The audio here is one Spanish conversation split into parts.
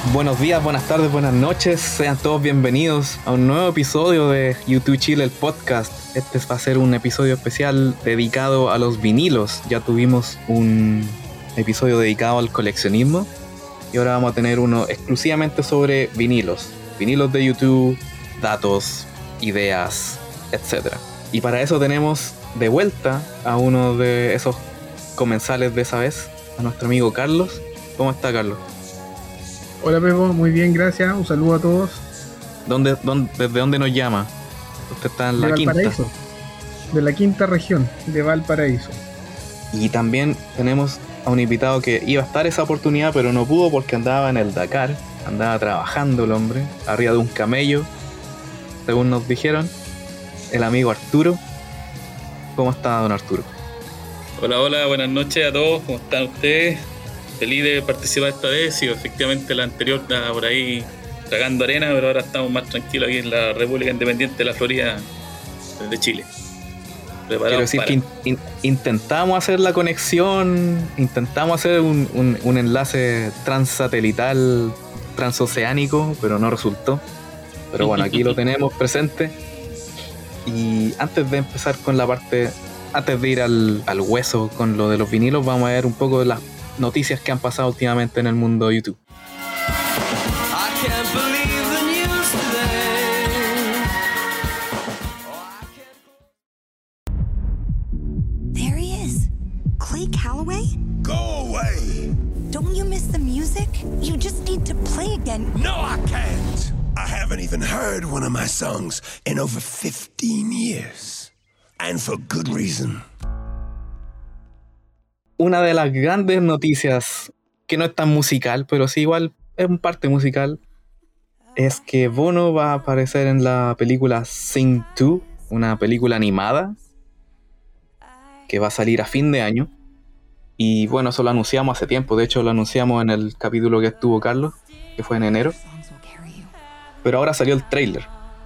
Buenos días, buenas tardes, buenas noches. Sean todos bienvenidos a un nuevo episodio de YouTube Chile, el podcast. Este va a ser un episodio especial dedicado a los vinilos. Ya tuvimos un episodio dedicado al coleccionismo y ahora vamos a tener uno exclusivamente sobre vinilos. Vinilos de YouTube, datos, ideas, etc. Y para eso tenemos de vuelta a uno de esos comensales de esa vez, a nuestro amigo Carlos. ¿Cómo está, Carlos? Hola Pepo, muy bien, gracias. Un saludo a todos. ¿Desde dónde nos llama? Usted está en la quinta. De la quinta región, de Valparaíso. Y también tenemos a un invitado que iba a estar esa oportunidad, pero no pudo porque andaba en el Dakar. Andaba trabajando el hombre, arriba de un camello, según nos dijeron. El amigo Arturo. ¿Cómo está, don Arturo? Hola, buenas noches a todos. ¿Cómo están ustedes? Feliz de participar esta vez. Y efectivamente la anterior estaba por ahí tragando arena, pero ahora estamos más tranquilos aquí en la República Independiente de la Florida de Chile. Quiero decir que intentamos hacer la conexión, intentamos hacer un enlace transsatelital, transoceánico, pero no resultó. Pero bueno, aquí lo tenemos presente. Y antes de empezar con la parte, antes de ir al hueso con lo de los vinilos, vamos a ver un poco de las noticias que han pasado últimamente en el mundo de YouTube. There he is. Clay Calloway? Go away! Don't you miss the music? You just need to play again. No, I can't! I haven't even heard one of my songs in over 15 years. And for good reason. Una de las grandes noticias, que no es tan musical, pero sí igual es un parte musical, es que Bono va a aparecer en la película Sing 2, una película animada que va a salir a fin de año. Y bueno, eso lo anunciamos hace tiempo, de hecho lo anunciamos en el capítulo que estuvo Carlos, que fue en enero. Pero ahora salió el tráiler.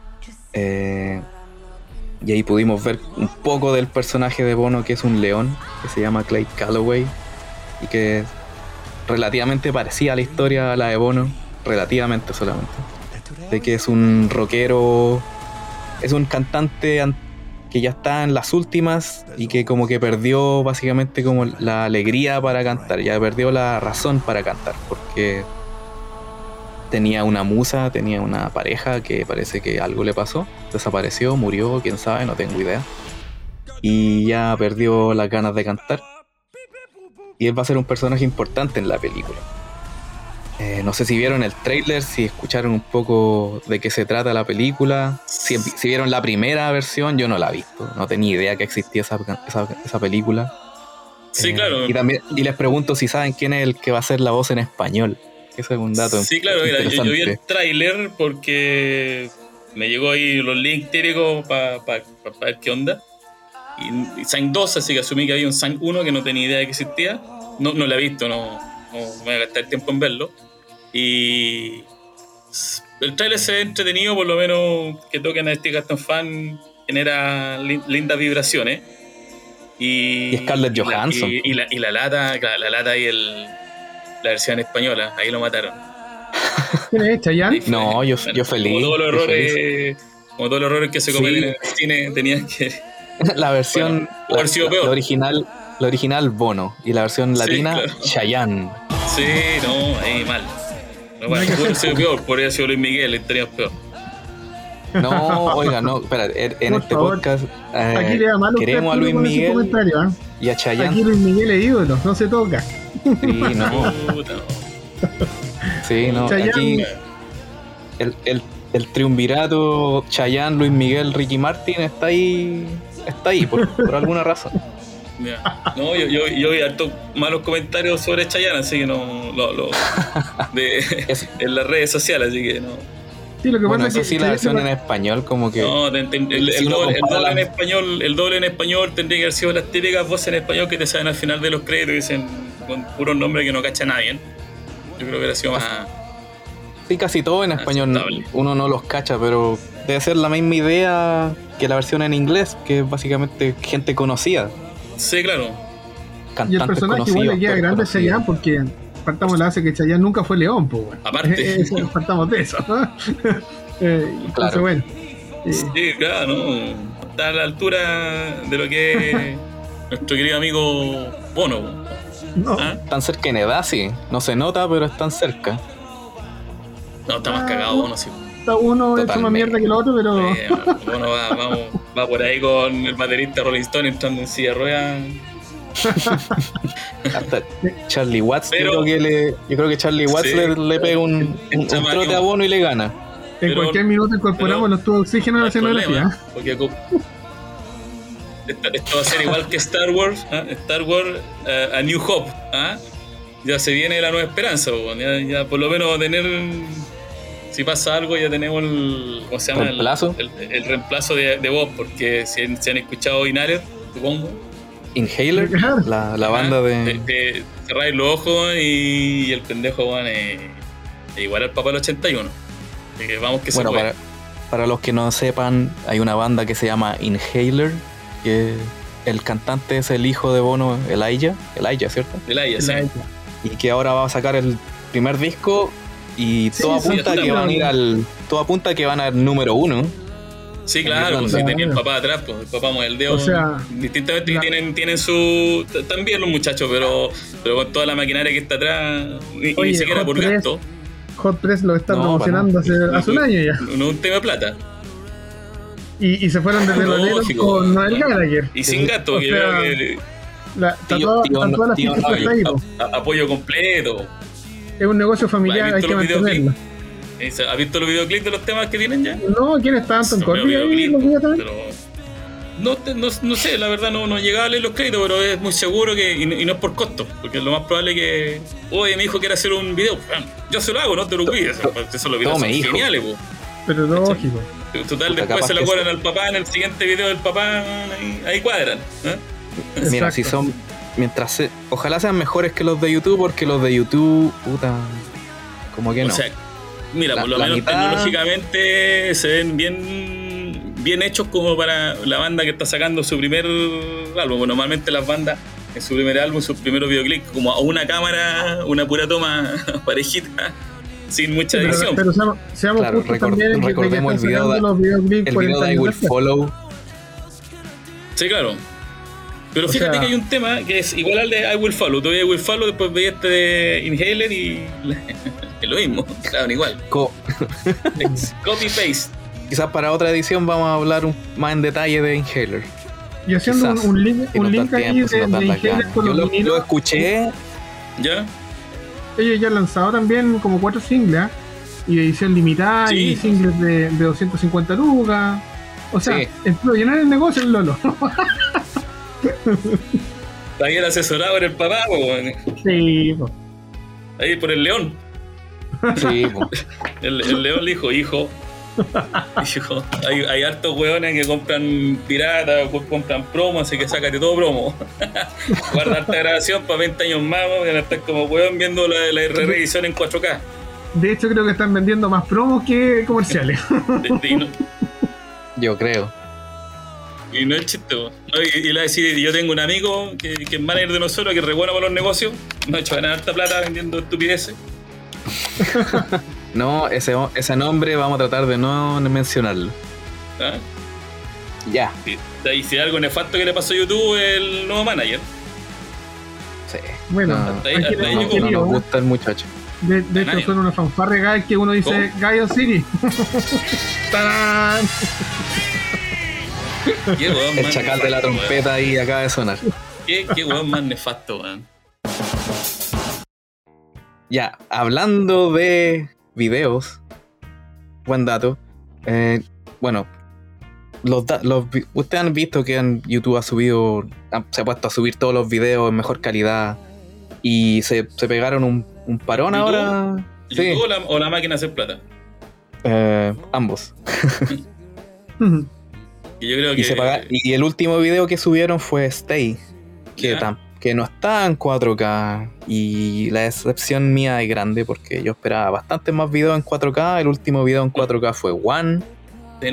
Y ahí pudimos ver un poco del personaje de Bono, que es un león, que se llama Clay Calloway, y que relativamente parecía a la historia a la de Bono, relativamente solamente. De que es un rockero, es un cantante que ya está en las últimas y que como que perdió básicamente como la alegría para cantar, ya perdió la razón para cantar, porque tenía una musa, tenía una pareja que parece que algo le pasó, desapareció, murió, quién sabe, no tengo idea. Y ya perdió las ganas de cantar. Y él va a ser un personaje importante en la película. No sé si vieron el tráiler, si escucharon un poco de qué se trata la película. Si vieron la primera versión, yo no la he visto. No tenía idea que existía esa película. Sí, claro. Y les pregunto si saben quién es el que va a hacer la voz en español. Ese es un dato. Sí, claro, mira, yo vi el tráiler porque me llegó ahí los links típicos para ver qué onda. Y Sang 2, así que asumí que había un Sang 1 que no tenía idea de que existía. No lo he visto, no voy a gastar tiempo en verlo. Y el tráiler se ve entretenido, por lo menos que toquen a Steve Gaston Fan genera lindas vibraciones. Y Scarlett Johansson. Y la lata, claro, la lata y la versión española, ahí lo mataron. ¿Quién es Chayanne? No, yo feliz. Como todos los errores que se cometen en el cine, tenías que... La versión, peor. La original Bono, y la versión latina, claro. Chayanne. Sí, no, ahí mal. No, bueno, podría ser peor, podría ser Luis Miguel, estaríamos peor. No, oiga, no, espera, en por este favor. podcast Aquí le da malo queremos a Luis Miguel y a Chayanne. Aquí Luis Miguel es ídolo, no se toca. Sí, no. Sí, no, aquí el triunvirato Chayanne, Luis Miguel, Ricky Martin está ahí por alguna razón. Yeah. No, yo vi hartos malos comentarios sobre Chayanne, así que en las redes sociales, así que no. Sí, lo que bueno, pasa eso sí, la versión en español como que... No, el doble en español tendría que haber sido las típicas voces en español que te salen al final de los créditos y dicen con puros nombres que no cacha nadie. Yo creo que hubiera sido más... Sí, casi todo en español uno no los cacha, pero debe ser la misma idea que la versión en inglés, que es básicamente gente conocida. Sí, claro. Y el personaje igual le queda grande a Chayanne porque partamos la base que Chayanne nunca fue león, pues bueno. Aparte. Partamos de eso, ¿no? Entonces, Claro. bueno. Sí, claro, ¿no? Está a la altura de lo que es nuestro querido amigo Bono. No, ¿Ah? Tan cerca en edad, sí. No se nota, pero están cerca. No, está más cagado Bono, sí. está uno hecho más Totalmente. mierda que el otro, pero Bono va por ahí con el baterista Rolling Stone entrando en silla de ruedas. Hasta Charlie Watts, Pero- yo creo que Charlie Watts Sí. le pega un chamaco. trote a Bono y le gana. en Pero- cualquier minuto incorporamos pero- los tubos de oxígeno a No la hay problema, escenografía. porque esto va a ser igual que Star Wars, ¿ah? Star Wars A New Hope, ¿ah? Ya se viene la nueva esperanza, po, ya por lo menos tener, si pasa algo ya tenemos el, ¿cómo se llama? ¿Reemplazo? El reemplazo de Bob, porque si han escuchado Inhaler, supongo, Inhaler, Claro. la banda de cerrar los ojos y el pendejo bueno, es igual al Papa del 81. Así que vamos que Bueno, se puede. para los que no sepan, hay una banda que se llama Inhaler, que el cantante es el hijo de Bono, Elijah, ¿cierto? De la IA, sí. Y que ahora va a sacar el primer disco y Sí, todo sí, apunta sí, a que van a ir todo apunta a que van al número 1. Sí, claro, pues, Claro. si tenía el papá atrás, pues el papá mueve el dedo. O sea, distintamente la- tienen su. También los muchachos, pero con toda la maquinaria que está atrás, y Oye, ni siquiera Hot por Press, gasto, Hot Press lo está No, promocionando hace un año ya. no es un tema de plata. Y se fueron de teloneros Lógico. con Noel Gallagher. Y sin gasto, O que sea, creo que Está Tío- toda tío- la tío fiesta Noel. está ahí, po. apoyo completo. Es un negocio familiar, ¿Has hay visto que los mantenerlo. ¿Has visto los videoclips de los temas que tienen ya? No, ¿quién está Anton Son Corbett medio ahí? videoclip, ¿Lo vi también? pero no sé, la verdad no llegaba a leer los créditos, pero es muy seguro que, y no es por costo, porque lo más probable es que, oye, mi hijo quiere hacer un video, yo se lo hago, no te lo olvides, esos los videos Tome, son hijo. geniales, po. Pero lógico. Total, Puta, después capaz se lo que cobran sí. al papá en el siguiente video del papá, ahí cuadran. ¿Eh? Mira, Exacto. si son ojalá sean mejores que los de YouTube, porque los de YouTube, puta, como que no. O sea, mira, La- por lo la menos mitad- tecnológicamente se ven bien hechos como para la banda que está sacando su primer álbum. Bueno, normalmente las bandas en su primer álbum, sus primeros videoclips, como a una cámara, una pura toma parejita, sin mucha edición. Pero seamos Claro, justos también en que recordemos están el video sacando de- los videoclips el 40 video de I años Will después. Follow, Sí, claro. Pero O fíjate sea- que hay un tema que es igual al de I Will Follow. Tú ves I Will Follow, después ves este de Inhaler y es lo mismo, claro, igual. Copy paste. Quizás para otra edición vamos a hablar más en detalle de Inhaler. Y haciendo Quizás, un link, si un nos link da aquí tiempo, si de nos dan las Inhaler ganas. con Yo los lo vinilos. escuché, ¿Ya? Ellos ya han lanzado también como 4 singles, ¿ah? Y edición limitada Sí. y singles de 250 lucas. O sea, Sí. entró a llenar el negocio el Lolo. Está ahí el asesorado por el papá, po, weón. Sí, po. Ahí por el león. sí, po. El león le dijo, hijo, hay hartos hueones que compran pirata, compran promo, así que sácate todo promo. Guarda harta grabación para 20 años más, van a estar como hueón viendo la re-reedición en 4K. De hecho, creo que están vendiendo más promos que comerciales. Y no, Yo creo. y no es chiste, po. No, y le voy a decir, yo tengo un amigo que es manager de nosotros, que es re bueno para los negocios, no ha hecho ganar harta plata vendiendo estupideces. No, ese nombre vamos a tratar de no mencionarlo. ¿Ah? Ya. Y si algo nefasto que le pasó a YouTube, el nuevo manager. Sí. Bueno, No, hasta ahí- hay que hasta ahí no, tener llegó. no querido, nos ¿eh? gusta el muchacho. De hecho, Nadie. suena una fanfarre Guy que uno dice Gaio City. ¡Tarán! Qué hueón El más chacal de la nefasto, weón. trompeta ahí acaba de sonar. Qué hueón más nefasto, weón. Ya, hablando de videos, buen dato. Bueno, ustedes han visto que YouTube se ha puesto a subir todos los videos en mejor calidad y se pegaron un parón ¿YouTube? ahora. Sí, ¿YouTube o la máquina hacer plata? ambos. Y yo creo Y, que. y el último video que subieron fue Stay, Ya. que no está en 4K. Y la decepción mía es grande porque yo esperaba bastante más videos en 4K. El último video en 4K fue One,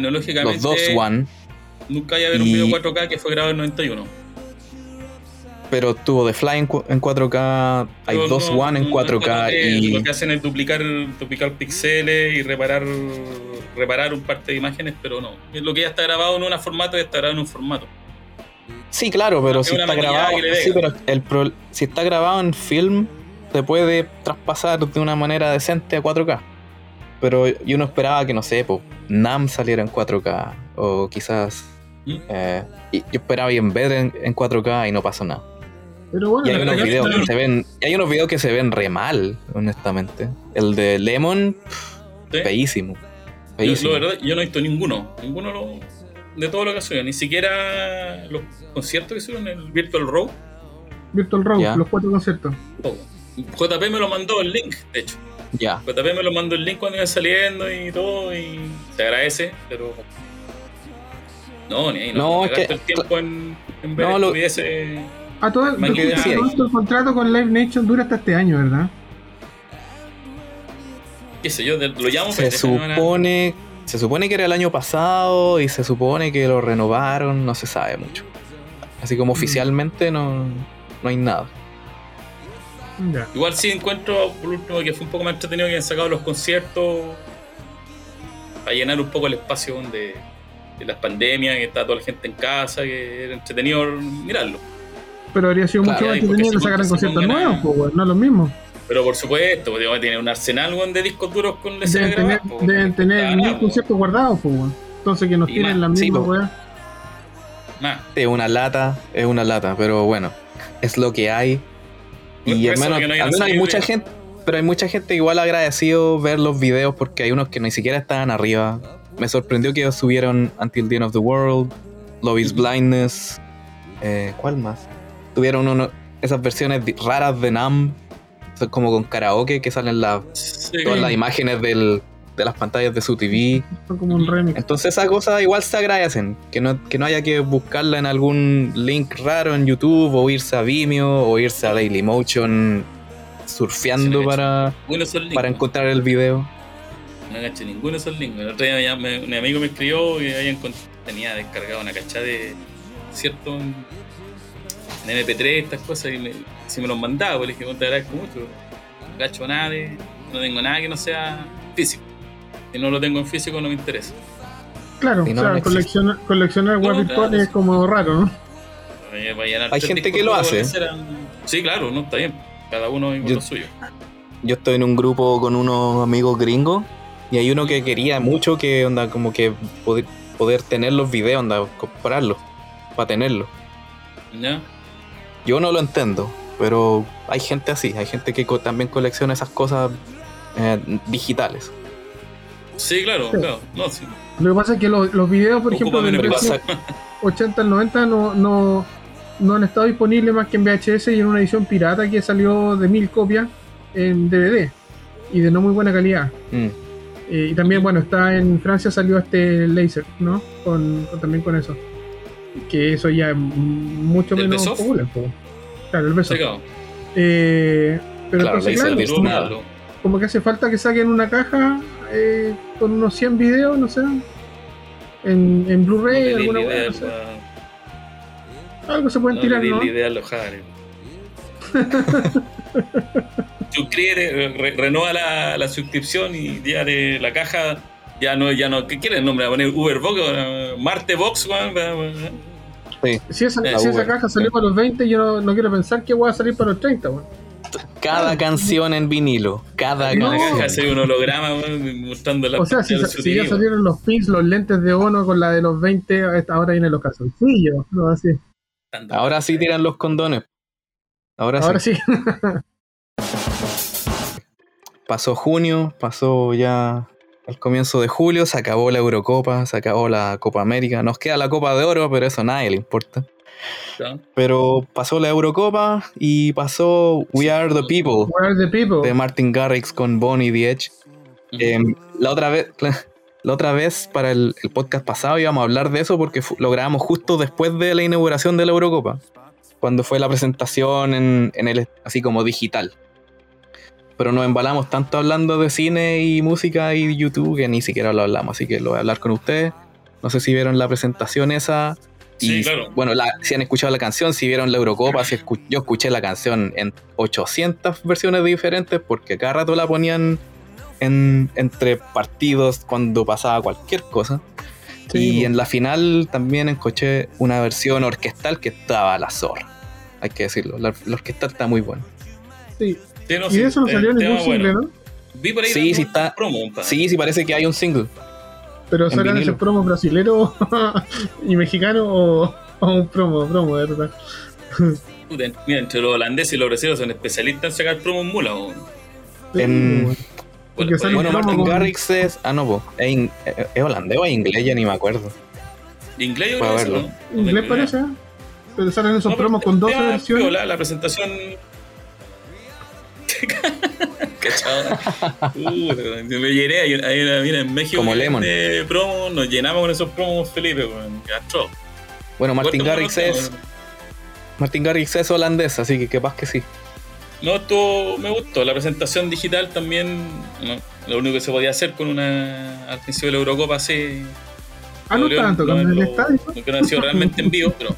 Tecnológicamente. los dos One. Nunca haya haber un Y- video 4K que fue grabado en 91. Pero tuvo The Fly en 4K, hay Pero dos One en 4K y... Lo que hacen es duplicar píxeles y reparar un par de imágenes, pero no. Lo que ya está grabado en un formato ya está grabado en un formato. Sí, claro, pero Es si una está maquillada grabado... que le Sí, deja. pero si está grabado en film, se puede traspasar de una manera decente a 4K. Pero yo no esperaba que, no sé, Nam saliera en 4K, o quizás... y yo esperaba bien ver en 4K y no pasó nada. Pero bueno, Y hay la unos cagada- videos que se ven, y hay unos videos que se ven re mal, honestamente. El de Lemon, ¿Sí? feísimo. Yo, Feísimo. la verdad, yo no he visto ninguno de todo lo que ha subido, ni siquiera los conciertos que subieron en el Virtual Row. Virtual Row, Ya. los 4 conciertos. Todo. JP me lo mandó el link, de hecho. Ya. JP me lo mandó el link cuando iba saliendo y todo, y se agradece, pero. No, ni ahí, No, no es gasto que- el tiempo en ver no, lo- estupideces. Todo Man, que decía ahí. el contrato con Live Nation dura hasta este año, ¿verdad? Qué sé yo, lo llamo, Se pero supone que era el año pasado y se supone que lo renovaron, no se sabe mucho. Así como oficialmente no hay nada. Ya. igual sí encuentro, por último, que fue un poco más entretenido que han sacado los conciertos para llenar un poco el espacio de las pandemias, que está toda la gente en casa, que era entretenido mirarlo. Pero habría sido Claro, mucho más y porque entretenido que se sacaran conciertos pongan a- nuevos, pues, weón, no es lo mismo. Pero por supuesto, porque tiene un arsenal weón, de discos duros con la escena Deben tener, grabada, po, deben tener weón. 1000 conciertos guardados, pues, weón. Entonces que nos Y tienen más, las sí, mismas, po. weón. Más. Es una lata, pero bueno, es lo que hay. Y Por eso al que no hay menos una hay serie mucha de- gente, pero hay mucha gente igual agradecido ver los videos porque hay unos que ni siquiera estaban arriba. Me sorprendió que subieron Until the End of the World, Love is Blindness, ¿cuál más? Tuvieron esas versiones raras de Nam, son como con karaoke que salen Sí, todas las imágenes de las pantallas de su TV. Son como un remix. Entonces esas cosas igual se agradecen, que no haya que buscarla en algún link raro en YouTube, o irse a Vimeo, o irse a Dailymotion surfeando Sí, para ninguno de esos links, para encontrar el video. No caché ninguno de esos links. El otro día un amigo me escribió y tenía descargado una cachada de cierto en MP3, estas cosas, y si me los mandaba, pues le dije, te agradezco mucho. No cacho nada, no tengo nada que no sea físico. Si no lo tengo en físico no me interesa. Claro, Y no, o sea, no existe. coleccionar web No, virtuales claro, es como raro, ¿no? Hay gente que lo hace. Sí, claro, no está bien. Cada uno con Yo- lo suyo. Yo estoy en un grupo con unos amigos gringos y hay uno que quería mucho que onda como que poder tener los videos, onda comprarlos para tenerlos. ¿Ya? Yo no lo entiendo, pero hay gente así, hay gente que también colecciona esas cosas digitales. Sí, claro, Sí. claro. No, sí. Lo que pasa es que los videos, por ejemplo, Ocúpame del en el precio WhatsApp. 80 al 90 no han estado disponibles más que en VHS y en una edición pirata que salió de 1000 copias en DVD y de no muy buena calidad. Mm. Y también, bueno, está en Francia salió este Laser, ¿no? También con eso. Que eso ya es mucho ¿El menos Best-of? popular. Claro, el beso. Sí, claro. Pero Claro, entonces, Laser claro, Disc como, nada. como que hace falta que saquen una caja con unos 100 videos, no sé, en Blu-ray, alguna wea, no sé. Algo se pueden tirar, ¿no? La idea a los Jares. Suscríbete, renueva la suscripción y ya de la caja ya no, ¿qué quiere el nombre? ¿Va a poner Uberbox o Marte Box? Sí. Si esa Uber, caja salió sí. para los 20, yo no quiero pensar que voy a salir para los 30, weón. Cada canción en vinilo, cada No. La caja canción. hace un holograma mostrando la O sea, si pantalla del ya TV, salieron los pins, los lentes de Ono con la de los 20, ahora vienen los calzoncillos, ¿no? Así. Ahora sí tiran los condones. Ahora sí. Pasó junio, pasó ya el comienzo de julio, se acabó la Eurocopa, se acabó la Copa América. Nos queda la Copa de Oro, pero eso a nadie le importa. ¿no? Pero pasó la Eurocopa y pasó We Are the People Where are the people? de Martin Garrix con Bon y The Edge. La otra vez para el podcast pasado íbamos a hablar de eso porque lo grabamos justo después de la inauguración de la Eurocopa, cuando fue la presentación en el así como digital. Pero nos embalamos tanto hablando de cine y música y YouTube que ni siquiera lo hablamos, así que lo voy a hablar con ustedes. No sé si vieron la presentación esa. Sí, y claro. bueno, si han escuchado la canción, si vieron la Eurocopa, yo escuché la canción en 800 versiones diferentes porque cada rato la ponían entre partidos cuando pasaba cualquier cosa. Sí, y en la final también escuché una versión orquestal que estaba a la zorra, hay que decirlo. La orquestal está muy buena. Sí. Sí, no, Y de eso no salió ningún tema single, bueno. ¿no? Vi por ahí Sí, sí está. promo, Sí, parece que hay un single. Pero En ¿serán vinilo. esos promos brasilero y mexicano o un promo, de verdad? Puta, mira, entre los holandeses y los brasileños son especialistas en sacar promos mulas. En- Porque sale Bueno, un promo Martin con- Garrix es. Ah, no, po. Es holandés o es inglés, ya ni me acuerdo. Inglés yo Puedo creo que verlo. sí, ¿no? Inglés parece, ¿eh? Pero salen esos promos con 12 versiones. La presentación. Cachado. Me llené ahí, mira, en México. Como Lemon. De promo, nos llenamos con esos promos, Felipe, con Gastro. Bueno, Martin Garrix es holandés, así que capaz que sí. No, me gustó. La presentación digital también. No, lo único que se podía hacer con al principio de la Eurocopa así. Ah, no estaban tocando en el estadio. Que no ha sido realmente en vivo, pero.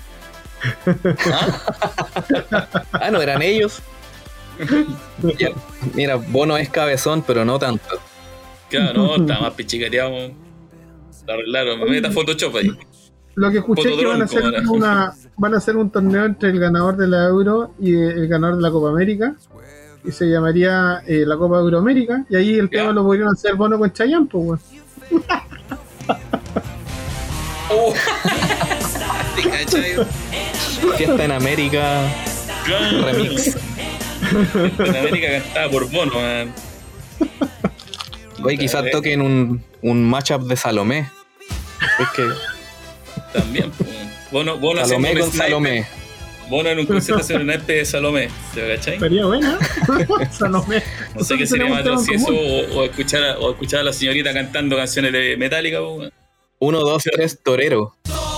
Ah, no eran ellos. Ya, mira, Bono es cabezón, pero no tanto. Claro, no, estaba más pichicateado. La arreglaron, me meta Photoshop ahí. Lo que escuché es que van a hacer un torneo entre el ganador de la Euro y el ganador de la Copa América. Y se llamaría la Copa Euroamérica. Y ahí el Ya. tema lo podrían hacer Bono con Chayanne, pues, weón. Oh. ¿Te cachai? Fiesta en América, Claro. remix. En América cantada por Bono, man. Oye, quizás toquen un matchup de Salomé. Es que También, pues. Bono Salomé haciendo con un sniper. Salomé. Bono en un concierto haciendo un sniper de Salomé. ¿Te cachai? Estaría buena. Salomé. No sé qué sería más Tenemos atroz, si temas eso en o escuchar a la señorita cantando canciones de Metallica, pues. 1, 2, 3, torero.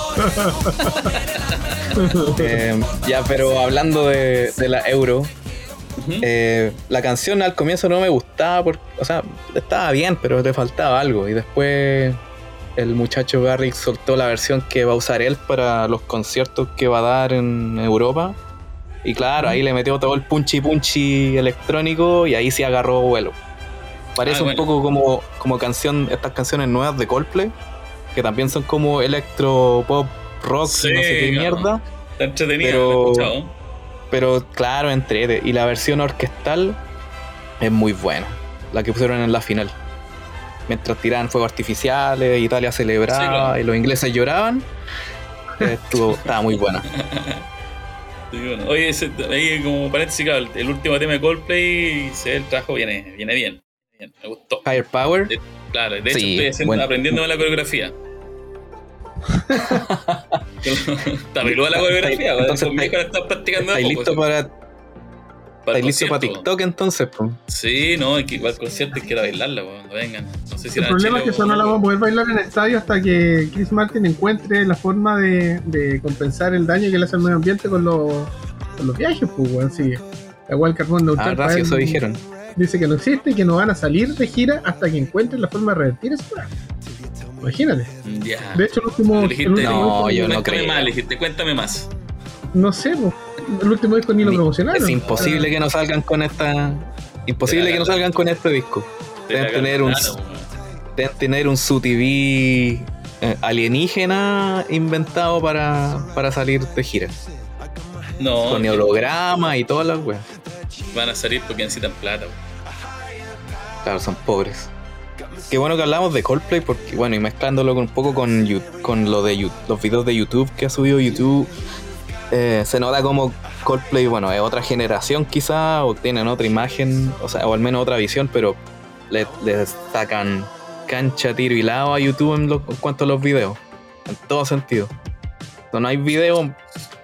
Ya, pero hablando de la Euro, la canción al comienzo no me gustaba, o sea, estaba bien, pero le faltaba algo. Y después el muchacho Garrix soltó la versión que va a usar él para los conciertos que va a dar en Europa. Y claro, ahí le metió todo el punchi electrónico y ahí sí agarró vuelo. Parece un poco como estas canciones nuevas de Coldplay, que también son como electro pop rock, Sí, no sé qué claro. mierda. Está entretenida, Pero- lo he escuchado. Pero claro, entrete. Y la versión orquestal es muy buena, la que pusieron en la final. Mientras tiraban fuegos artificiales, Italia celebraba, Sí, claro. y los ingleses lloraban. Estaba muy buena. Sí, bueno. Oye, ahí como paréntesis, claro, el último tema de Coldplay, el trabajo viene bien. Me gustó. Higher Power. Claro, de hecho Sí, estoy bueno. aprendiéndome la coreografía. Está peluda la coreografía, Entonces, con mi hija la estás practicando. ¿Estáis de a listo poco, para, el estáis listo para concierto. TikTok entonces? Po? Sí, no, hay que ir al concierto y quiero bailarla cuando vengan. No sé si El era problema Chile es que eso no la vamos a poder bailar en el estadio hasta que Chris Martin encuentre la forma de compensar el daño que le hace al medio ambiente con los viajes, pues, weón. Sí. Igual carbón neutral. Ah, para gracias, él eso dijeron. dice que no existe y que no van a salir de gira hasta que encuentren la forma de revertir eso. Imagínate. Ya. De hecho, el último Dijiste, No, yo no cuéntame creo. más, dijiste, cuéntame más. no sé, pues, el último disco ni lo promocionaron. Es imposible que no salgan con esta. Imposible que no salgan con este disco. Deben tener un SUTV alienígena inventado para salir de gira. No, Con holograma y todas las weas. van a salir porque necesitan plata. Claro, son pobres. Qué bueno que hablamos de Coldplay porque, bueno, y mezclándolo un poco con lo de los videos de YouTube que ha subido YouTube, se nota como Coldplay, bueno, es otra generación quizá, o tienen otra imagen, o al menos otra visión, pero le sacan cancha, tiro y lado a YouTube en cuanto a los videos, en todo sentido. No hay video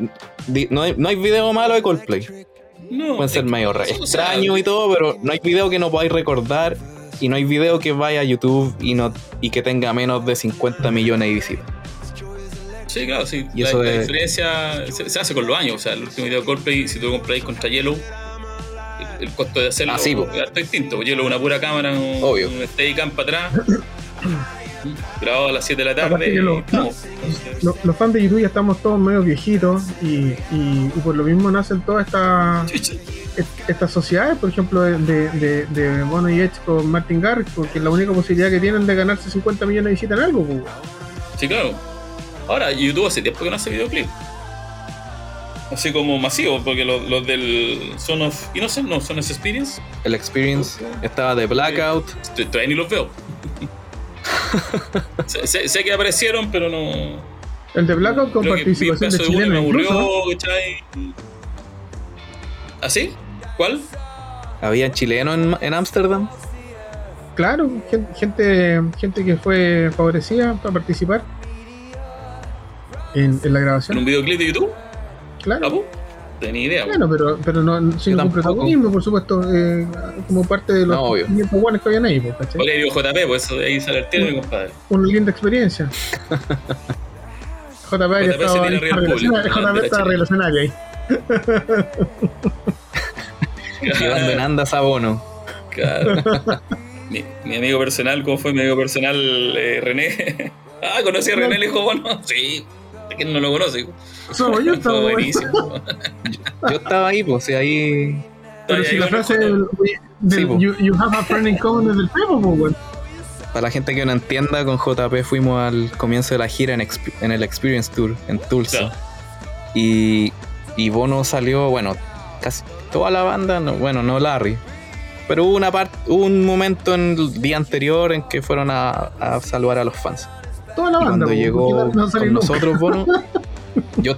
malo de Coldplay. No, Pueden ser medio o sea, extraños y todo, pero no hay video que no podáis recordar y no hay video que vaya a YouTube y que tenga menos de 50 millones de visitas. Sí, claro, sí. Y La eso diferencia se hace con los años. O sea, el último video de Coldplay, si tú lo compráis contra Yellow, el costo de hacerlo Sí, po. es harto distinto. Yellow una pura cámara, Obvio. un Steadicam para atrás, grabado a las 7 de la tarde. Aparte que y, los fans de YouTube ya estamos todos medio viejitos y por lo mismo nacen todas estas sociedades, por ejemplo, de Bono y Edge con Martin Garrix, porque es la única posibilidad que tienen de ganarse 50 millones de visitas en algo. Pues. Sí, claro. Ahora, YouTube hace tiempo que no hace videoclip. Así como masivo, porque los del Son of Innocent, no, Son of Experience. El Experience estaba de Blackout. Todavía ni los veo. sé que aparecieron, pero no. El de Blackout con participación de chilenos. Me aburrió, ¿cachai? ¿Así? ¿Cuál? ¿Había chileno en Ámsterdam? Claro, gente que fue favorecida para participar en la grabación. ¿En un videoclip de YouTube? Claro. ¿No tenía idea? Claro, pero no sin ningún protagonismo, por supuesto, como parte de los buenos que habían ahí, ¿cachai? Porque digo JP, pues eso de ahí sale el tiro, mi compadre. Una linda experiencia. JP estaba relacionario ahí. Llevando en andas a Bono. Claro. Mi amigo personal, ¿cómo fue mi amigo personal René? ¿Conocí a René el hijo Bono? Sí, ¿quién no lo conoce? Yo estaba buenísimo. Yo estaba ahí, pues, ahí. Pero si la frase del you have a friend in common es del Pepo, pues, güey. Para la gente que no entienda, con JP fuimos al comienzo de la gira en el Experience Tour en Tulsa. Claro. Y Bono salió, bueno, casi toda la banda, no Larry. Pero hubo un momento en el día anterior en que fueron a saludar a los fans. Toda la banda. Cuando llegó con nosotros, Bono, yo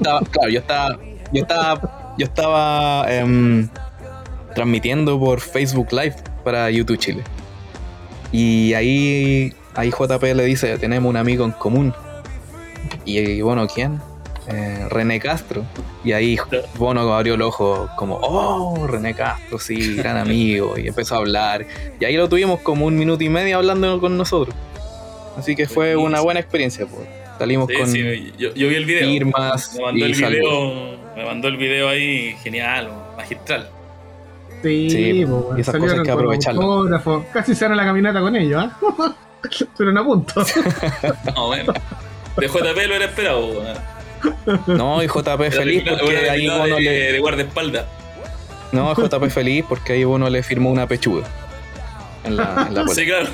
estaba transmitiendo por Facebook Live para YouTube Chile. Y ahí JP le dice, tenemos un amigo en común. Y Bono, ¿quién? René Castro. Y ahí Bono abrió el ojo como, oh, René Castro, sí, gran amigo. Y empezó a hablar. Y ahí lo tuvimos como 1 minuto y medio hablando con nosotros. Así que fue una buena experiencia, pues. Salimos con yo vi el video. Firmas me mandó el video ahí, genial, magistral. Sí, pues, y esas cosas hay que aprovecharlas. Casi se van a la caminata con ellos, ¿eh? Pero no a punto. No, bueno. De JP lo era esperado. No, y JP feliz porque ahí Bono de guardaespaldas. No, JP feliz porque ahí Bono le firmó una pechuga en la puerta. Sí, claro.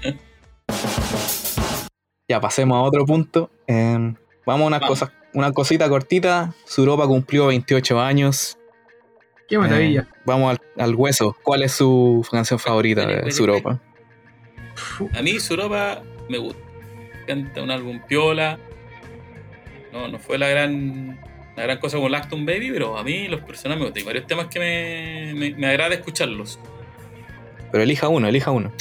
Ya, pasemos a otro punto. Vamos a una cosita cortita. Suropa cumplió 28 años. ¡Qué maravilla! Vamos al hueso. ¿Cuál es su canción favorita de Suropa? A mí Suropa me gusta. Canta un álbum piola. No fue la gran cosa con Acton Baby, pero a mí los personajes me gustan. Hay varios temas que me agrada escucharlos. Pero elija uno.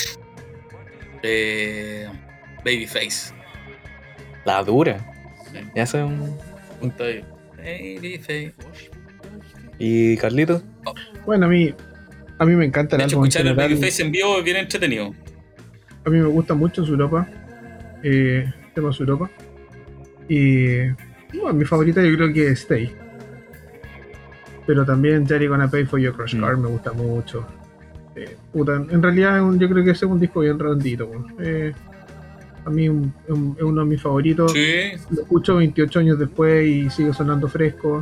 Babyface. La dura. Sí. Ya hace un... Babyface. ¿Y Carlito? Bueno, a mí me encanta el álbum. Escuchar el Babyface en vivo es bien entretenido. A mí me gusta mucho Suropa. Tema Suropa. Y bueno, mi favorita yo creo que es Stay. Pero también Jerry Gonna Pay for Your Crush Card me gusta mucho. En realidad yo creo que ese es un disco bien redondito. A mí es uno de mis favoritos. Sí. Lo escucho 28 años después y sigue sonando fresco.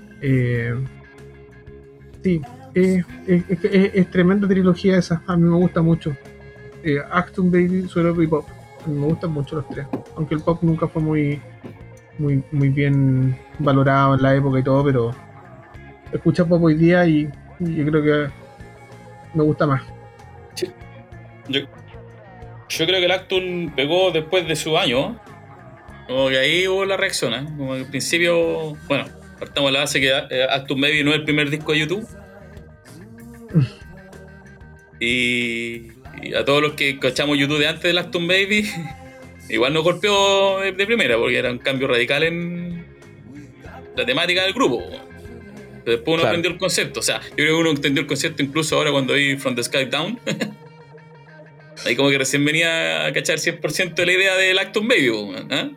Sí, es tremenda trilogía esa. A mí me gusta mucho. Acton Baby, Suropa y Pop. A mí me gustan mucho los tres. Aunque el pop nunca fue muy bien valorado en la época y todo, pero escucha pop hoy día y yo creo que me gusta más. Sí. Yo creo que el Acton pegó después de su año. Como que ahí hubo la reacción, ¿eh? Como al principio, bueno, partamos de la base que Acton Baby no es el primer disco de YouTube. Y a todos los que cachamos YouTube de antes del Acton Baby, igual nos golpeó de primera, porque era un cambio radical en la temática del grupo. Pero después uno aprendió el concepto. O sea, yo creo que uno entendió el concepto incluso ahora cuando vi From the Sky Down. Ahí como que recién venía a cachar 100% de la idea del Acton Baby, ¿eh?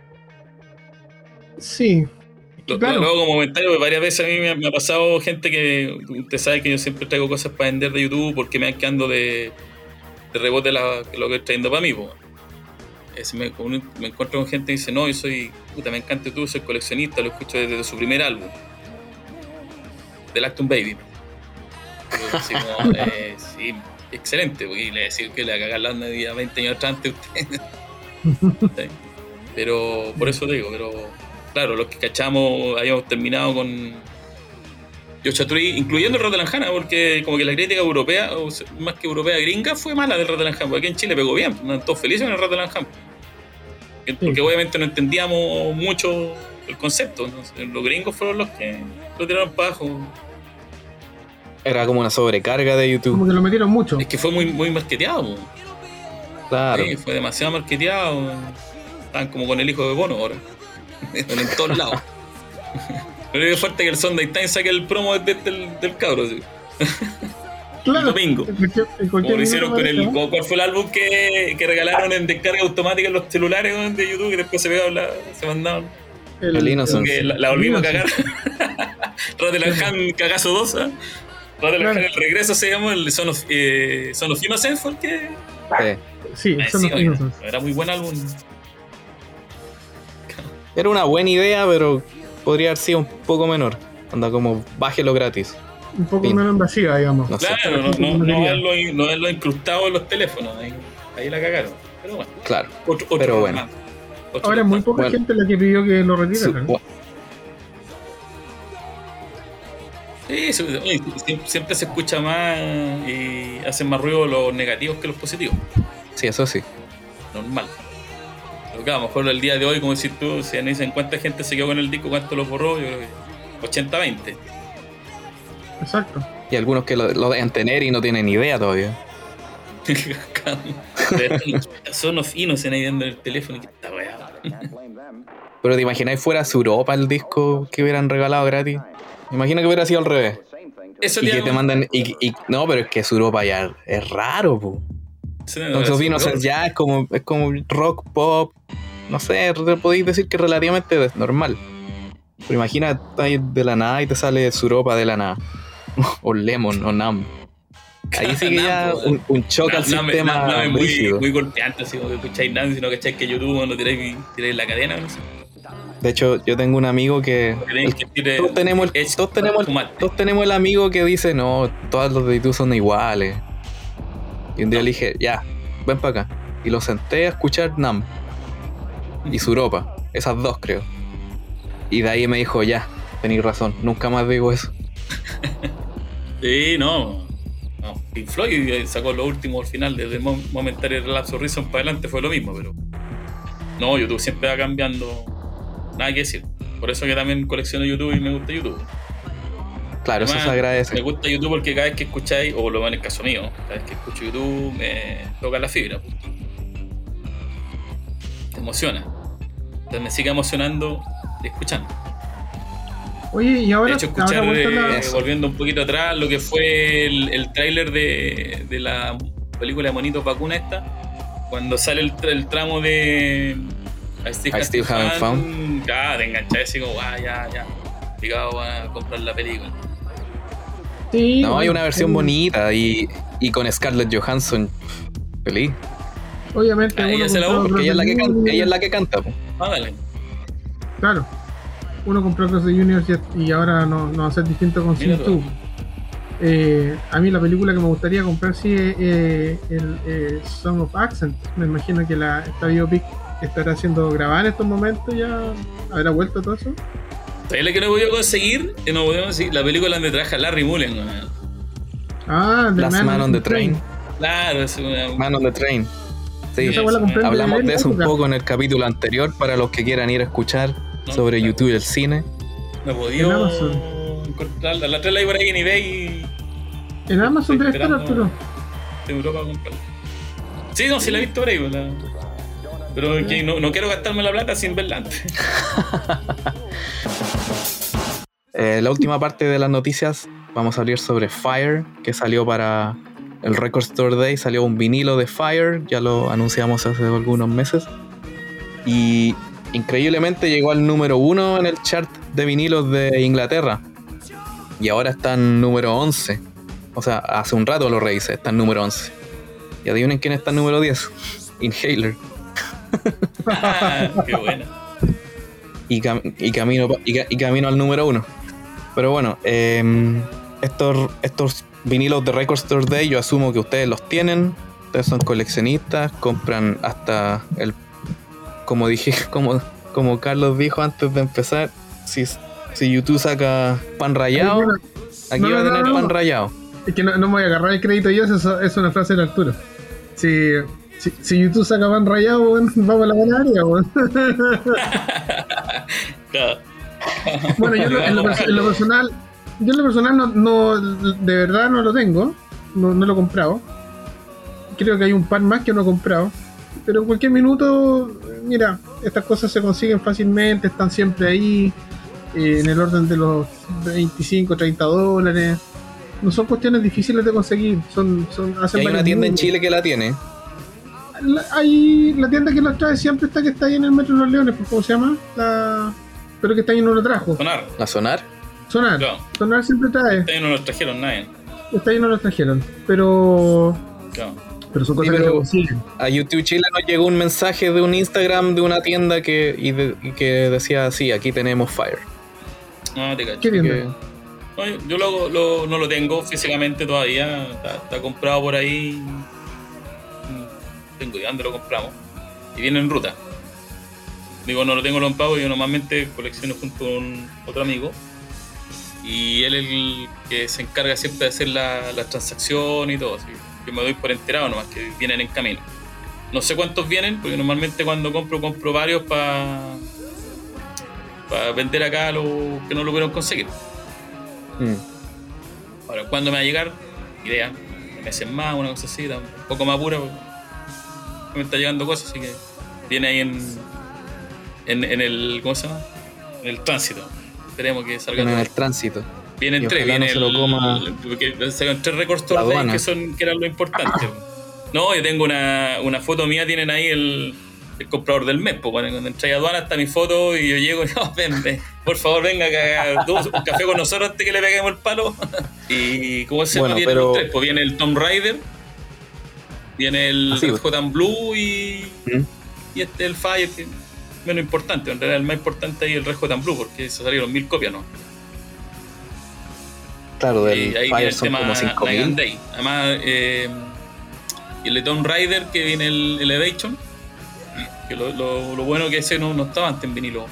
Sí. Claro. Luego como comentario, varias veces a mí me ha pasado gente que... Usted sabe que yo siempre traigo cosas para vender de YouTube porque me van quedando de rebote lo que estoy trayendo para mí, po. me encuentro con gente que dice, no, yo soy, puta, me encanta YouTube, soy coleccionista, lo escucho desde su primer álbum, The Lactum Baby. Yo así como, sí, excelente, porque le decía que le va a cagar la onda de 20 años atrás ante usted. ¿Sí? Pero, por eso te digo, pero claro, los que cachamos habíamos terminado con Joshua Tree, incluyendo el Rattle & Hannah, porque como que la crítica europea, o más que europea, gringa, fue mala del Rattle & Hannah, porque aquí en Chile pegó bien, andaban todos felices con el Rattle & Hannah. Porque obviamente no entendíamos mucho el concepto, ¿no? Los gringos fueron los que lo tiraron para abajo. Era como una sobrecarga de YouTube. Como que lo metieron mucho. Es que fue muy marketeado. Claro. Sí, fue demasiado marketeado. Estaban como con el hijo de Bono ahora. En todos lados. Lo único que falta que el Sunday Times saque el promo del cabro. ¿Sí? Claro. El domingo. Como lo hicieron con el. ¿Cuál fue el álbum que regalaron en descarga automática en los celulares de YouTube? Que después se mandaban. El Innocence. La volvimos a cagar. Rattle & Hannah cagazo 2. Rattle & Hannah, el regreso se llamó el Son of Innocence, ¿fue el que? Sí, Son of Innocence. Era muy buen álbum. Era una buena idea, pero podría haber sido un poco menor. Anda como bájelo gratis. Un poco menos invasiva, digamos. No sé. Claro, no es lo incrustado en los teléfonos. Ahí la cagaron. Pero bueno. Claro. Otro pero bueno. Ahora es muy poca gente la que pidió que lo retiren. Sí, siempre se escucha más y hacen más ruido los negativos que los positivos. Sí, eso sí. Normal. Pero claro, a lo mejor el día de hoy, como decís tú, si dicen cuánta gente se quedó con el disco, cuánto los borró, yo creo que 80-20. Exacto. Y algunos que lo deben tener y no tienen idea todavía. Son of Innocent ahí viendo el teléfono. ¿Qué esta weá? Pero te imagináis fuera Suropa el disco que hubieran regalado gratis. Imagina que hubiera sido al revés. Eso y que te mandan. No, pero es que Suropa ya es raro, po. Entonces ya es como rock, pop. No sé, podéis decir que relativamente es normal. Pero imagina, estás de la nada y te sale Suropa de la nada. O Lemon, o Numb. Ahí sí que ya un choque al sistema muy golpeante, así como que escucháis nada, sino que echáis que YouTube no tiráis la cadena, no sé. De hecho, yo tengo un amigo que todos tenemos el amigo que dice, no, todos los de YouTube son iguales. Y un día le dije, ya, ven para acá. Y lo senté a escuchar Numb y Suropa, esas dos creo. Y de ahí me dijo, ya, tenéis razón, nunca más digo eso. Sí, no. Pink Floyd sacó lo último al final, desde el momentario relapso Reason para adelante fue lo mismo, pero no, YouTube siempre va cambiando. Nada que decir. Por eso que también colecciono YouTube y me gusta YouTube. Claro, además, eso se agradece. Me gusta YouTube porque cada vez que escucháis, o lo menos en el caso mío, cada vez que escucho YouTube me toca la fibra. Te emociona. Entonces me sigue emocionando escuchando. Oye, y ahora. De hecho, escuchar, volviendo un poquito atrás, lo que fue el tráiler de la película de Monitos Vacuna esta, cuando sale el tramo de I Still Haven't Found. Ya, te enganchás así como, ya. Llegado a comprar la película. Sí, no, hay una versión bonita y con Scarlett Johansson feliz. Obviamente, ella se la busca porque ella es la que canta. Dale. Claro. Uno compró Cross the Universe y ahora no va a ser distinto con Sin 2. A mí la película que me gustaría comprar sí es el Song of Accent. Me imagino que esta biopic que estará siendo grabada en estos momentos ya habrá vuelto todo eso. ¿Sabes lo que no he podido conseguir? La película donde trabaja Larry Mullen. Last Man on the Train. Claro, es una... Man on the Train. Sí, hablamos de eso un poco en el capítulo anterior para los que quieran ir a escuchar sobre YouTube y el cine. No he podido encontrarla. La trae por ahí en eBay. En Amazon debe estar, Arturo. De Europa a comprarla. Sí, no, sí la he visto por ahí. Pero que no quiero gastarme la plata sin verla antes. La última parte de las noticias, vamos a hablar sobre Fire, que salió para el Record Store Day. Salió un vinilo de Fire, ya lo anunciamos hace algunos meses. Y increíblemente llegó al número 1 en el chart de vinilos de Inglaterra. Y ahora está en número 11. O sea, hace un rato lo revisé, está en número 11. Y adivinen quién está en número 10. Inhaler. Qué buena. y camino al número 1. Pero bueno, estos vinilos de Record Store Day, yo asumo que ustedes los tienen. Ustedes son coleccionistas, compran hasta el... Como dije, como Carlos dijo antes de empezar, si YouTube saca pan rallado, aquí va a tener pan rallado. Es que no me voy a agarrar el crédito yo, eso es una frase de Arturo. Si YouTube saca pan rayado, bueno, vamos a la buena área, bueno. Claro. Bueno, yo en lo personal no, de verdad no lo tengo, no lo he comprado. Creo que hay un par más que no he comprado. Pero en cualquier minuto, mira, estas cosas se consiguen fácilmente, están siempre ahí, en el orden de los 25, 30 dólares. No son cuestiones difíciles de conseguir. Hay una tienda en Chile que la tiene. La tienda que los trae siempre que está ahí en el Metro de los Leones, ¿cómo se llama? Pero que está ahí no lo trajo. Sonar. ¿La Sonar? Sonar. Claro. Sonar siempre trae. Está ahí no los trajeron nadie. Está ahí no lo trajeron. Pero Claro. son cosas que se consiguen. A YouTube Chile nos llegó un mensaje de un Instagram de una tienda que decía, sí, aquí tenemos Fire. No, te cacho. ¿Qué tienda? No, yo no lo tengo físicamente todavía. Está comprado por ahí. Tengo idea dónde lo compramos. Y viene en ruta. Digo, no lo tengo en pago. Yo normalmente colecciono junto con otro amigo. Y él es el que se encarga siempre de hacer las transacciones y todo. Así. Yo me doy por enterado nomás que vienen en camino. No sé cuántos vienen, porque normalmente cuando compro varios para vender acá a los que no lo pudieron conseguir. Ahora, ¿cuándo me va a llegar? Idea. Meses más, una cosa así, un poco más pura. Me está llegando cosas, así que viene ahí en el. ¿Cómo se llama? En el tránsito. Esperemos que salga En todo. el tránsito. Vienen tres, viene no se lo coma porque salgan 3 Record Store Day que eran lo importante. No, yo tengo una foto mía, tienen ahí el comprador del mes, pues cuando entré a aduana está mi foto y yo llego y no, ven, por favor venga que un café con nosotros antes que le peguemos el palo. Y como se llama, vienen los tres, pues viene el Tomb Raider, viene el J Blue y el Fire, que es menos importante, en realidad el más importante ahí es el Red J Blue, porque se salieron 1000 copias, ¿no? Claro, del y ahí Fire viene el son tema como 5000. Day. Además, y el de Tomb Raider que viene el Elevation, que lo bueno que ese no estaba antes en vinilo.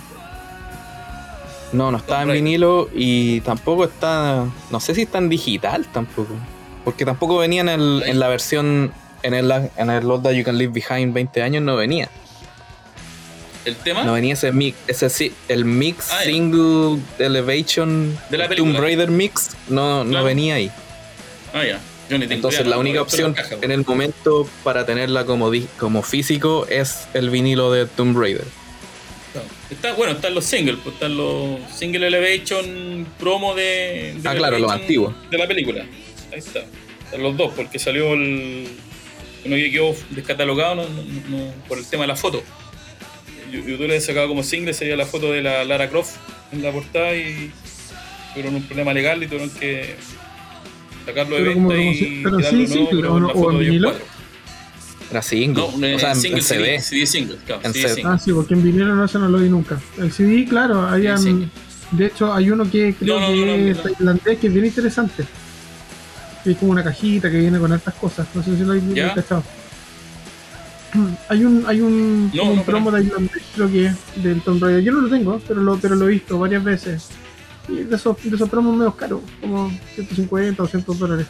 No estaba en vinilo y tampoco está, no sé si está en digital tampoco, porque tampoco venía en la versión, en el Load That You Can Leave Behind 20 años no venía. ¿El tema? No venía ese mix, el mix single Elevation de la película. Tomb Raider mix no venía ahí. Ya. Yo ni tengo Entonces idea, la única opción en el momento para tenerla como físico es el vinilo de Tomb Raider. Están los singles, pues están los single Elevation promo de claro, los antiguos de la película. Ahí está. Están los dos, porque salió uno que quedó descatalogado no, por el tema de la foto. YouTube le he sacado como single, sería la foto de la Lara Croft en la portada y tuvieron un problema legal y tuvieron que sacarlo de venta y pero quedarlo sí, nuevo, o en vinilo. Era single, no, o sea, single, en CD. CD single, claro, En CD CD. single. Sí, porque en vinilo no lo vi nunca. El CD, claro, de hecho hay uno que creo que es tailandés, que es bien interesante. Es como una cajita que viene con estas cosas. No sé si lo habéis cachado. Hay un promo de tailandés, creo que es del Tomb Raider. Yo no lo tengo, pero lo he visto varias veces. Y de esos promos medio caros, como 150 o 200 dólares.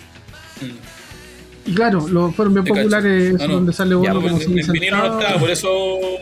Y claro, fueron bien populares, donde sale uno como en vinilo no estaba, por eso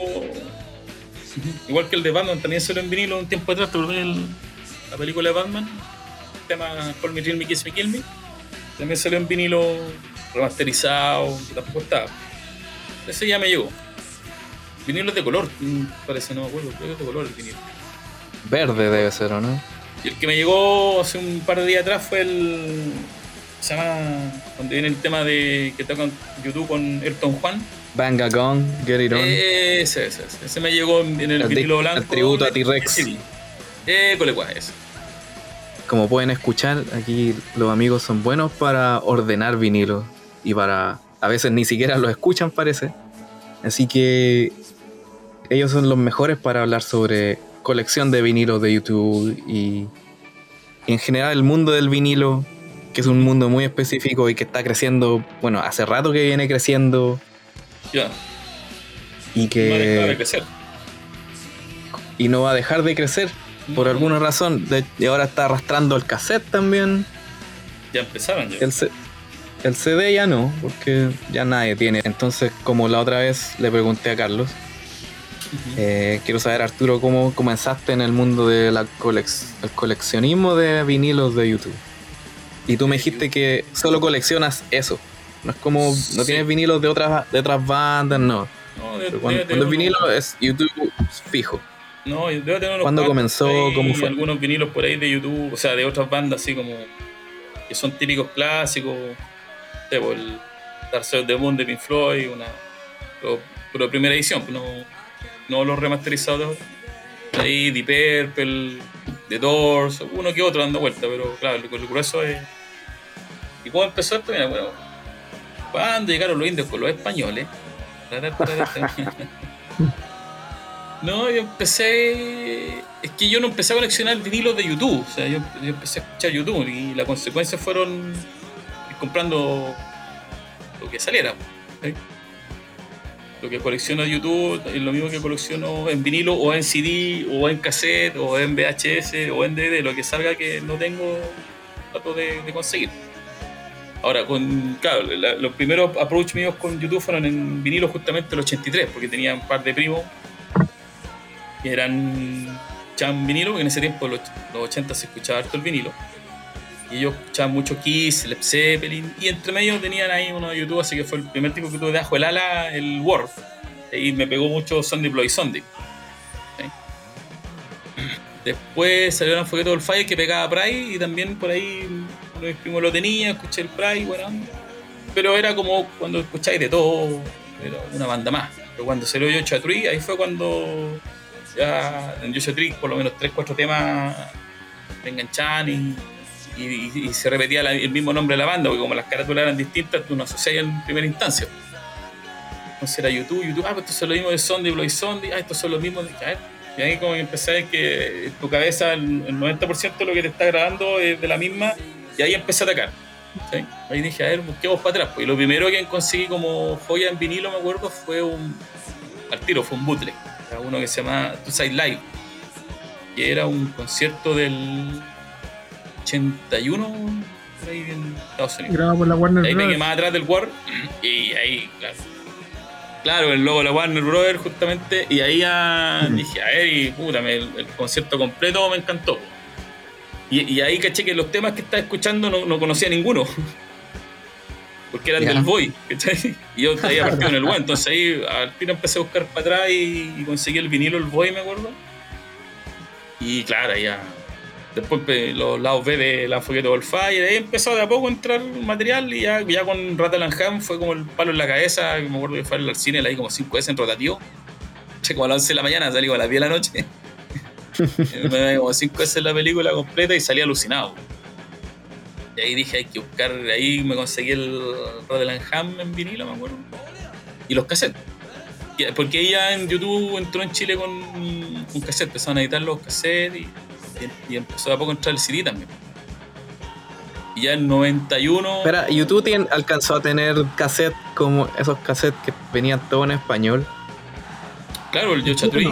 igual que el de Batman también salió en vinilo un tiempo atrás. La película de Batman, el tema Call Me, Thrill Me, Kiss Me, Kill Me, también salió en vinilo remasterizado, que tampoco estaba. Ese ya me llegó. Vinilo de color, parece, no me acuerdo, creo que es de color el vinilo. Verde debe ser, ¿o no? Y el que me llegó hace un par de días atrás fue se llama, donde viene el tema de que tocan YouTube con Elton Juan. Bang a Gong, Get It On. Ese me llegó en el vinilo blanco. El tributo a T-Rex. Ese. Como pueden escuchar, aquí los amigos son buenos para ordenar vinilos y para... A veces ni siquiera los escuchan, parece. Así que ellos son los mejores para hablar sobre colección de vinilos de YouTube y en general el mundo del vinilo, que es un mundo muy específico y que está creciendo, bueno, hace rato que viene creciendo. Ya. Y que No deja de crecer. Y no va a dejar de crecer por alguna razón. Y ahora está arrastrando el cassette también. Ya empezaron ya. El CD ya no, porque ya nadie tiene. Entonces, como la otra vez le pregunté a Carlos, quiero saber, Arturo, cómo comenzaste en el mundo del coleccionismo de vinilos de YouTube. Y tú me dijiste que solo coleccionas eso. No es como, no tienes vinilos de otras bandas, no. No, cuando es vinilo es YouTube fijo. No, yo debo tener unos ¿Cuándo comenzó? ahí, ¿Cómo fue? algunos vinilos por ahí de YouTube, o sea, de otras bandas así como que son típicos clásicos, el Dark Side of the Moon de Pink Floyd, pero primera edición, no los remasterizados de ahora. Ahí Deep Purple, The Doors, uno que otro dando vuelta, pero claro, lo grueso es. ¿Y cómo empezó esto? Mira, bueno, cuando llegaron los indios con los españoles. No, yo empecé. Es que yo no empecé a coleccionar vinilos de YouTube. O sea, yo empecé a escuchar YouTube y las consecuencias fueron ir comprando lo que saliera. ¿Sí? Lo que colecciono de YouTube es lo mismo que colecciono en vinilo o en CD o en cassette o en VHS o en DVD. Lo que salga que no tengo trato de conseguir. Ahora, claro, los primeros approach míos con YouTube fueron en vinilo justamente el 83, porque tenía un par de primos que escuchaban vinilo, porque en ese tiempo, los 80 se escuchaba harto el vinilo. Y ellos escuchaban mucho Kiss, Led Zeppelin, y entre medio tenían ahí uno de YouTube, así que fue el primer tipo que tuve debajo del ala, el Warp. Y me pegó mucho Sunday Bloody Sunday. ¿Sí? Después salieron Forget All Fire, que pegaba Pride, y también por ahí uno de mis primos lo tenía, escuché el Pride, bueno, pero era como cuando escucháis de todo, era una banda más. Pero cuando salió Joshua Tree, ahí fue cuando ya en Joshua Tree por lo menos 3-4 temas me enganchaban y se repetía el mismo nombre de la banda, porque como las carátulas eran distintas, tú no asocias en primera instancia. Entonces era YouTube, pues estos son los mismos de Sunday, Bloody Sunday, estos son los mismos de... Y ahí como que empecé a ver que en tu cabeza el 90% de lo que te está grabando es de la misma, y ahí empecé a atacar. ¿Sí? Ahí dije, a ver, busquemos para atrás. Pues. Y lo primero que conseguí como joya en vinilo, me acuerdo, fue un bootleg. Era uno que se llama Two Side Live, que era un concierto del 81 por ahí en Estados Unidos. Grabado por la Warner ahí Bros. pegué más atrás del War y ahí, claro, el logo de la Warner Bros. Justamente, y ahí dije, a ver, y puta, el concierto completo me encantó. Y ahí caché que los temas que estaba escuchando no conocía ninguno. Porque eran del Boy, ¿cachai? Y yo había partido en el Boy, entonces ahí al fin empecé a buscar para atrás y conseguí el vinilo, el Boy, me acuerdo. Y claro, ya. Después los lados B de la Forget All Fire, ahí empezó de a poco a entrar material y ya con Rattle and Hum fue como el palo en la cabeza. Me acuerdo que fue al cine, la vi como 5 veces en rotativo. Como a las 11 de la mañana, salí como a las 10 de la noche. Me vi como 5 veces la película completa y salí alucinado. Y ahí dije, hay que buscar, ahí me conseguí el Rattle and Hum en vinilo, me acuerdo. Y los cassettes. Porque ella en YouTube entró en Chile con cassette, empezaron a editar los cassettes y empezó de a poco a entrar el CD también. Y ya en 91... Espera, ¿YouTube alcanzó a tener cassette como esos cassettes que venían todo en español? Claro, el Joshua Tree.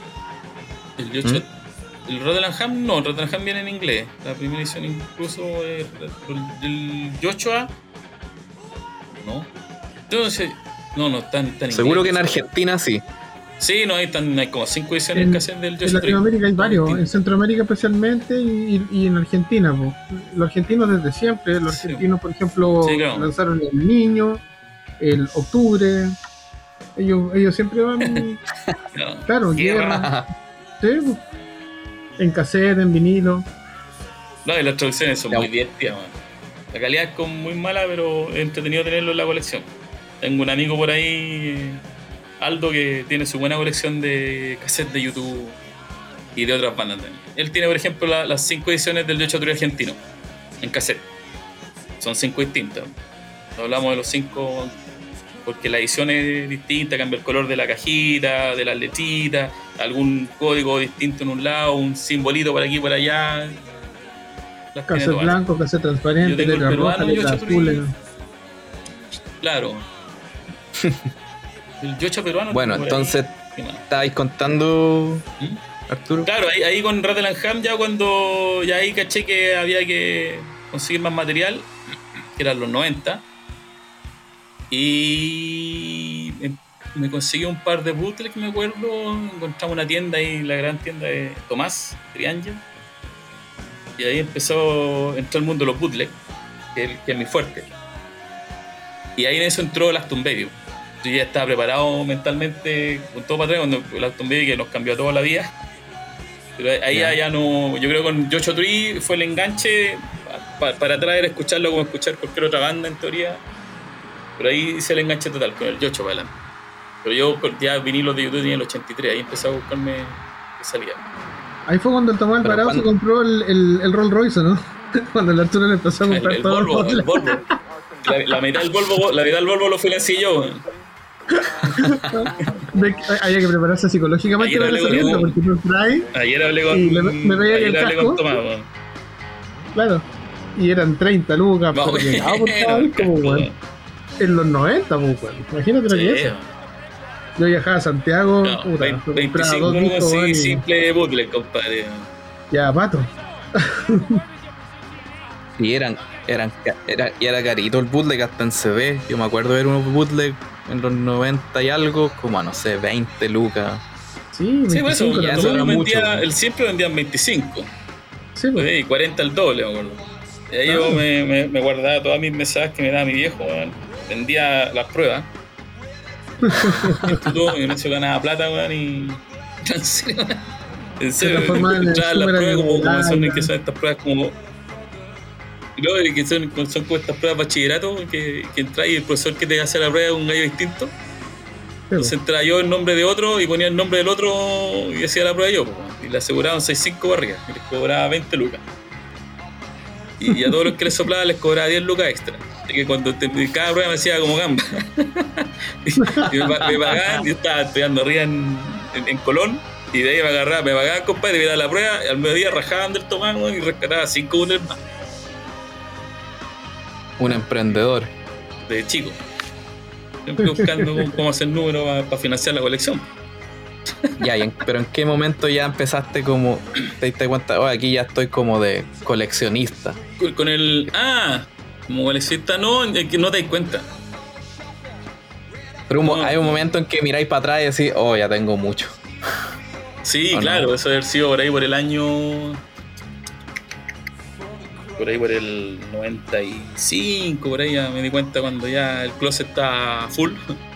El Rattle and Hum no, el Rattle and Hum viene en inglés. La primera edición incluso el Joshua... No. Entonces... No, está en inglés. Seguro que en Argentina sí. Sí, no, hay como 5 ediciones en cassette del Joshua Tree. En Latinoamérica hay varios, en Centroamérica especialmente y en Argentina. Los argentinos desde siempre, los argentinos por ejemplo lanzaron el Niño, el Octubre, ellos siempre van, claro, Guerra. Sí, en cassette, en vinilo. No, y las traducciones son muy divertidas, man. La calidad es como muy mala, pero es entretenido tenerlo en la colección. Tengo un amigo por ahí, Aldo, que tiene su buena colección de cassettes de YouTube y de otras bandas también. Él tiene, por ejemplo, las 5 ediciones del Joshua Tree argentino en cassette. Son 5 distintas. Hablamos de los 5 porque la edición es distinta, cambia el color de la cajita, de las letritas, algún código distinto en un lado, un simbolito por aquí y por allá. Cassette blanco, cassette transparente, letra roja, letra azul. Claro. El Yocha peruano. Bueno, entonces, ¿estabais contando, Arturo? Claro, ahí con Rattle and Hum, ya cuando ya ahí caché que había que conseguir más material, que eran los 90, y me conseguí un par de bootlegs, me acuerdo. Encontramos una tienda ahí, la gran tienda de Tomás Triangel, y ahí entró el mundo de los bootlegs, que es mi fuerte. Y ahí en eso entró el Aston Baby. Yo ya estaba preparado mentalmente con todo para atrás, cuando el Aston Baby, que nos cambió toda la vida. Pero ahí ya no. Yo creo que con Joshua Tree fue el enganche para traer a escucharlo como escuchar cualquier otra banda en teoría. Pero ahí hice el enganche total con el Joshua para adelante. Pero yo ya vinilos de YouTube tenía el 83, ahí empecé a buscarme qué salía. Ahí fue cuando el Tomás Alvarado se compró el Rolls Royce, ¿no? Cuando el Arturo le empezó a comprar todo el Volvo. La mitad del Volvo lo financié yo. Había que prepararse psicológicamente para ese evento, porque no trae. Ayer hablé con Tomás. Claro. Y eran 30 lucas por llegado por tal, como bueno. En los 90, pues, bueno. Imagínate lo que es eso. Yo viajaba a Santiago, puta, 25 minutos simple bootleg, compadre. Ya, pato. Y era carito el bootleg hasta en CD. Yo me acuerdo de ver unos bootleg en los 90 y algo, como a no sé, 20 lucas. Sí, 25, pues eso vendía, él siempre vendían 25. Sí, pues. Y 40 el doble, me acuerdo. Y ahí yo me guardaba todas mis mensajes que me daba mi viejo, man. Vendía las pruebas. Y no se ganaba plata, weón, y. En serio, entraba las pruebas como son estas pruebas como. No, que son como estas pruebas de bachillerato, que entras y el profesor que te hace la prueba es un gallo distinto. Entonces entraba yo el nombre de otro y ponía el nombre del otro y hacía la prueba yo, y le aseguraban 6-5 barrigas y les cobraba 20 lucas. Y a todos los que les soplaba les cobraba 10 lucas extra. Así que cuando cada prueba me hacía como gamba. Y me pagaban, yo estaba estudiando arriba en Colón, y de ahí me pagaban, compadre, me daban la prueba, y al mediodía rajaban del Tomás y rescataba 5 unidades más. Un emprendedor. De chico. Siempre buscando cómo hacer números para financiar la colección. Ya, pero ¿en qué momento ya empezaste como, te diste cuenta, aquí ya estoy como de coleccionista? Con el... como coleccionista no, es que no te das cuenta. Pero hay un momento en que miráis para atrás y decís, ya tengo mucho. Sí, claro, eso debe haber sido por ahí por el año... Por ahí por el 95, por ahí ya me di cuenta cuando ya el closet estaba full.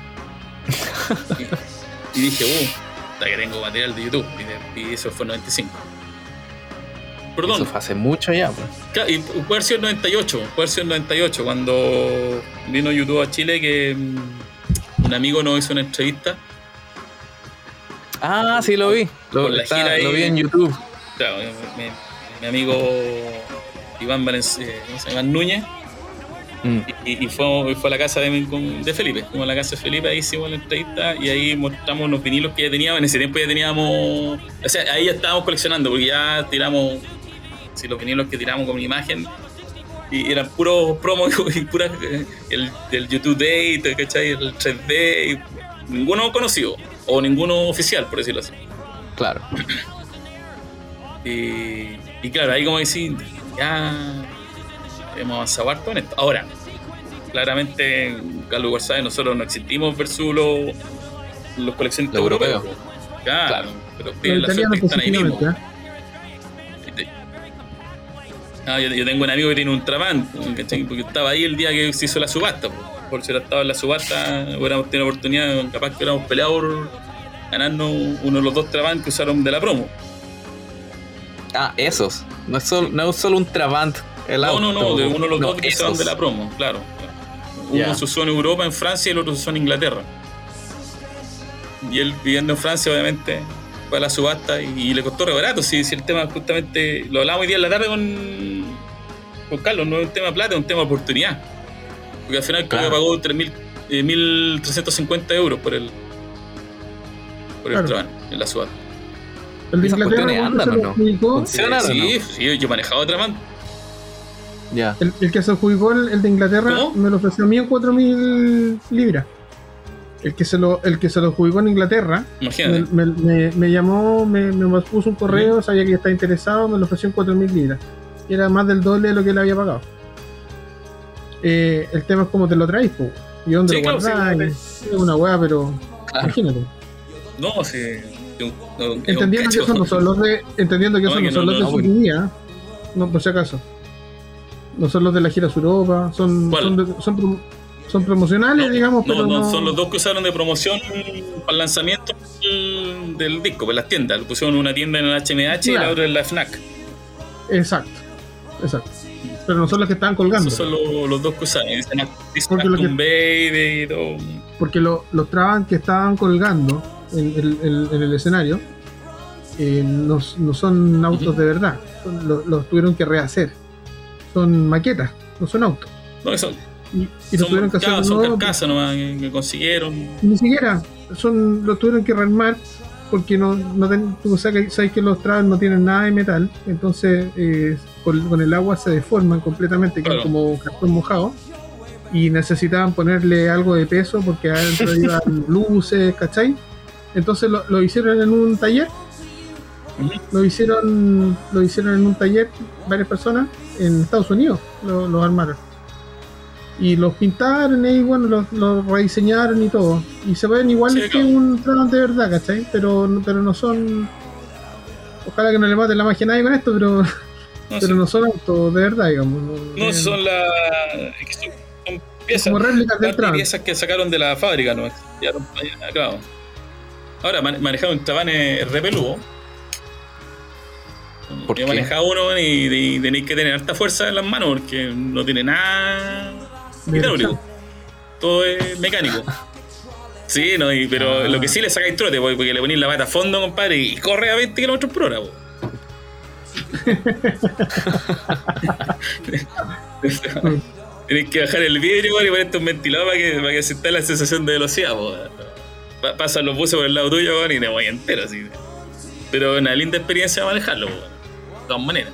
y dije, que tengo material de YouTube. Y eso fue el 95. Perdón. Eso fue hace mucho ya, pues. Claro, y puede haber sido el 98, cuando vino YouTube a Chile, que un amigo nos hizo una entrevista. Sí, lo vi. Lo vi en YouTube. Claro, mi amigo Iván Núñez. Y fue a la casa de Felipe. Fuimos a la casa de Felipe, ahí hicimos la entrevista y ahí mostramos los vinilos que ya teníamos. En ese tiempo ya teníamos... O sea, ahí ya estábamos coleccionando, porque ya tiramos... Si los vinilos que tiramos con mi imagen y eran puros promos y puras el YouTube Date, ¿cachai? El 3D, y ninguno conocido o ninguno oficial, por decirlo así. Claro. Y claro, ahí como decís, ya hemos avanzado harto en esto. Ahora, claramente, Carlos Igual sabe, nosotros no existimos versus los coleccionistas europeos. Claro. Pero tienen la suerte que están ahí mismo. Yo tengo un amigo que tiene un Ultraman, ¿cachai? Porque estaba ahí el día que se hizo la subasta. Por si hubiera estado en la subasta, hubiéramos tenido la oportunidad, capaz que hubiéramos peleado por ganarnos uno de los 2 Ultraman que usaron de la promo. Esos. No es solo un Trabant el auto. No, de uno de los 2 que usaron de la promo, claro. Uno se usó en Europa, en Francia, y el otro se usó en Inglaterra. Y él, viviendo en Francia, obviamente, fue a la subasta y le costó re barato. Si el tema, justamente, lo hablamos hoy día en la tarde con Carlos, no es un tema de plata, es un tema de oportunidad. Porque al final creo que pagó 1.350 euros por el Claro. Traban en la subasta. El de Esas Inglaterra, cuestiones weón, que se andan, lo ¿o no? adjudicó, ¿Funcionan o no? Sí, yo he manejado Traban. Ya. el que se adjudicó el de Inglaterra ¿Cómo? me lo ofreció a mí en 4.000 libras. El que se lo adjudicó en Inglaterra Imagínate. me llamó, me puso un correo, sabía que estaba interesado, me lo ofreció en 4.000 libras. Y era más del doble de lo que le había pagado. El tema es cómo te lo traes, po. Y dónde Sí, lo claro, guardas. sí, Es una weá, pero Claro. imagínate. No, sí. Entendiendo que esos no son los de. Entendiendo que No, esos que no son no, los de no, su día. No, por si acaso. No son los de la gira Europa. ¿Cuál? Son promocionales, No, digamos, pero no. son los dos que usaron de promoción para el lanzamiento del disco, pues las tiendas. Lo pusieron en una tienda en el HMH y la Claro. otra en la FNAC. Exacto. Pero no son los que estaban colgando. Esos son los dos que usaron. Dicen Porque lo que- Acton Baby y todo. Porque los Traban que estaban colgando en el escenario no son autos de verdad. Los tuvieron que rehacer. Son maquetas, no son autos. No, eso. Y los tuvieron que hacer de Son nuevo. carcasas nomás que consiguieron. Ni siquiera los tuvieron que rearmar porque tú sabes que los Traban no tienen nada de metal, entonces con el agua se deforman completamente, quedan Claro. como cartón mojado, y necesitaban ponerle algo de peso porque adentro iban luces, ¿cachai? Entonces lo hicieron en un taller. Ujú. Lo hicieron en un taller varias personas en Estados Unidos, los armaron. Y los pintaron y bueno, los rediseñaron y todo. Y se ven iguales Sí, que claro. un Traban de verdad, ¿cachai? Pero no son. Ojalá que no le maten la magia a nadie con esto, pero No, sí. no son autos de verdad, digamos. No, son son piezas. como réplicas del Parte de Traban. piezas que sacaron de la fábrica, ¿no? Ya, claro. Ahora, manejar un Traban es re peludo. ¿Por Yo he qué? manejado uno y tenéis que tener harta fuerza en las manos porque no tiene nada hidráulico. Todo es mecánico. Sí, no, pero lo que sí le sacáis trote, porque le ponéis la pata a fondo, compadre, y corre a 20 km por hora. Tenéis que bajar el vidrio y ponerte un ventilador para que sientas la sensación de velocidad. Pasan los buses por el lado tuyo y te voy entero. Así. Pero una linda experiencia manejarlo. De todas maneras.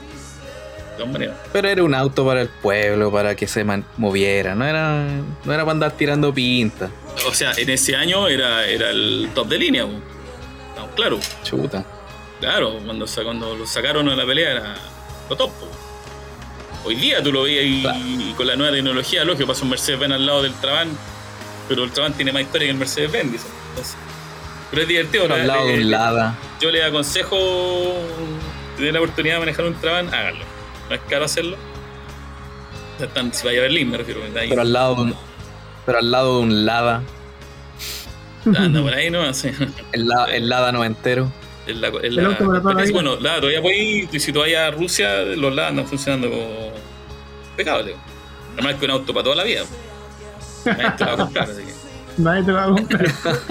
Pero era un auto para el pueblo, para que se moviera. No era para andar tirando pinta. O sea, en ese año era el top de línea. No, claro. Chuta. Claro, cuando lo sacaron a la pelea era lo top. Hoy día tú lo veías y con la nueva tecnología, lógico, pasa un Mercedes-Benz al lado del Trabant, pero el Trabant tiene más historia que el Mercedes-Benz, dicen. Entonces, pero es divertido. Al lado de un Lada. Yo les aconsejo, si tienen la oportunidad de manejar un Trabant, háganlo. No es caro hacerlo. O sea, si vaya a Berlín, me refiero. Ahí, Pero al lado de un Lada. anda por ahí, ¿no? Sí. El Lada noventero. En la auto para toda la competencia. vida. Bueno, Lada, todavía puedes ir, si tú vayas a Rusia, los Lada andan funcionando como impecable. Además que un auto para toda la vida. Nadie te lo va a comprar, así que. Nadie te va a comprar.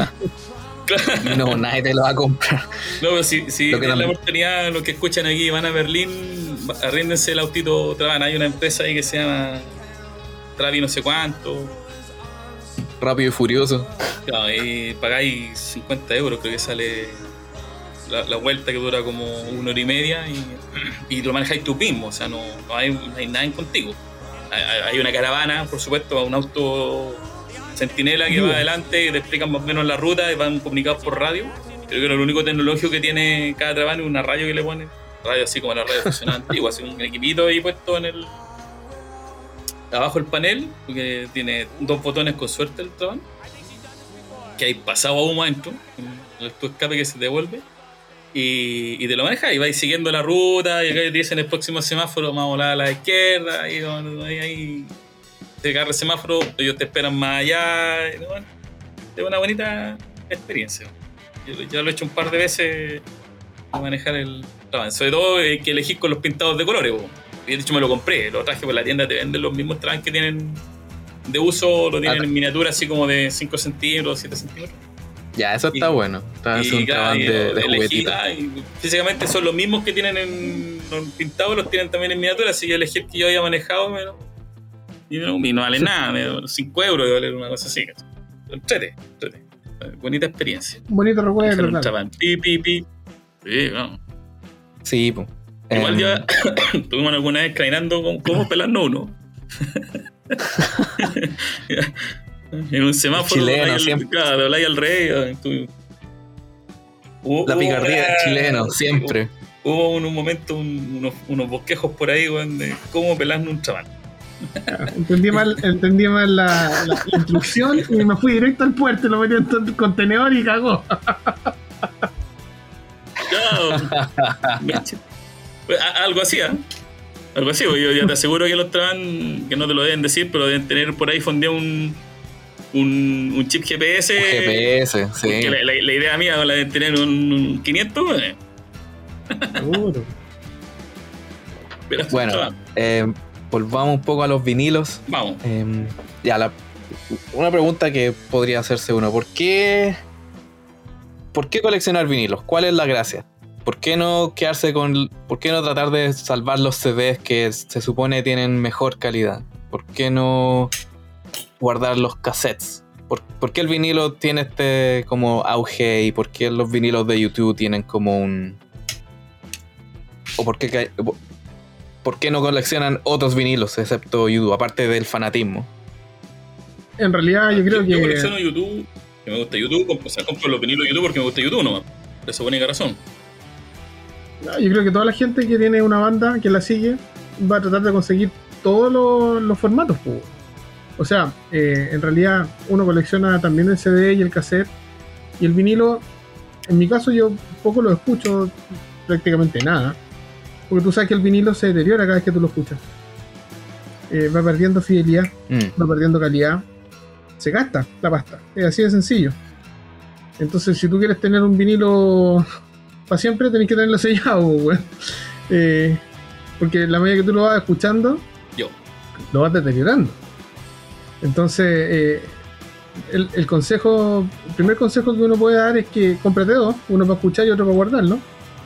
No, nadie te lo va a comprar. No, pero si Lo que tienen la también- oportunidad, los que escuchan aquí van a Berlín, arríendense el autito Traban. Hay una empresa ahí que se llama Travi no sé cuánto. Rápido y furioso. Claro, y pagáis 50 euros, creo que sale la vuelta, que dura como 1 hora y media, y lo manejáis tú mismo. O sea, no hay nada en contigo. Hay una caravana, por supuesto, un auto centinela que va adelante, que te explican más o menos la ruta y van comunicados por radio. Creo que lo único tecnológico que tiene cada caravana es una radio que le pone. Radio así como la radio funcionaba antigua, así un equipito ahí puesto abajo el panel, porque tiene 2 botones con suerte el Trabant, que hay pasado a humo adentro, el tu escape que se devuelve, y te lo manejas y vais siguiendo la ruta, y acá te dicen el próximo semáforo más volada a la izquierda, y ahí te agarra el semáforo, ellos te esperan más allá, y, bueno, es una bonita experiencia. Yo lo he hecho un par de veces a manejar el Trabant, sobre todo hay que elegir con los pintados de colores. De hecho me lo compré, lo traje por la tienda, te venden los mismos Trabant que tienen de uso, lo tienen en miniatura así como de 5 centímetros, 7 centímetros. Ya, eso está bueno. Está es un Trabant de juguetito. Y físicamente son los mismos que tienen en pintados, los tienen también en miniatura, así que elegí el que yo había manejado y no vale nada, 5 euros de valer una cosa así. Entrete. Bonita experiencia. Bonito recuerdo, Dejar un claro. Trabant. Pi. Sí, vamos. Sí, pues. Igual ya tuvimos alguna vez caminando con cómo pelarnos uno. En un semáforo Chileno, siempre. Claro, de Olaya al Rey. La picardía del chileno, siempre. Hubo en un momento unos bosquejos por ahí, weón, de cómo pelarnos un chabán. Entendí mal la instrucción y me fui directo al puerto, lo metí en el contenedor y cagó. Claro. Algo así, ¿eh? Algo así, yo ya te aseguro que los traban, que no te lo deben decir, pero deben tener por ahí fondeado un chip GPS. Un GPS, sí. Que la idea mía la de tener un 500, Seguro. pero Bueno, volvamos un poco a los vinilos. vamos. Una pregunta que podría hacerse uno: ¿por qué coleccionar vinilos? ¿Cuál es la gracia? ¿Por qué no tratar de salvar los CDs que se supone tienen mejor calidad? ¿Por qué no guardar los cassettes? ¿Por qué el vinilo tiene este como auge y por qué los vinilos de YouTube tienen como un... ¿O por qué no coleccionan otros vinilos excepto YouTube, aparte del fanatismo? En realidad yo creo Yo que... colecciono YouTube, que me gusta YouTube, o sea, compro los vinilos de YouTube porque me gusta YouTube nomás. Por esa única razón. Yo creo que toda la gente que tiene una banda que la sigue va a tratar de conseguir todos los formatos, pues. O sea, en realidad uno colecciona también el CD y el cassette y el vinilo. En mi caso yo poco lo escucho, prácticamente nada, porque tú sabes que el vinilo se deteriora cada vez que tú lo escuchas. Va perdiendo fidelidad, va perdiendo calidad, se gasta la pasta, es así de sencillo. Entonces si tú quieres tener un vinilo para siempre, tenés que tenerlo sellado, güey. Porque la medida que tú lo vas escuchando, lo vas deteriorando. Entonces, el primer consejo que uno puede dar es que cómprate dos, uno para escuchar y otro para guardarlo.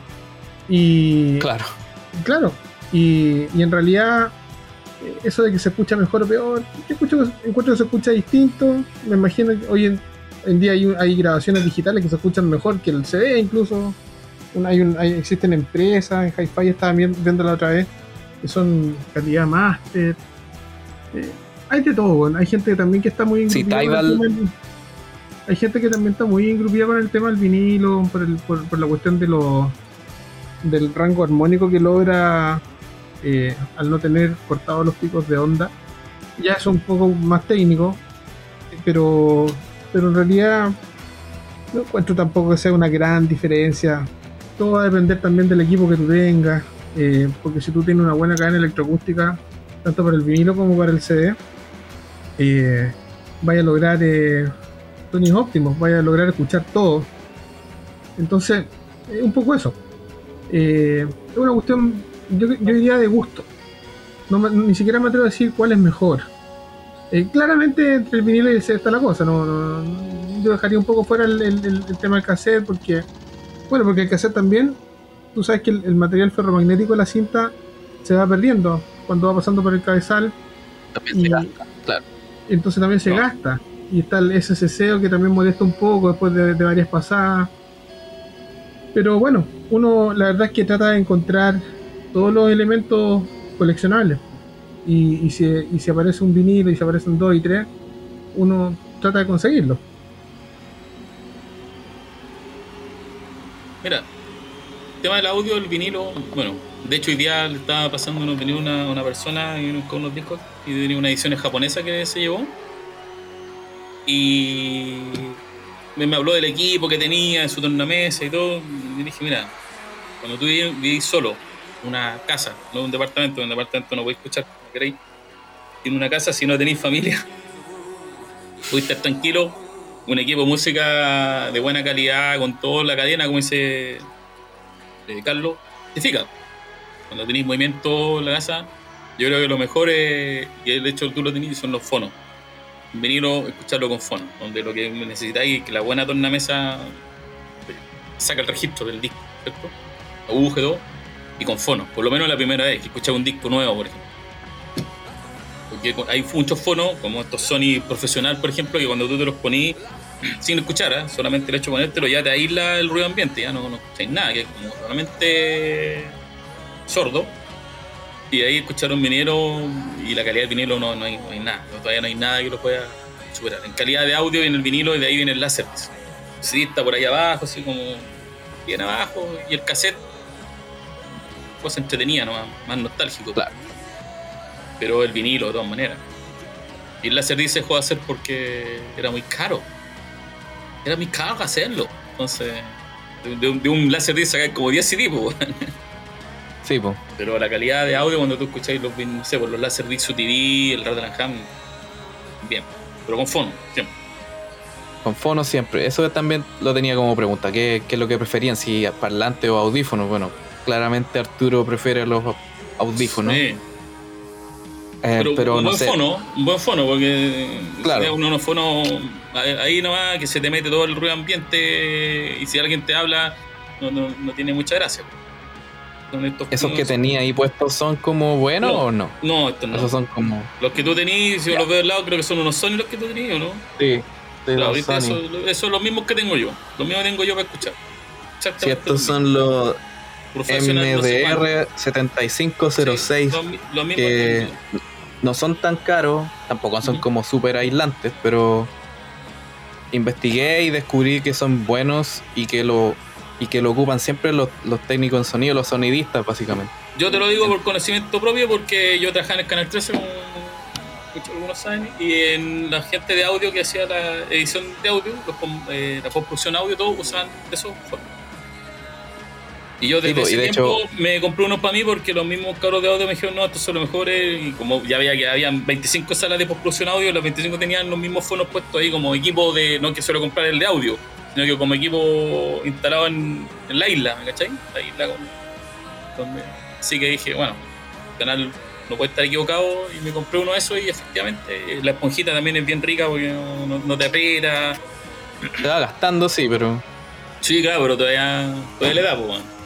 Y claro, y en realidad eso de que se escucha mejor o peor, yo encuentro que se escucha distinto. Me imagino que hoy en día hay grabaciones digitales que se escuchan mejor que el CD incluso. Existen empresas, en Hi-Fi estaba viendo la otra vez, que son calidad máster. Hay de todo, bueno. Hay gente también que está muy ingrupida hay gente que también está muy ingrupida con el tema del vinilo, por la cuestión del rango armónico que logra al no tener cortados los picos de onda. Ya es un poco más técnico, pero en realidad no encuentro tampoco que sea una gran diferencia. Todo va a depender también del equipo que tú tengas, porque si tú tienes una buena cadena electroacústica, tanto para el vinilo como para el CD, vaya a lograr sonidos óptimos, vaya a lograr escuchar todo. Entonces, un poco eso. Es una cuestión, yo diría de gusto. Ni siquiera me atrevo a decir cuál es mejor. Claramente entre el vinilo y el CD está la cosa. Yo dejaría un poco fuera el tema del cassette porque el cassette también, tú sabes que el material ferromagnético de la cinta se va perdiendo cuando va pasando por el cabezal. También se gasta, claro. Entonces también se gasta. Y está el SSC que también molesta un poco después de varias pasadas. Pero bueno, uno la verdad es que trata de encontrar todos los elementos coleccionables. Y si aparece un vinilo y si aparecen 2 y 3, uno trata de conseguirlo. Mira, el tema del audio, el vinilo, bueno, de hecho hoy día le estaba pasando unos vinilos a una persona con unos discos y tenía una edición japonesa que se llevó y me habló del equipo que tenía, de su tornamesa y todo, y dije, mira, cuando tú vivís solo, una casa, no un departamento, en un departamento no podéis escuchar como queréis, en una casa si no tenéis familia, podéis estar tranquilo. Un equipo de música de buena calidad, con toda la cadena, como dice Carlos, significa. Cuando tenéis movimiento en la casa, yo creo que lo mejor es, y de hecho tú lo tenés, son los fonos. Venirlo, escucharlo con fonos, donde lo que necesitáis es que la buena tornamesa saca el registro del disco, ¿cierto? Aguje todo, y con fonos, por lo menos la primera vez que escuchas un disco nuevo, por ejemplo. Porque hay muchos fonos, como estos Sony profesional, por ejemplo, que cuando tú te los ponís sin escuchar, solamente el hecho de ponértelo ya te aísla el ruido ambiente, ya no escucháis nada, que es como solamente sordo. Y ahí escuchar un vinilo y la calidad del vinilo no hay nada, todavía no hay nada que lo pueda superar. En calidad de audio viene el vinilo y de ahí viene el láser. El CD está por ahí abajo, así como bien abajo, y el cassette, cosa entretenida, ¿no? Más nostálgico. Claro. Pero el vinilo, de todas maneras. Y el Laserdisc se dejó de hacer porque era muy caro. Era muy caro hacerlo. Entonces, de un Laserdisc sacar como 10 CD, pues. Sí, pues. Pero la calidad de audio cuando tú escucháis los, no sé, los Laserdisc UTV, el Random Ham, bien. Pero con fono, siempre. Con fono siempre. Eso también lo tenía como pregunta. ¿Qué es lo que preferían? Si parlante o audífono. Bueno, claramente Arturo prefiere los audífonos. Sí. Pero un no buen sé. un buen fono, porque Claro. unos fonos ahí nomás que se te mete todo el ruido ambiente y si alguien te habla no tiene mucha gracia. Son ¿Esos que tenía ahí puestos son como buenos o no? No, estos no. Esos son como... Los que tú tenías, si yo los veo al lado, creo que son unos Sony los que tú tenías, ¿o no? Sí, Claro, los Sony. esos son los mismos que tengo yo. Los mismos que tengo yo para escuchar. Sí, Exactamente. estos son los Professional, no sé cuánto. MDR 7506, Sí, los mismos que tengo. no son tan caros, tampoco son como súper aislantes, pero investigué y descubrí que son buenos y que lo ocupan siempre los técnicos en sonido, los sonidistas básicamente. Yo te lo digo por conocimiento propio porque yo trabajaba en el Canal 13 como algunos años y en la gente de audio que hacía la edición de audio, la postproducción audio, todos usaban esos fonos. Y yo desde Sí, ese y de tiempo hecho- me compré unos para mí porque los mismos cabros de audio me dijeron, no, estos son los mejores. Y como ya veía que habían 25 salas de postproducción audio, los 25 tenían los mismos fonos puestos ahí como equipo de, no que suelo comprar el de audio, sino que como equipo instalado en la isla, ¿me cachai? La isla así que dije, bueno, el canal no puede estar equivocado y me compré uno de esos y efectivamente la esponjita también es bien rica porque no te aprieta. Te va gastando, sí, pero... Sí, claro, pero todavía le da, pues, man.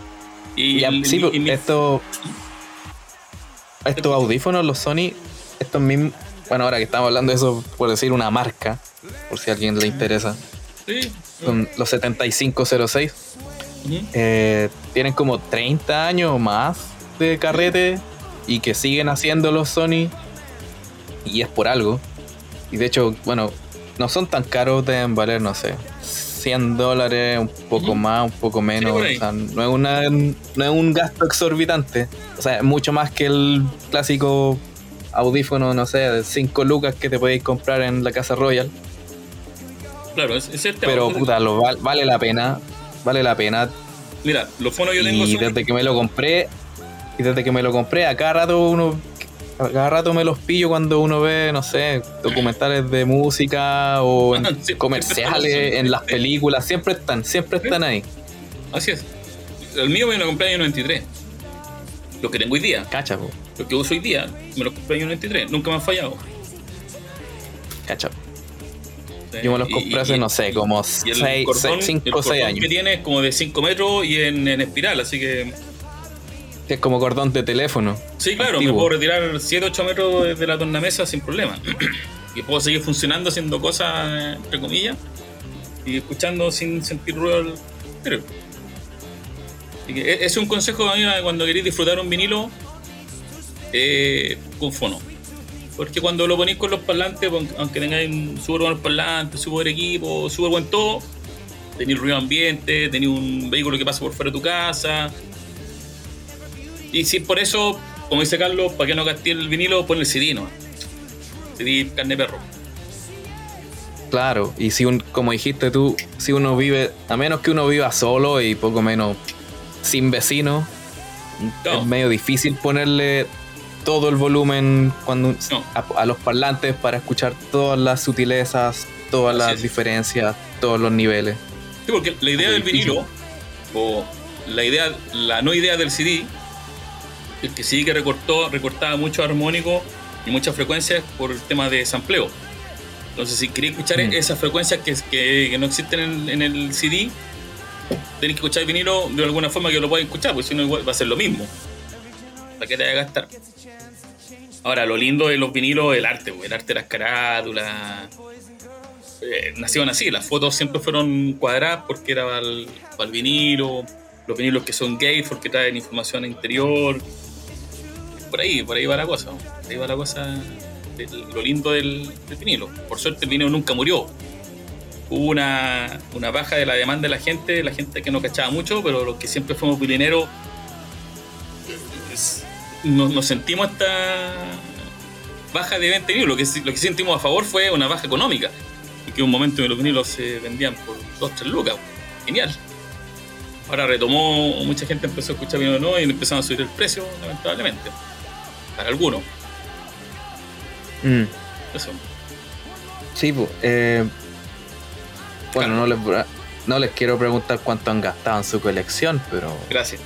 Estos audífonos, los Sony, estos mismos... Bueno, ahora que estamos hablando de eso, por decir una marca, por si a alguien le interesa, Sí. son los 7506. Tienen como 30 años o más de carrete y que siguen haciendo los Sony y es por algo. Y de hecho, bueno, no son tan caros, deben valer, no sé, $100, un poco más, un poco menos. por ahí. O sea, no es un gasto exorbitante. O sea, es mucho más que el clásico audífono, no sé, de 5 lucas que te podéis comprar en la Casa Royal. Claro, es el tema. Pero puta, vale la pena. Vale la pena. Mira, los fonos yo tengo Y son... desde que me lo compré, a cada rato me los pillo cuando uno ve, no sé, documentales de música o en Sí, comerciales, en las películas, siempre están ahí. Así es. El mío me lo compré en el año 93. Los que tengo hoy día. Cacha, po, Los que uso hoy día, me los compré en el año 93. Nunca me han fallado. cacha. Yo me los compré hace, no sé, como 5 o 6 años. que tiene es como de 5 metros y en espiral, así que... Es como cordón de teléfono. Sí, claro, antiguo. me puedo retirar 7 o 8 metros desde la tornamesa sin problema. Y puedo seguir funcionando, haciendo cosas, entre comillas, y escuchando sin sentir ruido al cerebro. Así que es un consejo a mí cuando queréis disfrutar un vinilo con fono. Porque cuando lo ponéis con los parlantes, aunque tengáis un súper buenos parlantes, súper equipo, súper buen todo, tenéis ruido ambiente, tenéis un vehículo que pasa por fuera de tu casa. Y si por eso, como dice Carlos, para que no gastéis el vinilo, pon el CD, ¿no? CD carne de perro. Claro, y si como dijiste tú, si uno vive, a menos que uno viva solo y poco menos sin vecinos, No. es medio difícil ponerle todo el volumen cuando No. a los parlantes para escuchar todas las sutilezas, todas Así las es. diferencias, todos los niveles. Sí, porque la idea del vinilo, o la no idea del CD, el que sí que recortaba mucho armónico y muchas frecuencias por el tema de sampleo. Entonces, si queréis escuchar esas frecuencias que no existen en el CD, tenéis que escuchar el vinilo de alguna forma que lo podáis escuchar, porque si no igual va a ser lo mismo. ¿Para qué te vaya a gastar? Ahora, lo lindo de los vinilos es el arte de las carátulas. Nacieron así, las fotos siempre fueron cuadradas porque era para el vinilo, los vinilos que son gays porque traen información interior. Por ahí va la cosa, ¿no? Por ahí va la cosa, lo lindo del vinilo. Por suerte el vinilo nunca murió. Hubo una baja de la demanda de la gente que no cachaba mucho, pero los que siempre fuimos vinileros nos sentimos esta baja de venta de vinilo. Lo que sentimos a favor fue una baja económica, y que en un momento en los vinilos se vendían por 2-3 lucas. Genial. Ahora retomó, mucha gente empezó a escuchar vinilo nuevo y empezaron a subir el precio, lamentablemente, para algunos. Eso. Sí, pues. Bueno, no les quiero preguntar cuánto han gastado en su colección, pero Gracias.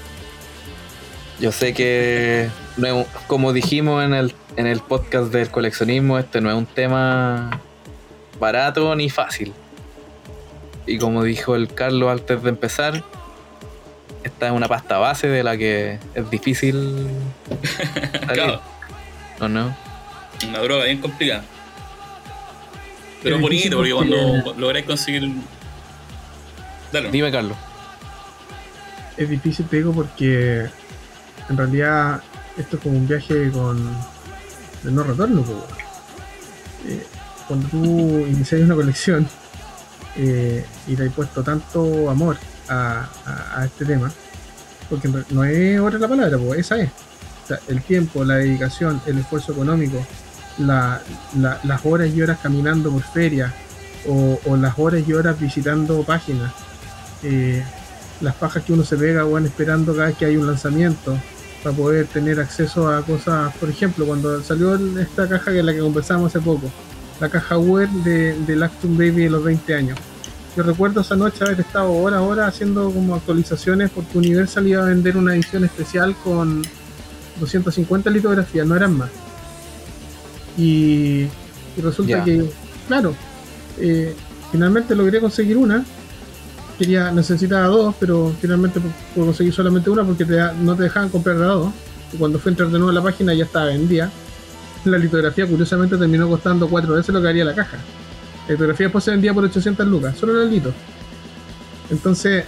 yo sé que, como dijimos en el podcast del coleccionismo, este no es un tema barato ni fácil. Y como dijo el Carlos antes de empezar, esta es una pasta base de la que es difícil salir. Claro. ¿O no? Una droga bien complicada. Pero Es bonito, porque difícil cuando lográis conseguir... Dale. Dime, Carlos. Es difícil, te digo, porque en realidad esto es como un viaje de no retorno, po. Cuando tú inicias una colección y le has puesto tanto amor a este tema, porque no es otra la palabra, pues esa es. O sea, el tiempo, la dedicación, el esfuerzo económico, las horas y horas caminando por ferias, o las horas y horas visitando páginas, las pajas que uno se pega, bueno, esperando cada vez que hay un lanzamiento para poder tener acceso a cosas. Por ejemplo, cuando salió esta caja que es la que conversamos hace poco, la caja web del Actum Baby de los 20 años. Yo recuerdo esa noche haber estado horas haciendo como actualizaciones porque Universal iba a vender una edición especial con 250 litografías, no eran más. Y resulta que, claro, finalmente logré conseguir una. Necesitaba dos, pero finalmente pude conseguir solamente una porque no te dejaban comprar la dos. Y cuando fui a entrar de nuevo a la página ya estaba vendida. La litografía curiosamente terminó costando 4 veces lo que haría la caja. La litografía después se vendía por 800 lucas, solo el lito. Entonces,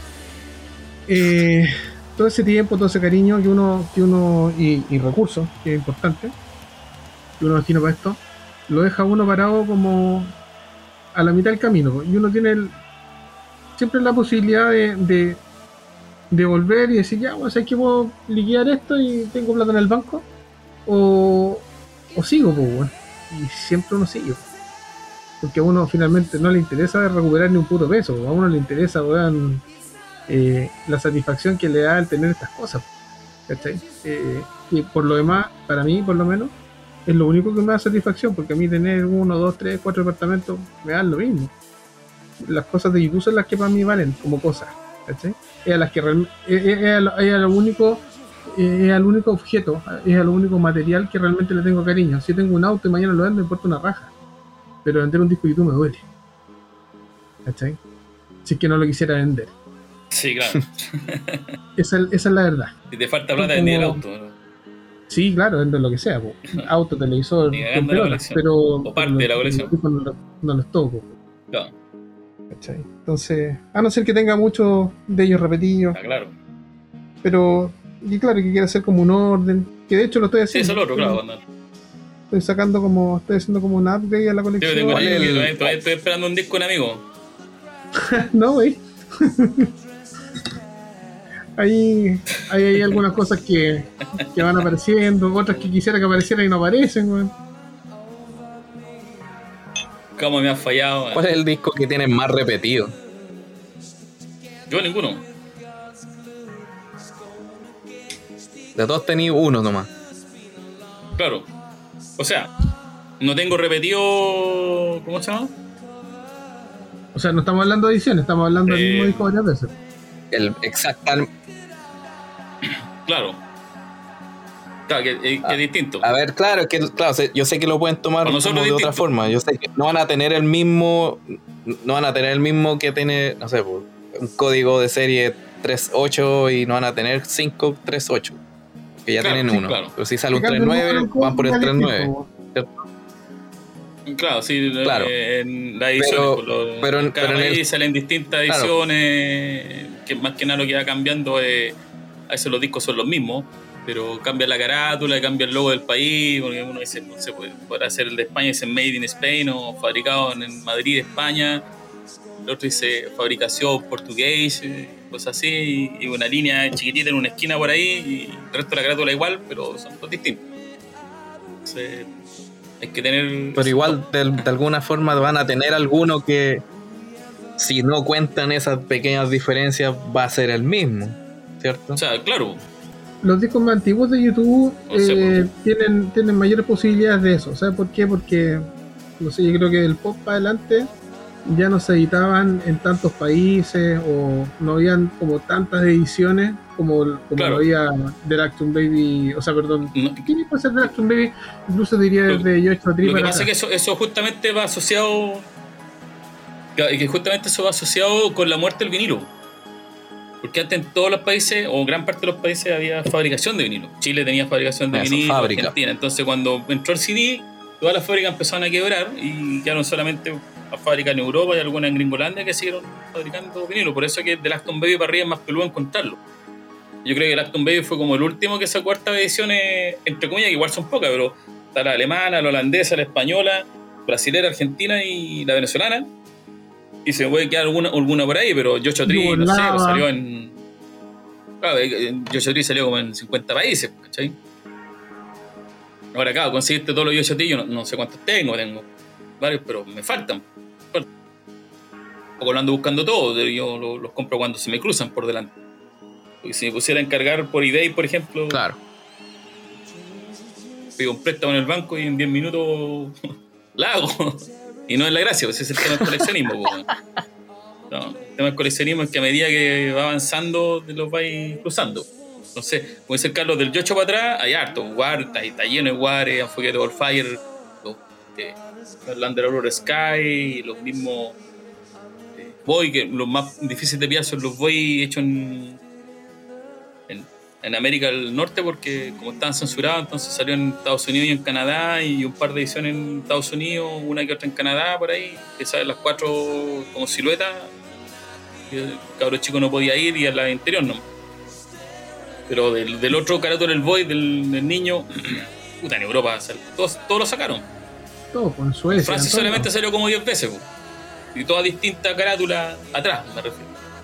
todo ese tiempo, todo ese cariño que uno y recursos, que es importante, que uno destina para esto, lo deja uno parado como a la mitad del camino. Y uno tiene siempre la posibilidad de volver y decir, ya, bueno, ¿sabes que puedo liquidar esto y tengo plata en el banco? O sigo, pues, bueno. Y siempre uno sigue. Porque a uno finalmente no le interesa recuperar ni un puto peso. A uno le interesa, weón, la satisfacción que le da el tener estas cosas. ¿Cachai? Y por lo demás, para mí, por lo menos, es lo único que me da satisfacción. Porque a mí tener 1, 2, 3, 4 departamentos me dan lo mismo. Las cosas de YouTube son las que para mí valen como cosas. ¿Cachai? Es a las que es al único objeto, es al único material que realmente le tengo cariño. Si tengo un auto y mañana lo vendo, me importa una raja. Pero vender un disco de YouTube me duele. ¿Cachai? Si es que no lo quisiera vender. Sí, claro. Esa es la verdad. Si te falta plata, vendí el auto, ¿no? Sí, claro, vender lo que sea. Auto, televisor, pero o parte de la colección. No los toco. Claro. ¿Cachai? Entonces, a no ser que tenga muchos de ellos repetidos. Ah, claro. Pero, y claro, que quiera hacer como un orden. Que de hecho lo estoy haciendo. Sí, eso es lo otro, claro. Estoy haciendo como un upgrade a la colección. Yo tengo todavía estoy esperando un disco, un amigo. No, güey. Ahí hay algunas cosas que van apareciendo, otras que quisiera que aparecieran y no aparecen, güey. ¿Cómo me has fallado? ¿Cuál es el disco que tienes más repetido? Yo ninguno. De todos tenéis uno nomás. Claro. O sea, no tengo repetido... ¿Cómo se llama? O sea, no estamos hablando de ediciones, estamos hablando del mismo disco varias veces. Claro. Claro, que es distinto. A ver, claro, yo sé que lo pueden tomar como de otra forma. Yo sé que no van a tener el mismo que tiene, no sé, un código de serie 38 y no van a tener 538. que ya Claro, tienen sí, uno. claro. Pero si sale un Que cambien 3.9, un van por el poco, 3.9. Claro, sí, Claro. en las ediciones, Pero- por lo- pero en- en cada pero en el- país salen distintas Claro. ediciones, que más que nada lo que va cambiando es, a veces los discos son los mismos, pero cambia la carátula, cambia el logo del país, porque uno dice, no sé, podrá ser el de España, dice Made in Spain o fabricado en Madrid, España, el otro dice fabricación portugués, cosas así, y una línea chiquitita en una esquina por ahí, y el resto de la carátula igual, pero son dos distintos. Entonces, hay que tener... Pero igual de alguna forma van a tener alguno que, si no cuentan esas pequeñas diferencias, va a ser el mismo, ¿cierto? O sea, claro, Los discos más antiguos de YouTube No sé, tienen mayores posibilidades de eso. ¿Sabes por qué? Porque, no sé, yo creo que del pop para adelante ya no se editaban en tantos países o no habían como tantas ediciones como Claro. lo había del Action Baby, o sea, perdón, No. ¿qué puede ser del Action Baby? Incluso diría Lo- desde Joshua Tree lo que para pasa es que atrás. eso justamente va asociado, que justamente eso va asociado con la muerte del vinilo. Porque antes en todos los países, o gran parte de los países, había fabricación de vinilo. Chile tenía fabricación de Eso, vinilo, fábrica. Argentina. Entonces cuando entró el CD, todas las fábricas empezaron a quebrar y quedaron solamente las fábricas en Europa y algunas en Gringolandia que siguieron fabricando vinilo. Por eso es que del Acton Baby para arriba es más peludo encontrarlo. Yo creo que el Acton Baby fue como el último que sacó hartas ediciones, entre comillas, que igual son pocas, pero está la alemana, la holandesa, la española, brasilera, argentina y la venezolana. Y se me puede quedar alguna por ahí, pero Joshua Tree, no sé, Yugoslava. salió en... Claro, Joshua Tree salió como en 50 países, ¿cachai? Ahora, claro, conseguiste todos los Joshua Tree, yo no sé cuántos tengo varios, pero me faltan. Poco lo ando buscando todo, yo los compro cuando se me cruzan por delante. Porque si me pusiera a encargar por eBay, por ejemplo, Claro. pido un préstamo en el banco y en 10 minutos la hago. Y no es la gracia, pues ese es el tema del coleccionismo. Pues. No, el tema del coleccionismo es que a medida que va avanzando los vais cruzando. Entonces, como dice el Carlos, del 8 para atrás hay harto. War, está lleno de War, Unforgettable Fire, los Lander Aurora Sky, los mismos Boy, que los más difíciles de pillar son los Boy hechos en América del Norte, porque como estaban censurados, entonces salió en Estados Unidos y en Canadá, y un par de ediciones en Estados Unidos, una que otra en Canadá, por ahí, que salen las 4 como silueta, y el cabro chico no podía ir y a la interior no. Pero del otro carátula, el Boy, del niño, puta, en Europa todos lo sacaron. Todo con En Suecia. Francia en todo. solamente salió como 10 veces, po. Y todas distintas carátulas atrás, me refiero.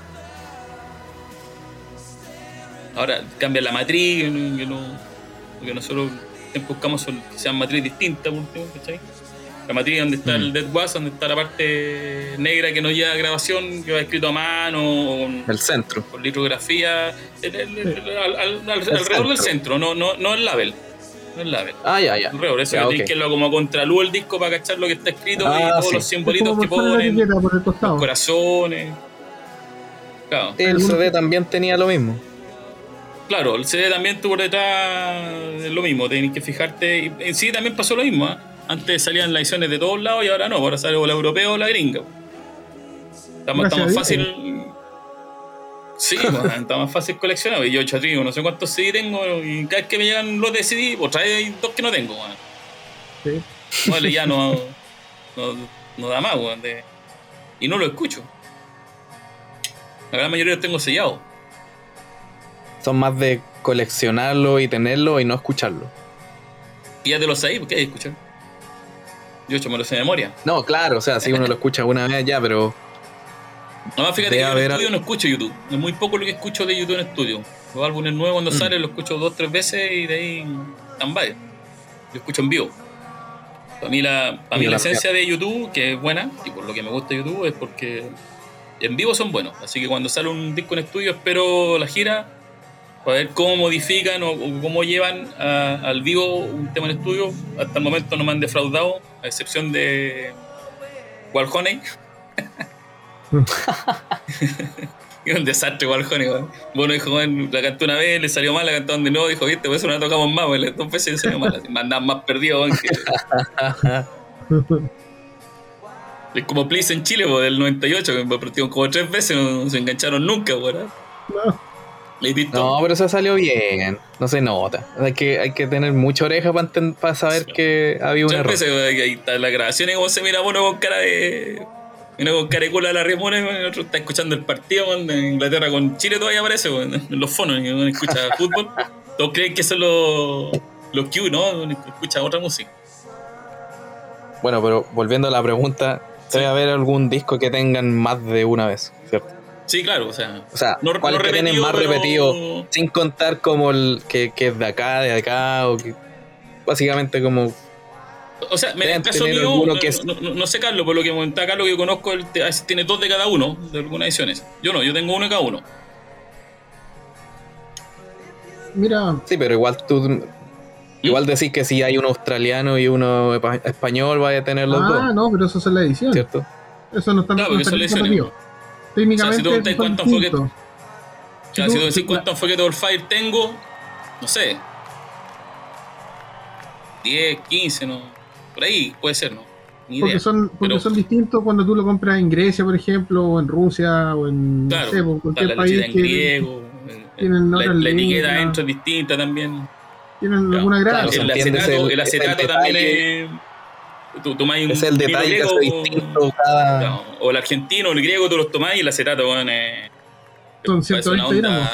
Ahora cambia la matriz, porque nosotros siempre buscamos que sean matriz distintas, por último, ¿cachai? La matriz donde está el Dead Was, donde está la parte negra que no lleva grabación, que va escrito a mano, o El centro. con litografía, alrededor del centro, no el label. No el label. Ah, ya. Alrededor, eso Ya, que ok. tienes que irlo como a contraluz el disco para cachar lo que está escrito y Ah, todos sí. los Es simbolitos como que por fuera la ponen, etiqueta, por el costado. los corazones. Claro. El CD también tenía lo mismo. Claro, el CD también tuvo por detrás lo mismo, tenés que fijarte. Y en sí también pasó lo mismo, ¿eh? Antes salían las ediciones de todos lados y ahora no, ahora sale o la europea o la gringa. Está más Gracias a Dios. fácil. Sí, pues, está más fácil coleccionar. Yo 8 trigo, no sé cuántos CD tengo y cada vez que me llegan los de CD, otra vez hay 2 que no tengo. ¿Eh? Sí. Vale, ya no da más, weón. Y no lo escucho. La gran mayoría los tengo sellados. Son más de coleccionarlo y tenerlo y no escucharlo. Píllatelo ahí, porque hay que escuchar. Yo 8 me lo sé de memoria. No, claro, o sea, si uno lo escucha una vez ya, pero Además, fíjate Debe que yo en haber estudio no escucho YouTube. Es muy poco lo que escucho de YouTube en estudio. Los álbumes nuevos cuando salen los escucho 2-3 veces y de ahí están varios. Yo escucho en vivo. Para mí la esencia de YouTube, que es buena, y por lo que me gusta YouTube, es porque en vivo son buenos. Así que cuando sale un disco en estudio espero la gira para ver cómo modifican o cómo llevan al vivo un tema en estudio. Hasta el momento no me han defraudado, a excepción de Wild Honey. Es un desastre Wild Honey, weón. Bueno, dijo, bueno, la cantó una vez, le salió mal, la cantaron de nuevo, dijo, viste, por eso no la tocamos más, weón. 2 veces le salió mal, así, mandaban más perdidos, weón, que... Es como Please en Chile, weón, del 98, que me partieron como 3 veces, no se engancharon nunca, weón. No. ¿Has visto? No, pero eso salió bien. No se nota. Hay que tener mucha oreja para saber que había un Muchas error. veces ahí está la grabación y cómo se mira uno con cara de. Uno con cara de culo a la Remona, y el otro está escuchando el partido de Inglaterra con Chile, todavía aparece en los fonos, y uno escucha fútbol. Todos creen que son los Q, ¿no? Uno escucha otra música. Bueno, pero volviendo a la pregunta, debe haber algún disco que tengan más de una vez, ¿cierto? Sí, claro, o sea, ¿cuál que tienen más repetido? Sin contar como el que es de acá, o que básicamente como... O sea, en el caso mío, no sé, Carlos, por lo que comentaba Carlos, que yo conozco, tiene 2 de cada uno, de algunas ediciones. Yo no, yo tengo 1 de cada uno. Mira. Sí, pero igual igual decís que si hay uno australiano y uno español, vaya a tener los dos. Ah, no, pero eso es la edición. ¿Cierto? Eso no está repetido. Técnicamente, o sea, si tú cuánto enfoque, si tú decís si cuánto enfoque de All-Fire tengo, no sé, 10, 15, no, por ahí puede ser, ¿no? Ni porque idea. son distintos cuando tú lo compras en Grecia, por ejemplo, o en Rusia, o en claro, no sé, por cualquier la país en griego, tienen la etiqueta adentro es distinta también. Tienen alguna gracia. Claro, el acetato también es... Tú tomás un... Es el detalle griego, que hace distinto cada... Claro, o el argentino o el griego tú los tomás y el acetato, bueno, son 120 gramos.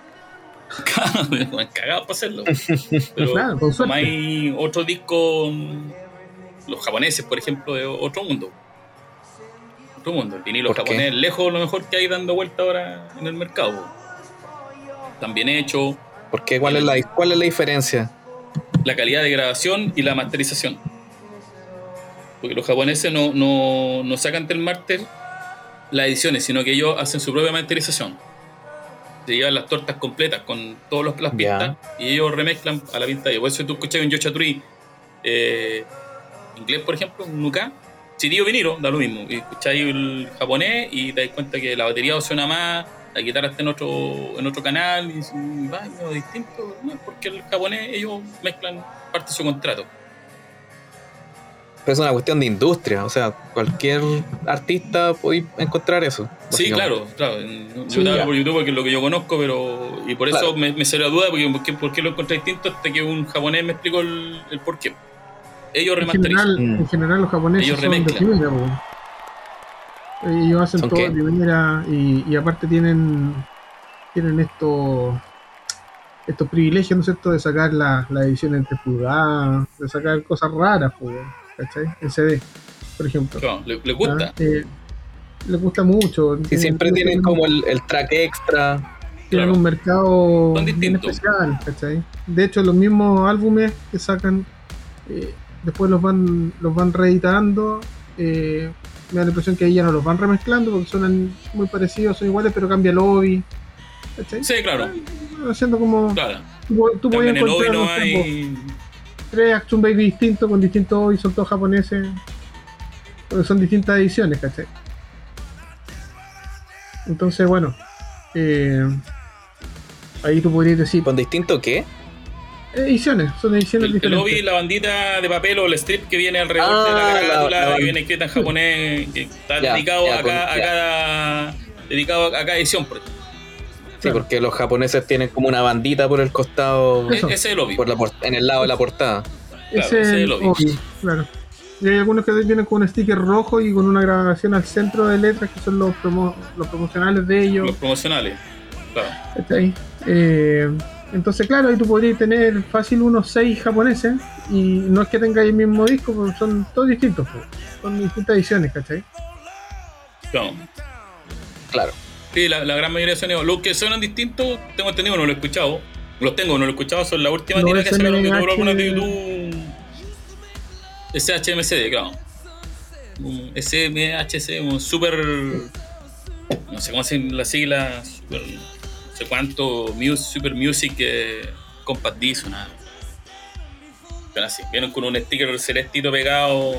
Cagados para hacerlo. Pero claro, con suerte. tomáis otro disco, los japoneses, por ejemplo, de otro mundo. Otro mundo. El vinilo japonés, lejos lo mejor que hay dando vuelta ahora en el mercado. También hecho. ¿Por qué? ¿Cuál es la diferencia? La calidad de grabación y la masterización. Porque los japoneses no sacan del máster las ediciones, sino que ellos hacen su propia masterización. Se llevan las tortas completas con todas las pistas y ellos remezclan a la pinta. Por eso tú escuchas un Joshua Tree inglés, por ejemplo, un Nuka, CD o vinilo, da lo mismo. Y escucháis el japonés y te das cuenta que la batería suena más, la guitarra está en otro canal y va, no, distinto. No, porque el japonés ellos mezclan parte de su contrato. Pero es una cuestión de industria, o sea, cualquier artista puede encontrar eso. Sí, claro. Yo te hablo por YouTube porque es lo que yo conozco, pero y por eso me salió la duda, porque lo encontré distinto hasta que un japonés me explicó el porqué. Ellos remasterizan. En general los japoneses ellos son de primera, ellos hacen todo de primera y aparte tienen estos privilegios, ¿no es cierto?, de sacar la edición en 3 pulgadas, de sacar cosas raras, ¿cachai? El CD, por ejemplo. Claro, les gusta. Les gusta mucho. Y siempre tienen como el track extra. Tienen un mercado bien especial, ¿cachai? De hecho, los mismos álbumes que sacan, después los van reeditando. Me da la impresión que ahí ya no los van remezclando porque suenan muy parecidos, son iguales, pero cambia el lobby, ¿cachai? Sí, claro. Haciendo como... Claro. Tú puedes encontrar no hay... 3 Action Baby distintos con distintos hobbies, son todos japoneses, porque son distintas ediciones, ¿cachai? Entonces, bueno, ahí tú podrías decir... ¿Con distinto qué? Ediciones, son ediciones diferentes. El lobby, la bandita de papel o el strip que viene alrededor de la carátula, que viene escrita en japonés, que está dedicado a cada edición, por ejemplo. Sí, porque los japoneses tienen como una bandita por el costado. Ese es el lobby. En el lado de la portada. Ese es el lobby. Claro. Y hay algunos que vienen con un sticker rojo y con una grabación al centro de letras que son los promocionales de ellos. Los promocionales, claro. ¿Está ahí? Entonces, claro, ahí tú podrías tener fácil unos 6 japoneses y no es que tengáis el mismo disco, porque son todos distintos, son distintas ediciones, ¿cachai? Claro. Sí, la gran mayoría son los que suenan distintos, tengo entendido, no lo he escuchado. No lo he escuchado, son la última tira que sacaron de algunos de YouTube. SHMCD, claro. SMHC, un super. No sé cómo se llama la sigla, super, no sé cuánto, Super Music Compact Disc, nada. Pero así, vienen con un sticker celestito pegado.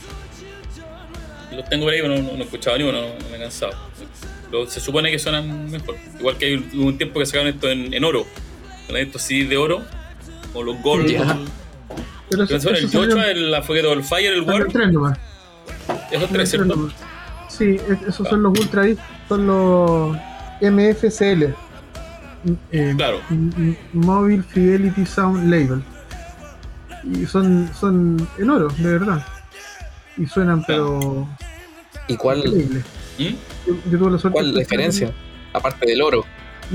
Los tengo por ahí, pero no he escuchado ninguno, no me he cansado. Pero se supone que suenan mejor. Igual que hay un tiempo que sacaron esto en oro. Con estos CDs de oro, o los Gold. Pero el Joshua, la Forget All Fire, el War. Esos 3, ¿cierto? Sí, esos son los Ultra Disc, son los MFCL. Claro. Mobile Fidelity Sound Label. Y son en oro, de verdad. Y suenan, pero. ¿Y cuál, ¿Mm? Yo tuve la suerte cuál de diferencia? Aparte del oro.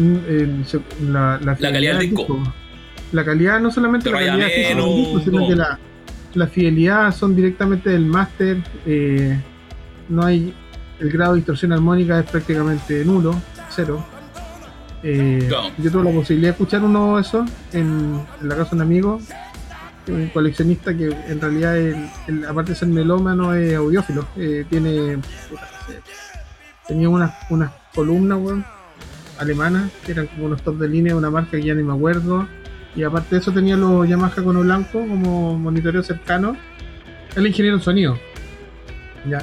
La calidad del disco. La calidad, no solamente Te la vaya calidad menos, del disco, sino no. que la fidelidad son directamente del máster. No hay. El grado de distorsión armónica es prácticamente nulo, cero. Claro. Yo tuve la posibilidad de escuchar uno de esos en la casa de un amigo, un coleccionista que en realidad, aparte de ser melómano, es audiófilo. Tenía unas columnas, weón, alemanas, que eran como unos top de línea de una marca que ya ni me acuerdo. Y aparte de eso tenía los Yamaha Cono Blanco como monitoreo cercano. El ingeniero en sonido. Ya.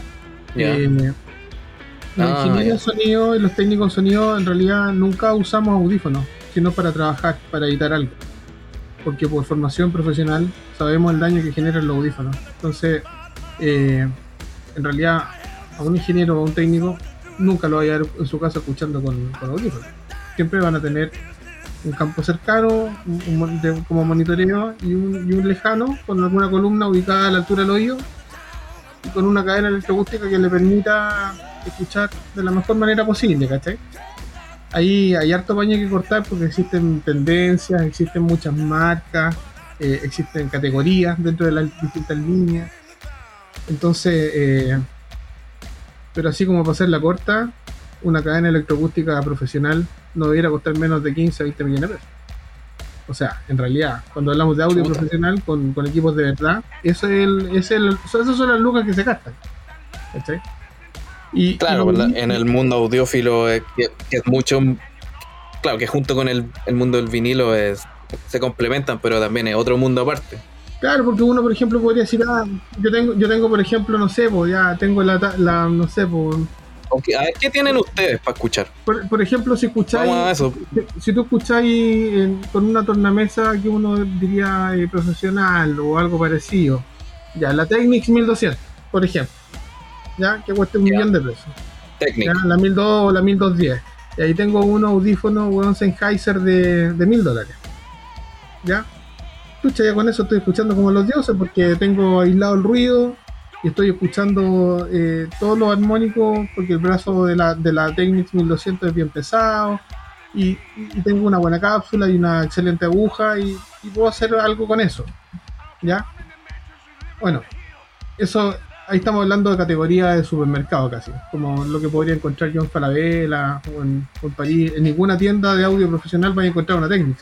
Los ingenieros en sonido y los técnicos en sonido en realidad nunca usamos audífonos, sino para trabajar, para editar algo. Porque por formación profesional sabemos el daño que generan los audífonos. Entonces, en realidad, a un ingeniero o a un técnico nunca lo va a llevar en su casa escuchando con audífonos. Siempre van a tener un campo cercano, como monitoreo, y un lejano, con alguna columna ubicada a la altura del oído, y con una cadena electroacústica que le permita escuchar de la mejor manera posible, ¿cachai? Ahí hay harto paño que cortar porque existen tendencias, existen muchas marcas, existen categorías dentro de las distintas líneas. Entonces, pero así como para hacer la corta, una cadena electroacústica profesional no debiera costar menos de 15 a 20 millones de pesos. O sea, en realidad, cuando hablamos de audio profesional con equipos de verdad, esas son las lucas que se gastan, ¿cachai? Y claro, en el mundo audiófilo que es mucho, claro, que junto con el mundo del vinilo se complementan, pero también es otro mundo aparte. Claro, porque uno, por ejemplo, podría decir, yo tengo, por ejemplo, no sé, pues ya tengo no sé, pues. Okay, a ver, ¿qué tienen ustedes para escuchar? Por ejemplo, si escucháis, vamos a eso. Si tú escucháis con una tornamesa que uno diría profesional o algo parecido, ya la Technics 1200, por ejemplo, ya que cuesta $1 millón de pesos. Technics. Ya, la 1200 o la 1210. Y ahí tengo unos audífonos, weón, Sennheiser de $1000. ¿Ya? Escucha, ya con eso estoy escuchando como los dioses porque tengo aislado el ruido y estoy escuchando todos los armónicos porque el brazo de la Technics 1200 es bien pesado y tengo una buena cápsula y una excelente aguja y puedo hacer algo con eso. ¿Ya? Bueno, eso, ahí estamos hablando de categoría de supermercado casi, como lo que podría encontrar yo en Falabella o en París. En ninguna tienda de audio profesional vais a encontrar una Technics.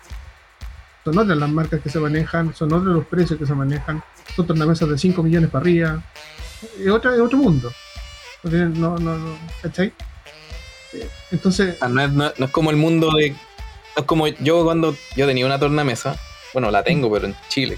Son otras las marcas que se manejan, son otros los precios que se manejan, son tornamesas de 5 millones para arriba, es otro mundo. No, ¿cachai? Entonces. No es como el mundo de. No es como yo cuando yo tenía una tornamesa, bueno, la tengo, pero en Chile.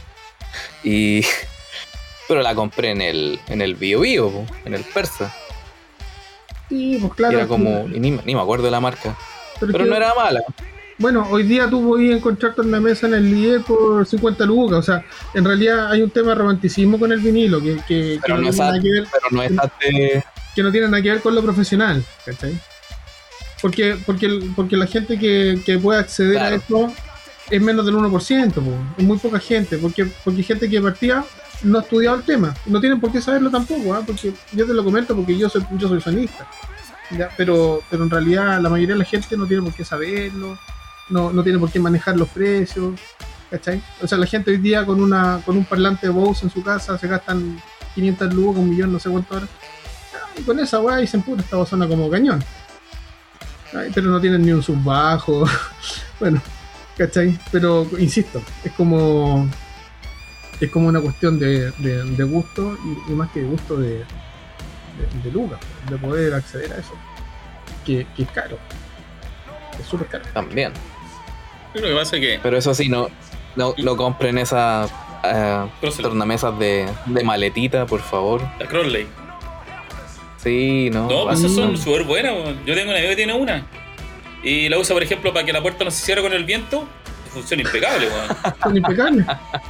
Pero la compré en el Bio Bio, en el Persa. Sí, pues claro. Y era como. Y ni me acuerdo de la marca. Pero no era mala. Bueno, hoy día tú podías encontrar tornamesa en el LIE por 50 lucas. O sea, en realidad hay un tema de romanticismo con el vinilo que no tiene nada que ver. Pero no es que no tiene nada que ver con lo profesional, ¿cachai? Porque la gente que puede acceder a esto es menos del 1%, es muy poca gente, porque gente que partía no ha estudiado el tema, no tienen por qué saberlo tampoco, porque yo te lo comento porque yo soy sonista, ¿ya? Pero en realidad la mayoría de la gente no tiene por qué saberlo, no tiene por qué manejar los precios, ¿cachai? O sea, la gente hoy día con un parlante de Bose en su casa se gastan 500 lucas, 1 millón, no sé cuánto ahora, y con esa weá dicen, puta, esta va a sonar como cañón. Ay, pero no tienen ni un subbajo. Bueno, ¿cachai? Pero insisto, es como una cuestión de gusto y más que de gusto de lucas, de poder acceder a eso, que es caro, es súper caro también. Lo que pasa es que, pero eso sí, no compren esas tornamesas de maletita, por favor. La Crossley. Sí, no. No, pues esas son súper buenas. Yo tengo una amiga que tiene una y la usa, por ejemplo, para que la puerta no se cierre con el viento. Funciona impecable, weón. Son impecables.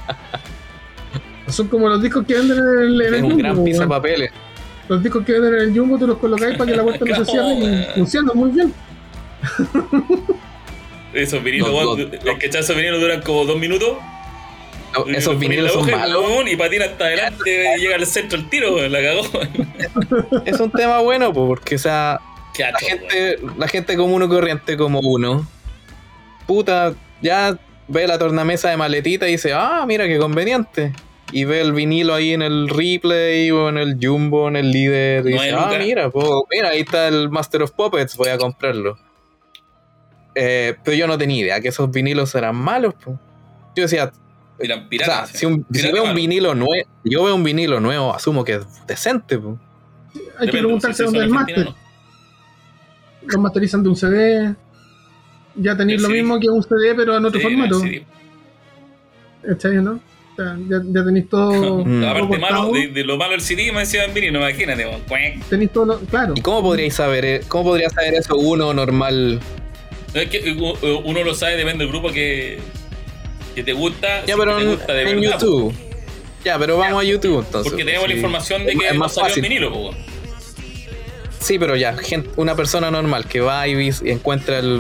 Son como los discos que venden en el es un Jumbo, gran piso de papeles. Los discos que venden en el Jumbo, tú los colocáis para que la puerta no se cierre y funciona muy bien. Esos vinilos, esos vinilos duran como 2 minutos. Esos vinilos son malos. Y patina hasta adelante y llega al centro el tiro, la cagó. Es un tema bueno, porque, o sea, la gente común o corriente como uno, puta, ya ve la tornamesa de maletita y dice, mira qué conveniente. Y ve el vinilo ahí en el replay o en el jumbo, en el líder. Y dice, mira, ahí está el Master of Puppets, voy a comprarlo. Pero yo no tenía idea que esos vinilos eran malos, po. Yo decía, piratas, o sea, si veo un vinilo nuevo, yo veo un vinilo nuevo, asumo que es decente, po. Hay que preguntarse dónde es el máster. Los masterizan de un CD. Ya tenéis lo mismo que un CD, pero en otro formato. ¿Está bien, no? O sea, ya tenéis todo. Aparte malo, de lo malo del CD me decían vinilo, imagínate. Tenéis todo, claro. ¿Y cómo podría saber eso uno normal? No, es que uno lo sabe, depende del grupo que te gusta. Ya, pero en YouTube. Ya, pero vamos a YouTube entonces. Porque tenemos la información de que es más fácil. Vinilo, pues. Sí, pero ya, una persona normal que va y encuentra el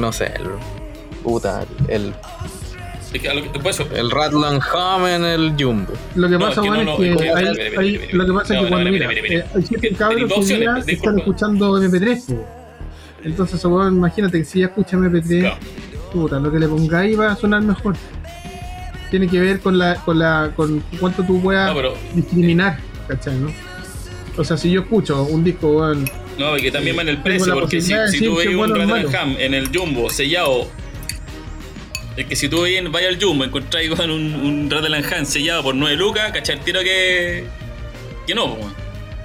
Ratland Home en el Jumbo. Lo que pasa, es que cuando mira, hay ciertos cabros que ya están escuchando MP3, pues. Entonces, imagínate que si ya escucha MP3, claro, puta, lo que le pongáis va a sonar mejor. Tiene que ver con cuánto tú puedas discriminar, ¿cachai? ¿No? O sea, si yo escucho un disco, bueno, no, y que también va en el precio, porque si tú veis un Rattenham en el Jumbo sellado, es que si tú vas al Jumbo encontráis con un Rattenham sellado por 9 lucas, ¿cachai? El tiro que no, pues.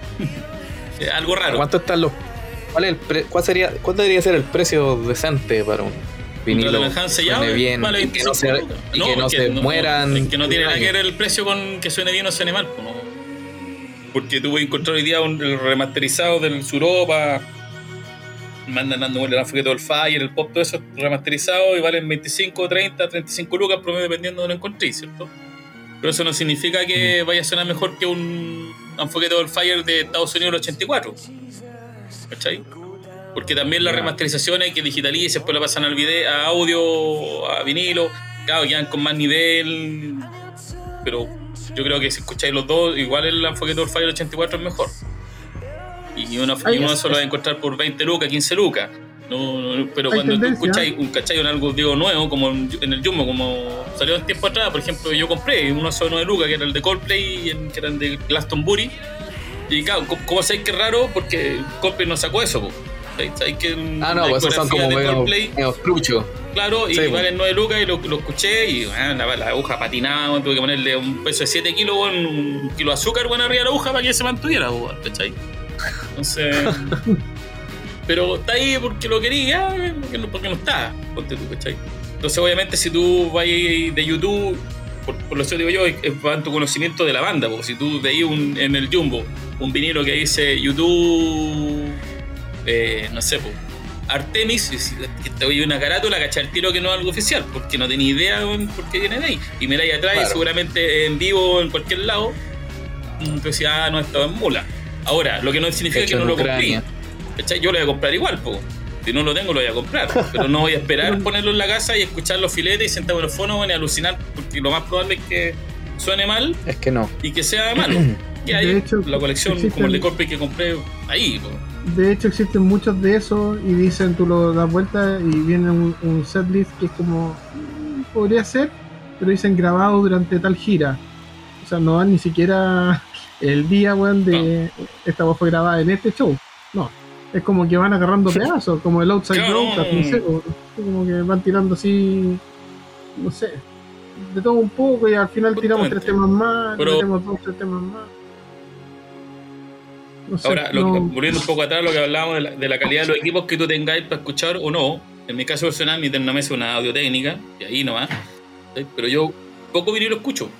Es algo raro. ¿Cuánto están los? ¿Cuál debería ser el precio decente para un vinilo que suene bien y que no se mueran? Que no tiene nada que ver el precio con que suene bien o suene mal, ¿no? Porque tú vas a encontrar hoy día el remasterizado del Suropa, mandan dando vuelta el Unforgettable Fire, el Pop, todo eso remasterizado y valen 25, 30, 35 lucas promedio dependiendo de lo que encontréis, ¿cierto? Pero eso no significa que vaya a sonar mejor que un Unforgettable Fire de Estados Unidos del 84. ¿Cachai? Porque también las remasterizaciones que digitalicen, después la pasan al video, a audio, a vinilo, claro, quedan con más nivel, pero yo creo que si escucháis los dos, igual el Unforgettable Fire 84 es mejor. Y uno solo va a encontrar por 20 lucas, 15 lucas. No, pero cuando tú escucháis un algo digo nuevo, como en el Jumbo, como salió un tiempo atrás, por ejemplo, yo compré uno solo 9 lucas, que era el de Coldplay, que era el de Glastonbury. Y claro, ¿cómo sabéis que es raro? Porque Coldplay no sacó eso, po. ¿Sabéis que pues esos son como medio truchos. Claro, y sí, valen 9 lucas y lo escuché y la aguja patinaba, tuve que ponerle un peso de 7 kilos, un kilo de azúcar arriba de la aguja para que se mantuviera, ¿cachai? Entonces... pero está ahí porque lo quería, porque no está, ponte tú, ¿cachai? Entonces obviamente si tú vas de YouTube, por lo que digo yo, es para tu conocimiento de la banda, porque si tú veis en el Jumbo un vinilo que dice YouTube, no sé, pues, Artemis, que te oye una carátula, cachar el tiro que no es algo oficial, porque no tenía idea por qué viene de ahí. Y miráis atrás, claro, y seguramente en vivo en cualquier lado, te decía, no, estaba en mula. Ahora, lo que no significa que no lo compré. Yo lo voy a comprar igual, po. Si no lo tengo, lo voy a comprar. Pero no voy a esperar ponerlo en la casa y escuchar los filetes y sentarme en los fonos y alucinar, porque lo más probable es que suene mal. Es que no. Y que sea malo. Y ahí, hecho, la colección, como el de Coldplay que compré, ahí, po. De hecho, existen muchos de esos y dicen, tú lo das vuelta y viene un setlist que es como, podría ser, pero dicen grabado durante tal gira. O sea, no dan ni siquiera el día, weón, de esta voz fue grabada en este show. No. Es como que van agarrando pedazos, como el Outside Road, no sé, como que van tirando así, no sé, de todo un poco y al final tiramos 3 temas más, metemos 2 o 3 temas más. No sé, ahora, volviendo un poco atrás, lo que hablábamos de la calidad de los equipos que tú tengáis para escuchar o no. En mi caso personal, mi Tecnomesa es una audio técnica, y ahí nomás, ¿sí? Pero yo poco vinilo escucho,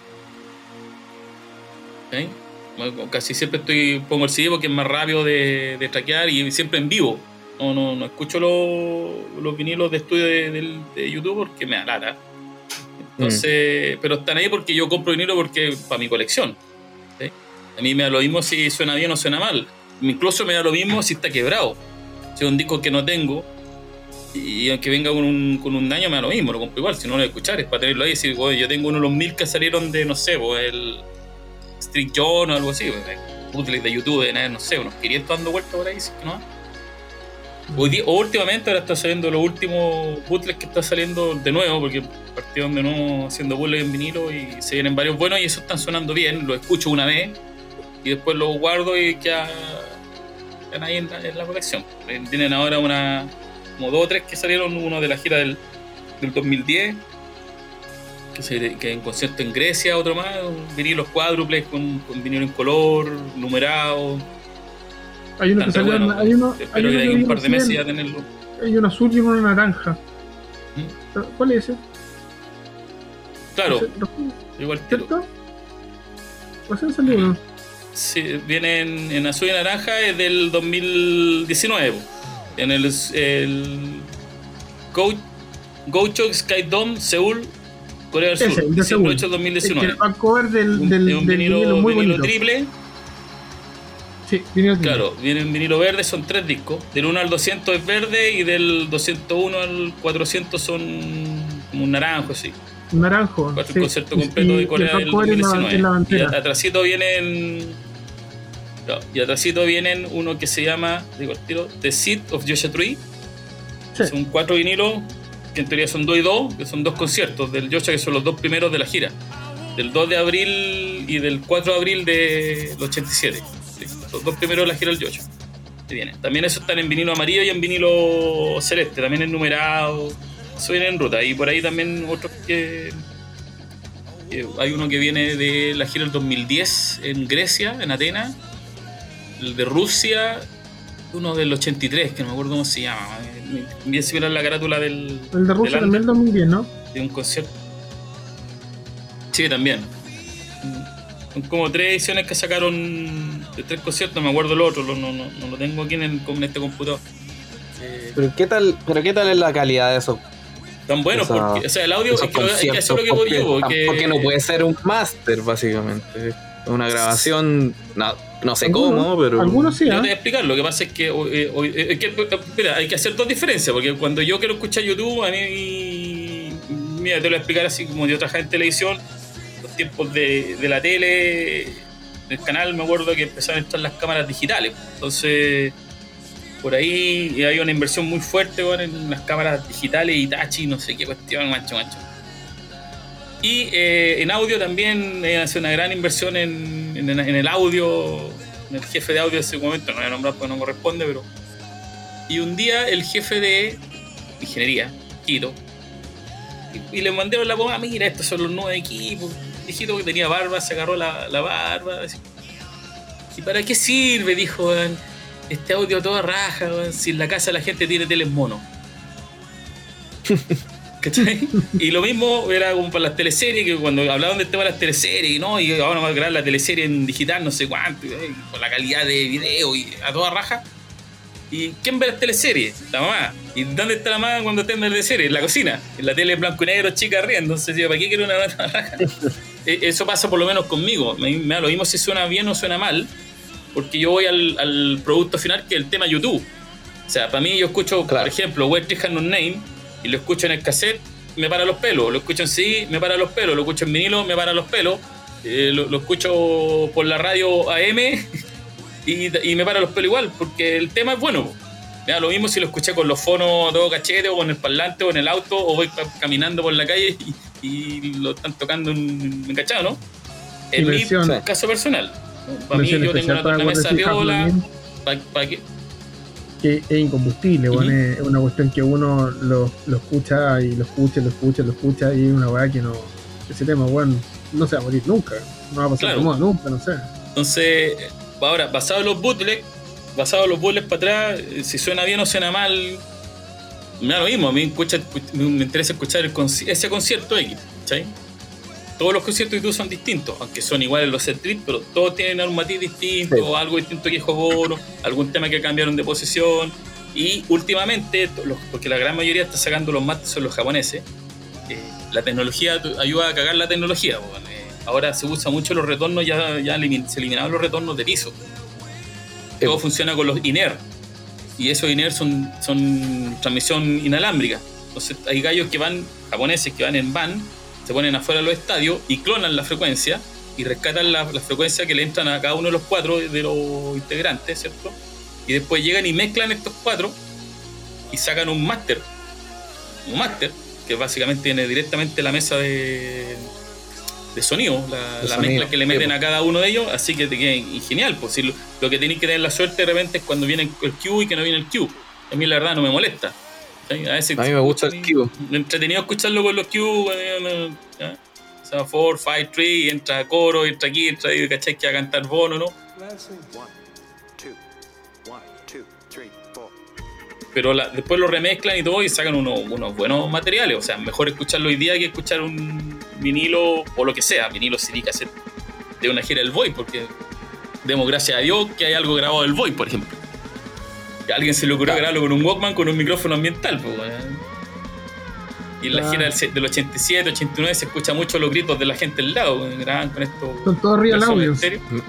¿sí? Casi siempre pongo el CD porque es más rápido de traquear y siempre en vivo. No escucho los vinilos de estudio de YouTube porque me da lata. Entonces, pero están ahí porque yo compro vinilo porque para mi colección, ¿sí? A mí me da lo mismo si suena bien o suena mal. Incluso me da lo mismo si está quebrado. Si es un disco que no tengo Y aunque venga con un daño, me da lo mismo, lo compro igual. Si no lo voy a escuchar, es para tenerlo ahí y decir, yo tengo uno de los 1000 que salieron de, no sé, el Street John o algo así, bootleg de YouTube, no sé, unos 500 dando vueltas por ahí, ¿sí? ¿No? O últimamente ahora está saliendo los últimos bootlegs que está saliendo de nuevo, porque partieron de nuevo haciendo bootleg en vinilo y se vienen varios buenos y esos están sonando bien. Los escucho una vez y después los guardo y quedan ahí en la colección. Tienen ahora como 2 o 3 que salieron, uno de la gira del 2010, que en concierto en Grecia, otro más, vinilos cuádruples con vinilo en color, numerado. Hay uno que salió, bueno, espero que de aquí un par de meses ya tenerlo. Hay uno azul y uno naranja. ¿Cuál es ese? Claro, igual ¿cierto? ¿Recién salió uno? Sí, viene en azul y naranja, es del 2019. En el Gocho Sky Dome, Seúl, Corea del Sur, diciembre 8 de 2019. El cover del vinilo muy bonito. triple. Sí, vinilo triple. Claro, viene en vinilo verde, son 3 discos. Del 1 al 200 es verde y del 201 al 400 son como un naranjo, así. Un naranjo. El concierto completo de Corea del 2019. Y atrásito vienen uno que se llama, digo el tiro, The Seed of Joshua Tree. Sí. Son 4 vinilos, que en teoría son 2 y 2, que son 2 conciertos del Joshua, que son los 2 primeros de la gira. Del 2 de abril y del 4 de abril del 87. Sí, los 2 primeros de la gira del Joshua. También esos están en vinilo amarillo y en vinilo celeste, también en numerado. Eso viene en ruta. Y por ahí también otros que hay uno que viene de la gira del 2010 en Grecia, en Atenas. El de Rusia, uno del 83, que no me acuerdo cómo se llama. Bien similar la carátula del... El de Rusia también 2010, ¿no? De un concierto. Sí, también. Son como 3 ediciones que sacaron de 3 conciertos, no me acuerdo el otro, no lo tengo aquí en este computador. ¿Pero qué tal es la calidad de eso? Tan bueno, porque, o sea, el audio es que eso es lo que voy yo. Porque no puede ser un máster, básicamente. Una grabación, no sé cómo, pero... Algunos sí, yo te voy a explicar, lo que pasa es que, mira, hay que hacer 2 diferencias, porque cuando yo quiero escuchar YouTube, a mí, mira, te lo voy a explicar así como yo trabajaba en televisión, los tiempos de la tele, el canal, me acuerdo que empezaron a estar las cámaras digitales, entonces... Por ahí hay una inversión muy fuerte, bueno, en las cámaras digitales, Hitachi, no sé qué cuestión, macho. Y en audio también hace una gran inversión en el audio, en el jefe de audio de ese momento, no lo voy a nombrar porque no corresponde, pero... Y un día el jefe de ingeniería, Quito, y le mandé la bomba, mira, estos son los nuevos equipos. Viejito que tenía barba, se agarró la barba. Así. ¿Y para qué sirve? Dijo, este audio toda raja, si en la casa la gente tiene teles mono. ¿Cachai? Y lo mismo era como para las teleseries, que cuando hablaban del tema de las teleseries, y ahora vamos a grabar la teleserie en digital, no sé cuánto, con la calidad de video y a toda raja. ¿Y quién ve las teleseries? La mamá. ¿Y dónde está la mamá cuando está en la teleserie? En la cocina. En la tele blanco y negro, chica riendo. Entonces, ¿para qué quiero una raja? Eso pasa por lo menos conmigo. Me da lo mismo si suena bien o suena mal, porque yo voy al producto final, que es el tema YouTube. O sea, para mí yo escucho, por ejemplo, Wet 300 Name, y lo escucho en el cassette, me para los pelos. Lo escucho en CD, me para los pelos. Lo escucho en vinilo, me para los pelos. Lo escucho por la radio AM y me para los pelos igual, porque el tema es bueno. Me da lo mismo si lo escuché con los fonos todo cachete, o con el parlante, o en el auto, o voy caminando por la calle y lo están tocando en cachado, ¿no? En mi caso personal. Para mí, yo tengo una mesa viola. ¿Para qué? Que es incombustible, bueno, es una cuestión que uno lo escucha y lo escucha, y es una weá que no... Ese tema, bueno, no se va a morir nunca. No va a pasar de moda nunca, no sé. Entonces, ahora, basado en los bootlegs para atrás, si suena bien o suena mal, me da lo mismo. A mí me interesa escuchar ese concierto X, ¿sí? Todos los conciertos de YouTube son distintos, aunque son iguales los set-list, pero todos tienen un matiz distinto, sí. Algo distinto que es Bono, algún tema que cambiaron de posición. Y últimamente, porque la gran mayoría está sacando los masters, son los japoneses, la tecnología ayuda a cagar la tecnología. Ahora se usa mucho los retornos, se eliminaron los retornos de piso. Todo funciona con los in-ear. y esos in-ear son transmisión inalámbrica. Entonces hay gallos japoneses que van en van, se ponen afuera de los estadios y clonan la frecuencia y rescatan la frecuencia que le entran a cada uno de los 4 de los integrantes, ¿cierto? Y después llegan y mezclan estos 4 y sacan un máster, que básicamente viene directamente la mesa de sonido, la mezcla que le meten a cada uno de ellos, así que te queda genial. Pues, si lo que tenéis que tener la suerte de repente es cuando viene el cue y que no viene el cue. A mí la verdad no me molesta. ¿Sí? A mí me gusta el cue. Entretenido escucharlo con los cue. O sea, 4, 5, 3, entra coro, entra aquí, entra ahí, ¿cachai? Que a cantar Bono, ¿no? Pero después lo remezclan y todo y sacan unos buenos materiales. O sea, mejor escucharlo hoy día que escuchar un vinilo o lo que sea, vinilo CD cassette de una gira del Void, porque demos gracias a Dios que hay algo grabado del Void, por ejemplo. Que a alguien se le ocurrió grabarlo con un Walkman, con un micrófono ambiental, pues, y en la gira del 87, 89 se escucha mucho los gritos de la gente al lado, graban con esto. Son todos real audios.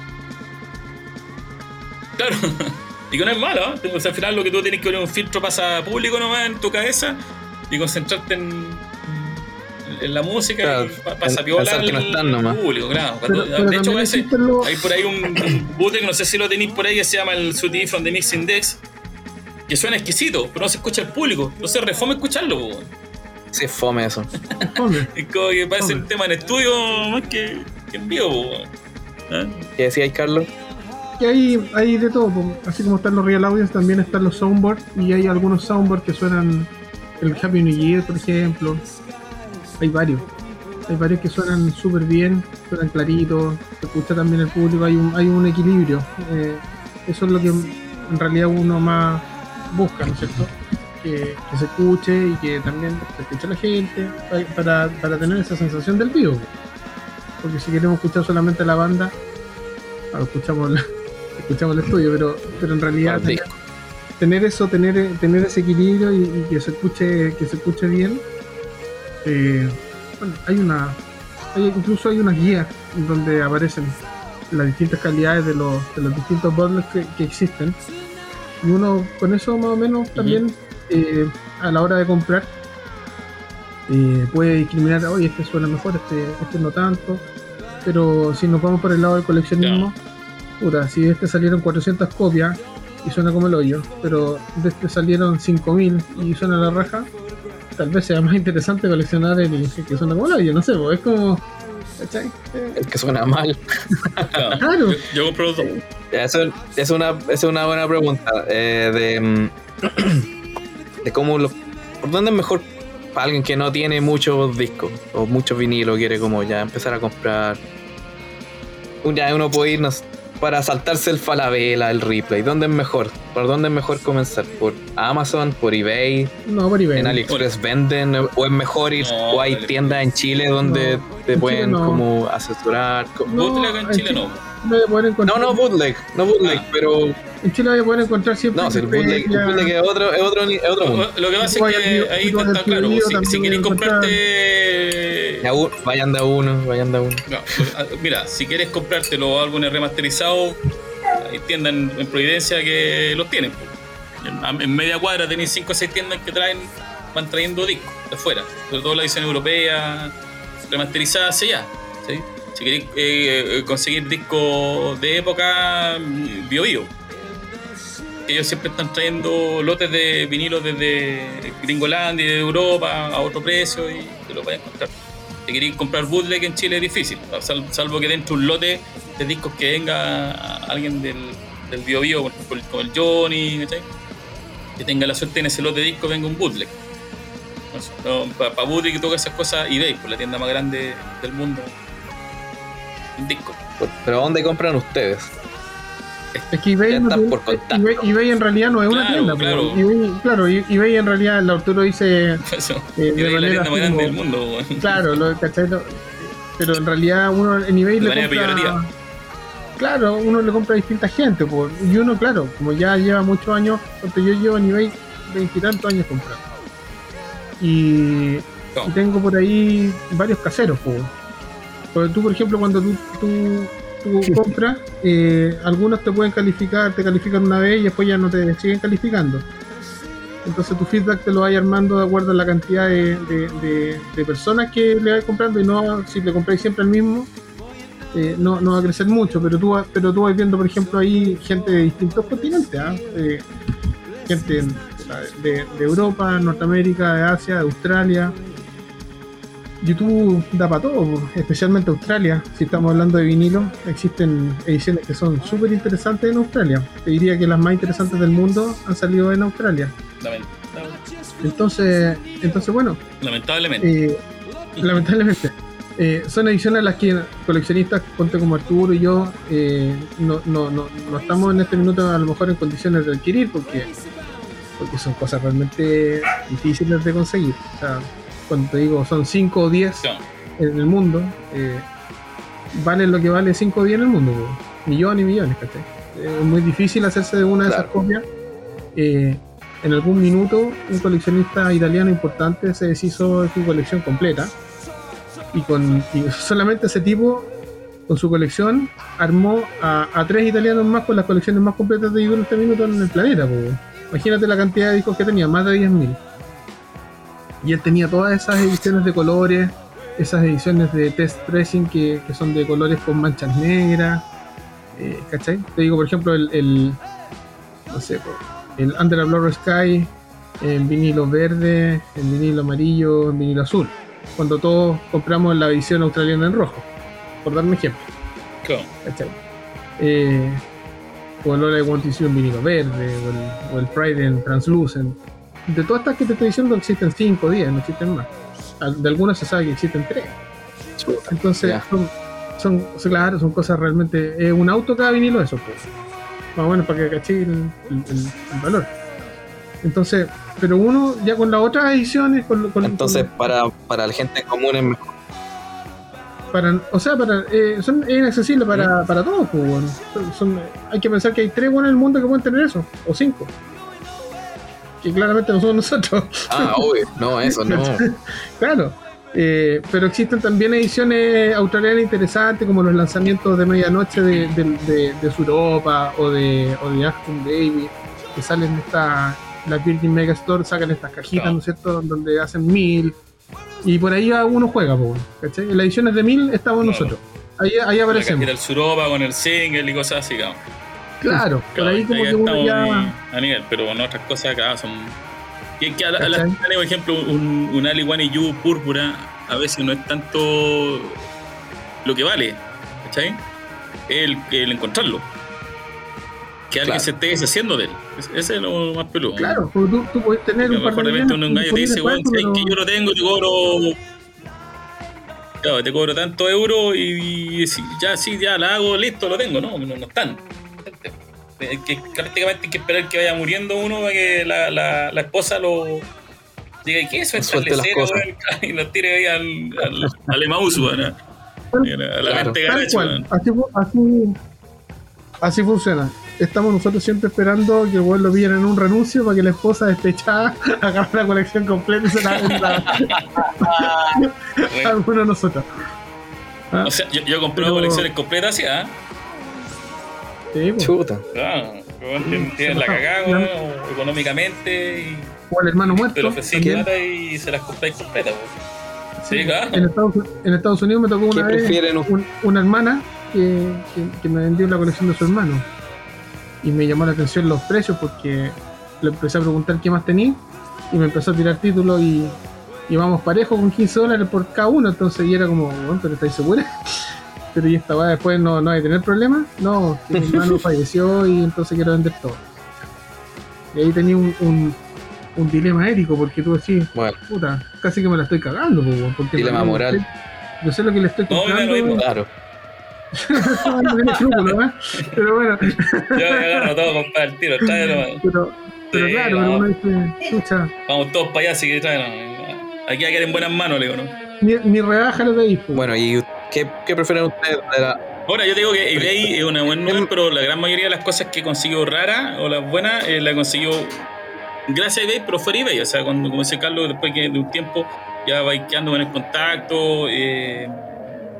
Claro. Y que no es malo, ¿eh? O sea, al final lo que tú tienes que poner un filtro pasa público nomás en tu cabeza y concentrarte en la música, claro, y pasa piola al público, claro. Pero de hecho, hay por ahí un bootleg, no sé si lo tenéis por ahí, que se llama el Suti from the Mix Index, que suena exquisito, pero no se escucha el público. Entonces refome escucharlo, po. Sí, es fome eso. Es como que parece un tema en estudio más que en vivo, po. ¿Eh? ¿Qué decías, Carlos? Que hay de todo, así como están los real audios, también están los soundboards, y hay algunos soundboards que suenan el Happy New Year, por ejemplo. Hay varios que suenan súper bien, suenan claritos, se escucha también el público, hay un equilibrio. Eso es lo que en realidad uno más busca, ¿no es cierto? Que se escuche y que también se escuche la gente para tener esa sensación del vivo. Porque si queremos escuchar solamente la banda, escuchamos el estudio, pero en realidad tener ese equilibrio y que se escuche bien. Bueno, incluso hay unas guías donde aparecen las distintas calidades de los distintos bottles que existen, y uno con eso más o menos también a la hora de comprar puede discriminar, oye, este suena mejor, este no tanto. Pero si nos vamos por el lado del coleccionismo, puta, si de este salieron 400 copias y suena como el hoyo, pero de este salieron 5000 y suena la raja, tal vez sea más interesante coleccionar el que suena como el hoyo, no sé, pues es como, ¿cachai? El que suena mal. Claro. Yo compro los dos. Eso es una buena pregunta, de cómo por dónde es mejor para alguien que no tiene muchos discos o muchos vinilos, quiere como ya empezar a comprar. Ya uno puede irnos para saltarse el Falabella, el Replay. ¿Dónde es mejor? ¿Por dónde es mejor comenzar? ¿Por Amazon? ¿Por eBay? No, por eBay. ¿En AliExpress venden? ¿O es mejor ir? No, ¿o hay tiendas en Chile donde te pueden como asesorar? Bootleg en Chile no. No bootleg, pero en Chile voy a poder encontrar siempre. No, si el bootleg es otro mundo. Lo que pasa es que ahí está claro. Si querés comprarte. Vayan de a uno. No, mira, si quieres comprarte los álbumes remasterizados, hay tiendas en Providencia que los tienen. En media cuadra tenéis 5 o 6 tiendas que van trayendo discos de afuera, sobre todo la edición europea, remasterizada hacia allá, ¿sí? Si queréis conseguir discos de época, Bio. Ellos siempre están trayendo lotes de vinilos desde Gringolandia y de Europa a otro precio y te lo pueden encontrar. Si queréis comprar bootleg en Chile es difícil, salvo que dentro un lote de discos que venga alguien del Bio, por ejemplo, como el Johnny, ¿cachai? Que tenga la suerte en ese lote de discos venga un bootleg. Para bootleg y todas esas cosas, eBay, por la tienda más grande del mundo en discos. ¿Pero dónde compran ustedes? Es que eBay, eBay en realidad no es una tienda. Claro. eBay en realidad, el Arturo dice de manera la tienda más grande del mundo. Claro, ¿cachai? Pero en realidad uno en eBay le compra. Claro, uno le compra a distinta gente, y uno, claro, como ya lleva muchos años, porque yo llevo en eBay 20 y tantos años comprando. Y tengo por ahí varios caseros, porque tú, por ejemplo, cuando tú tú compras, algunos te pueden calificar, te califican una vez y después ya no te siguen calificando. Entonces tu feedback te lo vas armando de acuerdo a la cantidad de personas que le vas comprando, y no, si le compráis siempre el mismo, no va a crecer mucho, pero tú vas viendo, por ejemplo, ahí gente de distintos continentes, gente de Europa, Norteamérica, de Asia, de Australia. YouTube da para todo, especialmente Australia. Si estamos hablando de vinilo, existen ediciones que son súper interesantes en Australia. Te diría que las más interesantes del mundo han salido en Australia. Entonces bueno, lamentablemente, son ediciones a las que coleccionistas, ponte como Arturo y yo, no estamos en este minuto a lo mejor en condiciones de adquirir, porque son cosas realmente difíciles de conseguir. O sea, cuando te digo son 5 o 10 en el mundo, vale lo que vale 5 o 10 en el mundo, millones y millones, ¿cachai? Es muy difícil hacerse de una de esas copias. En algún minuto un coleccionista italiano importante se deshizo de su colección completa, y solamente ese tipo, con su colección, armó a 3 italianos más con las colecciones más completas de YouTube en este minuto en el planeta, pues. Imagínate la cantidad de discos que tenía, más de 10.000. Y él tenía todas esas ediciones de colores, esas ediciones de test pressing que son de colores con manchas negras, ¿cachai? Te digo, por ejemplo, el Under a Blurred Sky en vinilo verde, en vinilo amarillo, en vinilo azul, cuando todos compramos la edición australiana en rojo, por darme ejemplo. ¿Cachai? O el All I Want Is You en vinilo verde, o el Pride en Translucent. De todas estas que te estoy diciendo existen 5 o 10, no existen más. De algunas se sabe que existen 3. Entonces son cosas realmente... Es un auto cada vinilo eso, pues. Más o menos para que caché el valor. Entonces, pero uno ya con las otras ediciones... Entonces para la gente común es mejor. Son inaccesibles para todos, pues, bueno. Hay que pensar que hay 3 buenos en el mundo que pueden tener eso, o 5. Que claramente no somos nosotros. Obvio, no, eso no. Claro, pero existen también ediciones australianas interesantes, como los lanzamientos de medianoche de Suropa o de Aston Baby, que salen de la Virgin Megastore, sacan estas cajitas, ¿no es cierto?, donde hacen 1000, y por ahí uno juega, ¿cachai? En las ediciones de 1000 estamos nosotros, ahí aparecemos. El Suropa con el single y cosas así, Claro, por ahí como que uno ya... a nivel, pero con otras cosas acá son... Y que por ejemplo, un Ali One y You púrpura a veces no es tanto lo que vale, ¿cachai? El encontrarlo. Que alguien se esté deshaciendo de él. Ese es lo más peludo. Claro, pues tú puedes tener un par de repente un gallo te dice, bueno, que yo lo tengo, te cobro tantos euros y ya la hago, listo, lo tengo. No están. Que prácticamente hay que esperar que vaya muriendo uno para que la esposa lo diga, ¿qué es eso? Y lo tire ahí al Emaús, a la mente garacha. Así funciona. Estamos nosotros siempre esperando que el weón lo pillen en un renuncio para que la esposa despechada agarre la colección completa y se la venda a alguno de nosotros. O sea, yo he comprado colecciones completas así, Sí, pues. Chuta. Tienen la cagada económicamente o el hermano muerto. Te lo ofrecí plata y se las compráis completas. Sí, claro. En Estados Unidos me tocó una vez una hermana que me vendió la colección de su hermano, y me llamó la atención los precios porque le empecé a preguntar qué más tenía y me empezó a tirar títulos y vamos parejo con $15 por cada uno. Entonces y era como, bueno, pero ¿estáis segura? Pero y esta weá después no hay a tener problemas. No, mi hermano falleció y entonces quiero vender todo. Y ahí tenía un dilema ético, porque tú decís, bueno, puta, casi que me la estoy cagando, porque dilema moral. Yo sé lo que le estoy comprando. Claro. No tiene escrúpulos, pero bueno. Yo me agarro todo, compadre, el tiro, tráelo. Pero claro, pero uno dice, chucha. Vamos todos para allá, así que tráelo. Aquí hay que quedar en buenas manos, le digo, ¿no? Ni rebaja lo que dijo. Bueno, ¿y qué prefieren ustedes de la...? Ahora, yo digo que eBay es una buena número, pero la gran mayoría de las cosas que consiguió raras o las buenas, la consiguió gracias a eBay, pero fuera eBay. O sea, como dice Carlos, después de un tiempo ya vais quedando con el contacto,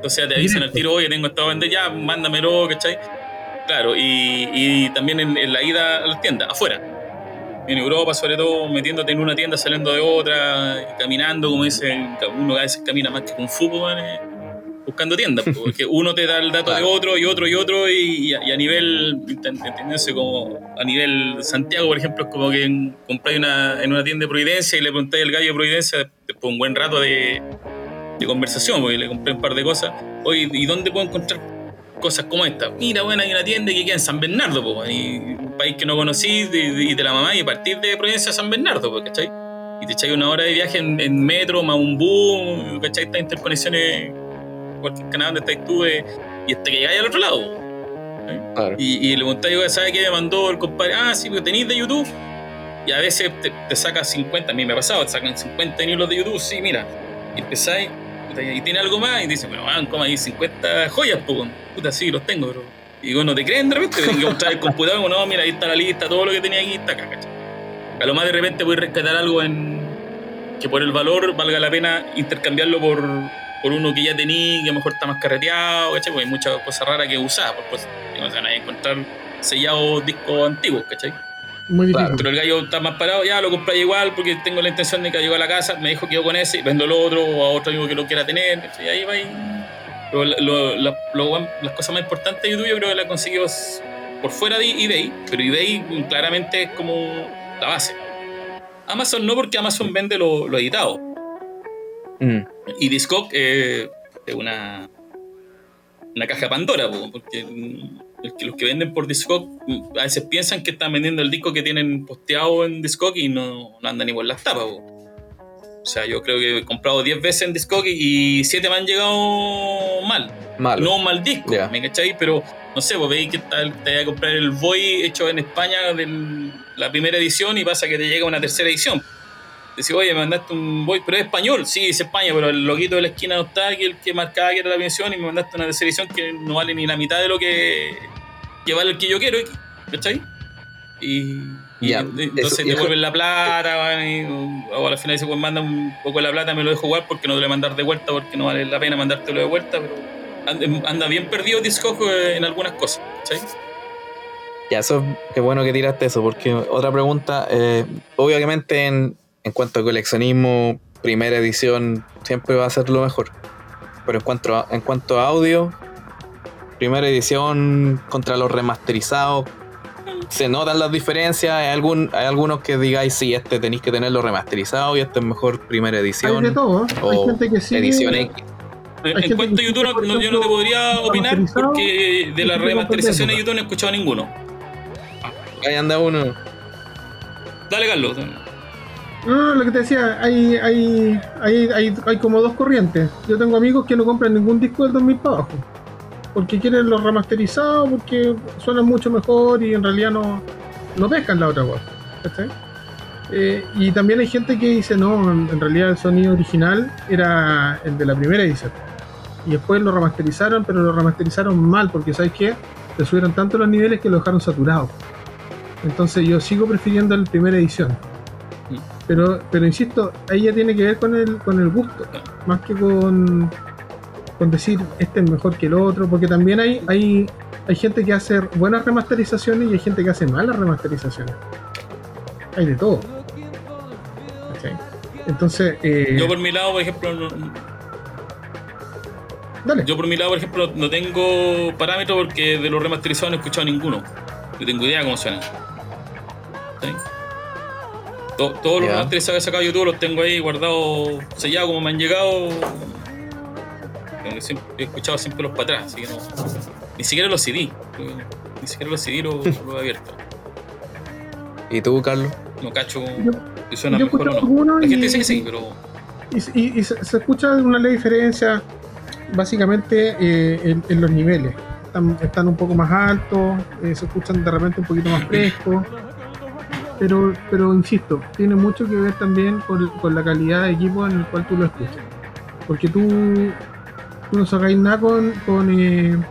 Entonces te avisan al tiro, oye, tengo esta vender ya, mándamelo, ¿cachai? Claro, y también en la ida a las tiendas, afuera. En Europa, sobre todo, metiéndote en una tienda, saliendo de otra, caminando, como dicen, uno a veces camina más que con fútbol, buscando tiendas, porque uno te da el dato de otro y otro y otro, y a nivel, entendiéndose como a nivel Santiago, por ejemplo, es como que compráis en una tienda de Providencia y le preguntáis al gallo de Providencia, después de un buen rato de conversación, porque le compré un par de cosas, oye, ¿y dónde puedo encontrar cosas como esta? Mira, bueno, hay una tienda que queda en San Bernardo, un país que no conocí, y de la mamá, y partir de Providencia a San Bernardo, ¿cachai? Y te echáis una hora de viaje en metro, más un bus, ¿cachai? Estas interconexiones, cualquier canal donde estáis tú, y hasta que llegáis al otro lado, claro. Y le preguntáis, ¿sabes qué me mandó el compadre? Ah, sí, porque tenéis de YouTube. Y a veces te saca 50, a mí me ha pasado, te sacan 50 hilos de YouTube, sí, mira. Y empezáis, y tiene algo más, y dicen, bueno, como hay 50 joyas, puta, sí, los tengo, pero. Y bueno, te creen de repente, tienen que mostrar el computador, no, mira, ahí está la lista, todo lo que tenía aquí está acá, ¿cachai? A lo más de repente voy a rescatar algo que por el valor valga la pena intercambiarlo por uno que ya tenía, que a lo mejor está más carreteado, ¿cachai? Porque hay muchas cosas raras que usar, pues no se van a encontrar sellados discos antiguos, ¿cachai? Muy difícil. Claro, pero el gallo está más parado, ya lo compré igual porque tengo la intención de que llegó a la casa, me dijo que yo con ese y vendo el otro o a otro amigo que lo quiera tener, y ahí va. Pero las cosas más importantes de YouTube yo creo que las conseguimos por fuera de eBay, pero eBay claramente es como la base. Amazon no, porque Amazon vende lo editado. Y Discog es una caja Pandora, porque los que venden por Discog a veces piensan que están vendiendo el disco que tienen posteado en Discog y no andan ni por las tapas. O sea, yo creo que he comprado 10 veces en Discog y 7 me han llegado mal. No un mal disco, ¿me cachai? Pero no sé, veis que te voy a comprar el Boy hecho en España de la primera edición y pasa que te llega una tercera edición. Decís, oye, me mandaste un Boy, pero es español, sí, es España, pero el loguito de la esquina no está, que el que marcaba que era la edición, y me mandaste una tercera edición que no vale ni la mitad de lo que vale el que yo quiero, ¿cachai? Entonces te devuelven la plata, o al final dice, pues manda un poco de la plata, me lo dejo igual porque no te lo voy a mandar de vuelta, porque no vale la pena mandártelo de vuelta, pero anda bien perdido Discog en algunas cosas, ¿cachai? Ya, eso, qué bueno que tiraste eso, porque otra pregunta, obviamente en cuanto a coleccionismo, primera edición siempre va a ser lo mejor, pero en cuanto a audio, primera edición contra los remasterizados, ¿se notan las diferencias? ¿Hay algunos que digáis, sí, tenéis que tenerlo remasterizado y es mejor primera edición? Hay de todo, hay gente que sí. Edición X. En cuanto a YouTube, yo no te podría opinar porque de la remasterización de YouTube no he escuchado ninguno. Ahí anda uno. Dale, Carlos. No, lo que te decía, hay como dos corrientes. Yo tengo amigos que no compran ningún disco del 2000 para abajo, porque quieren los remasterizados, porque suenan mucho mejor y en realidad no pescan la otra cosa, ¿cachai? Y también hay gente que dice, no, en realidad el sonido original era el de la primera edición. Y después lo remasterizaron, pero lo remasterizaron mal, porque ¿sabes qué? Le subieron tanto los niveles que lo dejaron saturado. Entonces yo sigo prefiriendo la primera edición. Pero insisto, ahí ya tiene que ver con el gusto, más que con decir este es mejor que el otro, porque también hay gente que hace buenas remasterizaciones y hay gente que hace malas remasterizaciones. Hay de todo. ¿Okay? Entonces yo por mi lado, por ejemplo, no tengo parámetros porque de los remasterizados no he escuchado ninguno. No tengo idea cómo suenan. ¿Sí? Todos los remasterizados que he sacado de YouTube los tengo ahí guardados, sellados como me han llegado. He escuchado siempre los para atrás, así que no, ni siquiera los CD los he abierto. ¿Y tú, Carlos? No cacho si suena mejor o no. La gente dice que sí, pero y se escucha una leve diferencia básicamente en los niveles. Están un poco más altos, se escuchan de repente un poquito más frescos, pero insisto, tiene mucho que ver también con la calidad de equipo en el cual tú lo escuchas, porque tú no sacáis nada con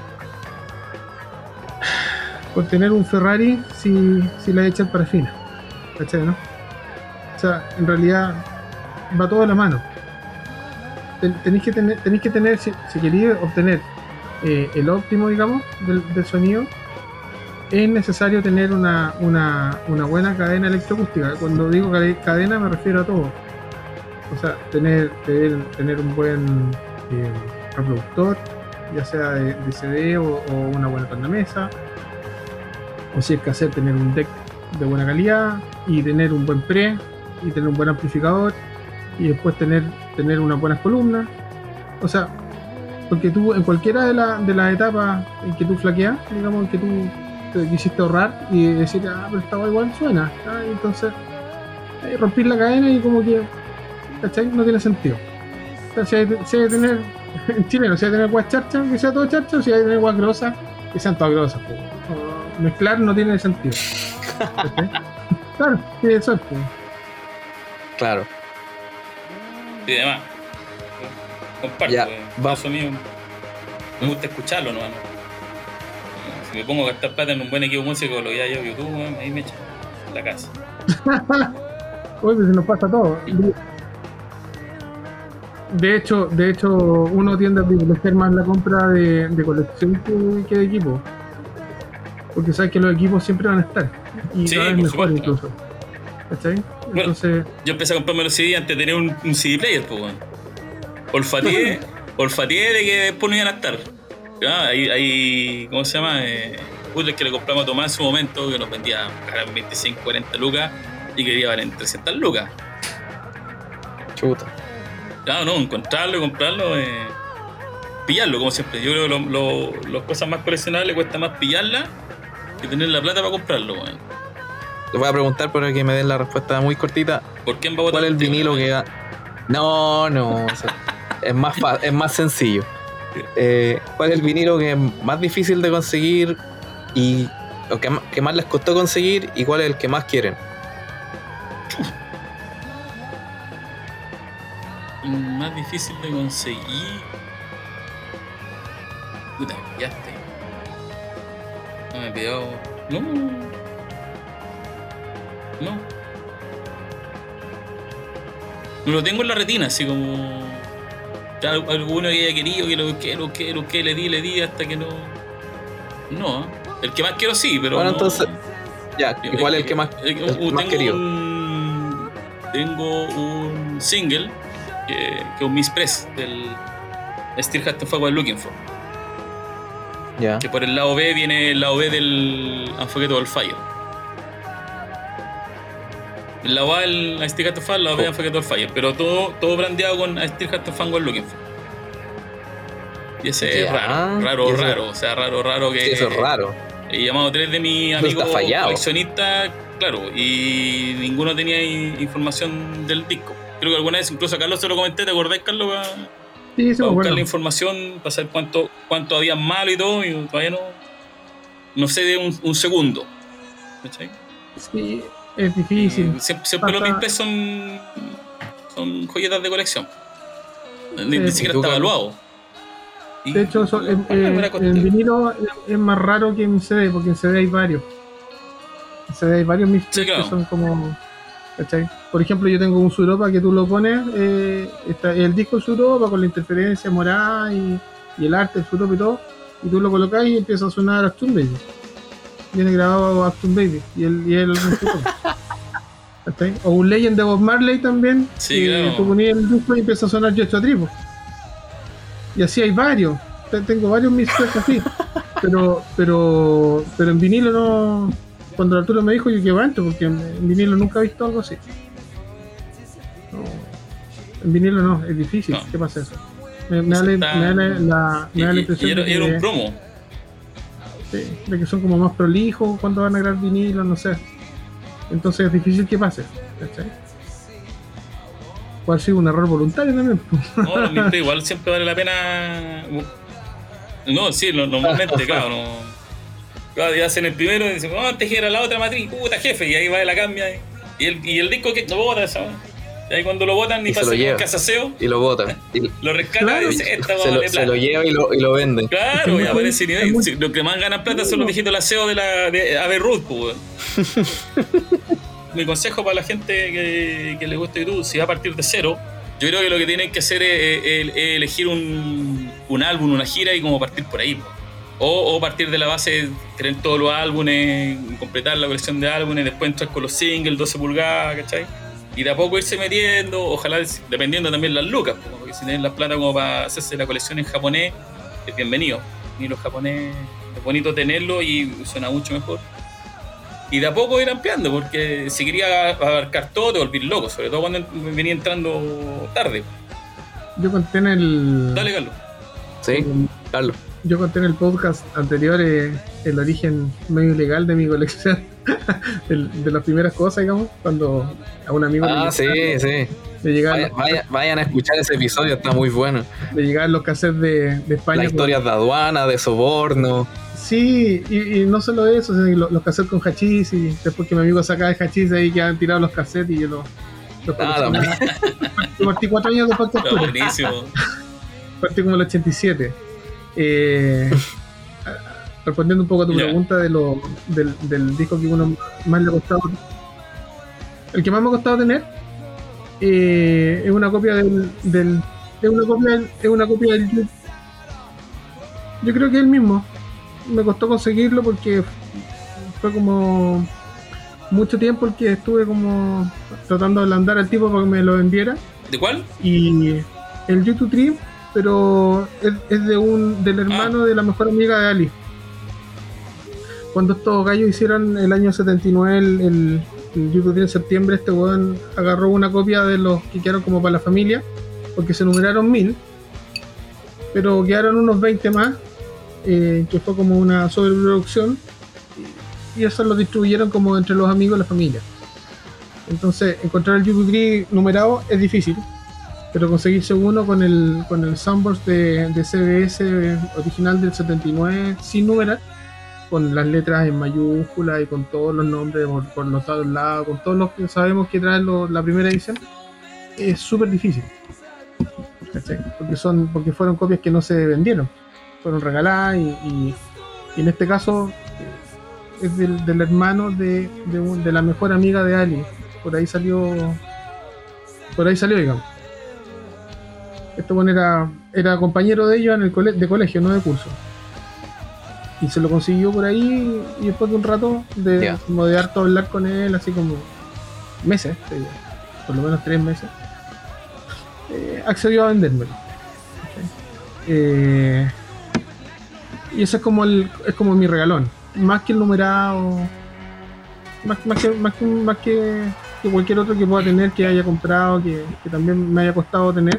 tener un Ferrari si la echan parafina, ¿cachai, no? O sea, en realidad va todo de la mano. tenéis que tener, si queréis obtener el óptimo, digamos, del sonido, es necesario tener una buena cadena electroacústica. Cuando digo cadena me refiero a todo. O sea, tener un buen reproductor, ya sea de CD o una buena tornamesa, o si es que hacer, tener un deck de buena calidad y tener un buen pre y tener un buen amplificador y después tener unas buenas columnas. O sea, porque tú en cualquiera de las etapas en que tú flaqueas, digamos, en que tú te quisiste ahorrar y decir, pero esta igual suena, y entonces rompir la cadena y como que, ¿cachai? No tiene sentido. O sea, si hay que tener en chileno, si hay que tener guas charchas, que sea todo charcha, o si hay que tener guas grosas, que sean todas grosas. Pues. Mezclar no tiene sentido. ¿Cachai? Claro, sí, eso es. Pues. Claro. Y demás. Comparto. Ya, Eso mío. Me gusta escucharlo, ¿no? Si me pongo a gastar plata en un buen equipo músico, lo voy yo a YouTube, ahí me echan la casa. Oye, se nos pasa todo. De hecho, uno tiende a privilegiar más la compra de colección que de equipo. Porque sabes que los equipos siempre van a estar. Y Sí, cada vez por mejor supuesto. incluso. ¿Cachai? Bueno, Entonces, yo empecé a comprarme los CD antes de tener un CD player, pues, weón. Olfateé de que después no iban a estar. Hay ¿cómo se llama? Bootleg que le compramos a Tomás en su momento, que nos vendía 25, 40 lucas y quería valer 300 lucas. Chuta. Claro, no, encontrarlo y comprarlo, pillarlo, como siempre. Yo creo que las cosas más coleccionables cuesta más pillarlas que tener la plata para comprarlo, weón. Te voy a preguntar para que me den la respuesta muy cortita. ¿Por quién va a votar? ¿Cuál es el usted, vinilo weón? que No, o sea, es más sencillo. ¿Cuál es el vinilo que es más difícil de conseguir o que más les costó conseguir y cuál es el que más quieren? Más difícil de conseguir. Puta, me pillaste. No me he pillado. No lo tengo en la retina, así como. Ya, alguno que haya querido, que lo busqué, le di hasta que no. No, el que más quiero sí, pero. Bueno, no. entonces. Ya, ¿y cuál es el que más querido? Tengo un single que es un Miss Press del Still Has to Fuck What I'm Looking For. Ya. Que por el lado B viene el lado B del Unforgettable Fire. El lado A el I Still Have to Fuck, el lado B Unforgettable Fire. Pero todo brandeado con I Still Have to Fuck What I'm Looking For. Y ese es raro. O sea, raro que. Sí, eso es raro. He llamado a 3 de mis amigos coleccionistas, claro, y ninguno tenía información del disco. Creo que alguna vez incluso a Carlos se lo comenté, ¿te acordás, Carlos? sí, Para buscar bueno. la información, para saber cuánto había malo y todo, y todavía no sé de un segundo. ¿Cachai? Sí, es difícil. Siempre los Miss Press son joyetas de colección. Ni siquiera está evaluado. De hecho, en vinilo es más raro que en CD, porque en CD hay varios. En CD hay varios Miss Press que son como. ¿Cachai? Por ejemplo, yo tengo un Suropa que tú lo pones, está el disco Suropa con la interferencia morada y el arte del Suropa y todo, y tú lo colocas y empieza a sonar Achtung Baby. Viene grabado Achtung Baby y el Suropa. ¿Cachai? O un Legend de Bob Marley también, sí, claro. Tú ponías el disco y empieza a sonar Joshua Tree. Y así hay varios. Tengo varios Miss Press así. Pero en vinilo no. Cuando Arturo me dijo, yo quedé adentro, porque en vinilo nunca he visto algo así. No, en vinilo no, es difícil. No. ¿Qué pasa eso? Me da la impresión de que era un promo. Sí, de que son como más prolijos cuando van a grabar vinilo, no sé. Entonces es difícil que pase. ¿Cachai? Puede ser un error voluntario también. No, igual siempre vale la pena. No, sí, normalmente, claro, no. Claro, ya hacen el primero y dicen, antes que era la otra matriz, puta jefe, y ahí va y la cambia. Y el disco que no bota esa, y ahí cuando lo botan ni pasa el casaseo. Y lo botan. Lo rescatan, claro, y dice, se lo lleva y lo venden. Claro, y aparece nivel. Los que más ganan plata son los viejitos aseo de Abbey Road, pues. Mi consejo para la gente que le gusta YouTube, si va a partir de cero, Yo creo que lo que tienen que hacer es elegir un álbum, una gira y como partir por ahí. O partir de la base, tener todos los álbumes, completar la colección de álbumes, después entrar con los singles, 12 pulgadas, ¿cachai? Y de a poco irse metiendo, ojalá dependiendo también las lucas, porque si tienen la plata como para hacerse la colección en japonés, es bienvenido. Y los japonés es bonito tenerlo y suena mucho mejor. Y de a poco ir ampliando, porque si quería abarcar todo te volvís loco, sobre todo cuando venía entrando tarde. Yo conté en el... Dale, Carlos. Sí, Carlos. Yo conté en el podcast anterior el origen medio ilegal de mi colección. de las primeras cosas, digamos, cuando a un amigo le llegaban vayan a escuchar ese episodio, está muy bueno. Le llegaban los cassettes de España. Las historias de aduana, de soborno. Sí, y no solo eso, sino los cassettes con hachís, y después que mi amigo sacaba el hachís ahí quedaban tirados los cassettes y yo los partí 4 años después de Factura. Buenísimo. Partí como el 87. Respondiendo un poco a tu pregunta del disco que uno más le ha costado, el que más me ha costado tener es una copia del yo creo que es el mismo. Me costó conseguirlo porque fue como mucho tiempo el que estuve como tratando de ablandar al tipo para que me lo vendiera. ¿De cuál? Y el YouTube Trip, pero es del hermano de la mejor amiga de Ali. Cuando estos gallos hicieron el año 79 el YouTube Trip en septiembre, este weón agarró una copia de los que quedaron como para la familia, porque se numeraron 1000, pero quedaron unos 20 más, que fue como una sobreproducción, y eso lo distribuyeron como entre los amigos de la familia. Entonces encontrar el YouTube Trip numerado es difícil, pero conseguirse uno con el Soundburst de CBS original del 79 sin numerar, con las letras en mayúsculas y con todos los nombres por los lados, con todos los que sabemos que trae la primera edición, es súper difícil, ¿cachai? Porque fueron copias que no se vendieron, fueron regaladas, y en este caso es del hermano de la mejor amiga de Ali. Por ahí salió, digamos. Este bueno era compañero de ellos en de colegio, no de curso. Y se lo consiguió por ahí, y después de un rato como de harto hablar con él, así como meses, por lo menos 3 meses, accedió a vendérmelo. Okay. Y eso es como mi regalón, más que el numerado, más que cualquier otro que pueda tener, que haya comprado, que también me haya costado tener.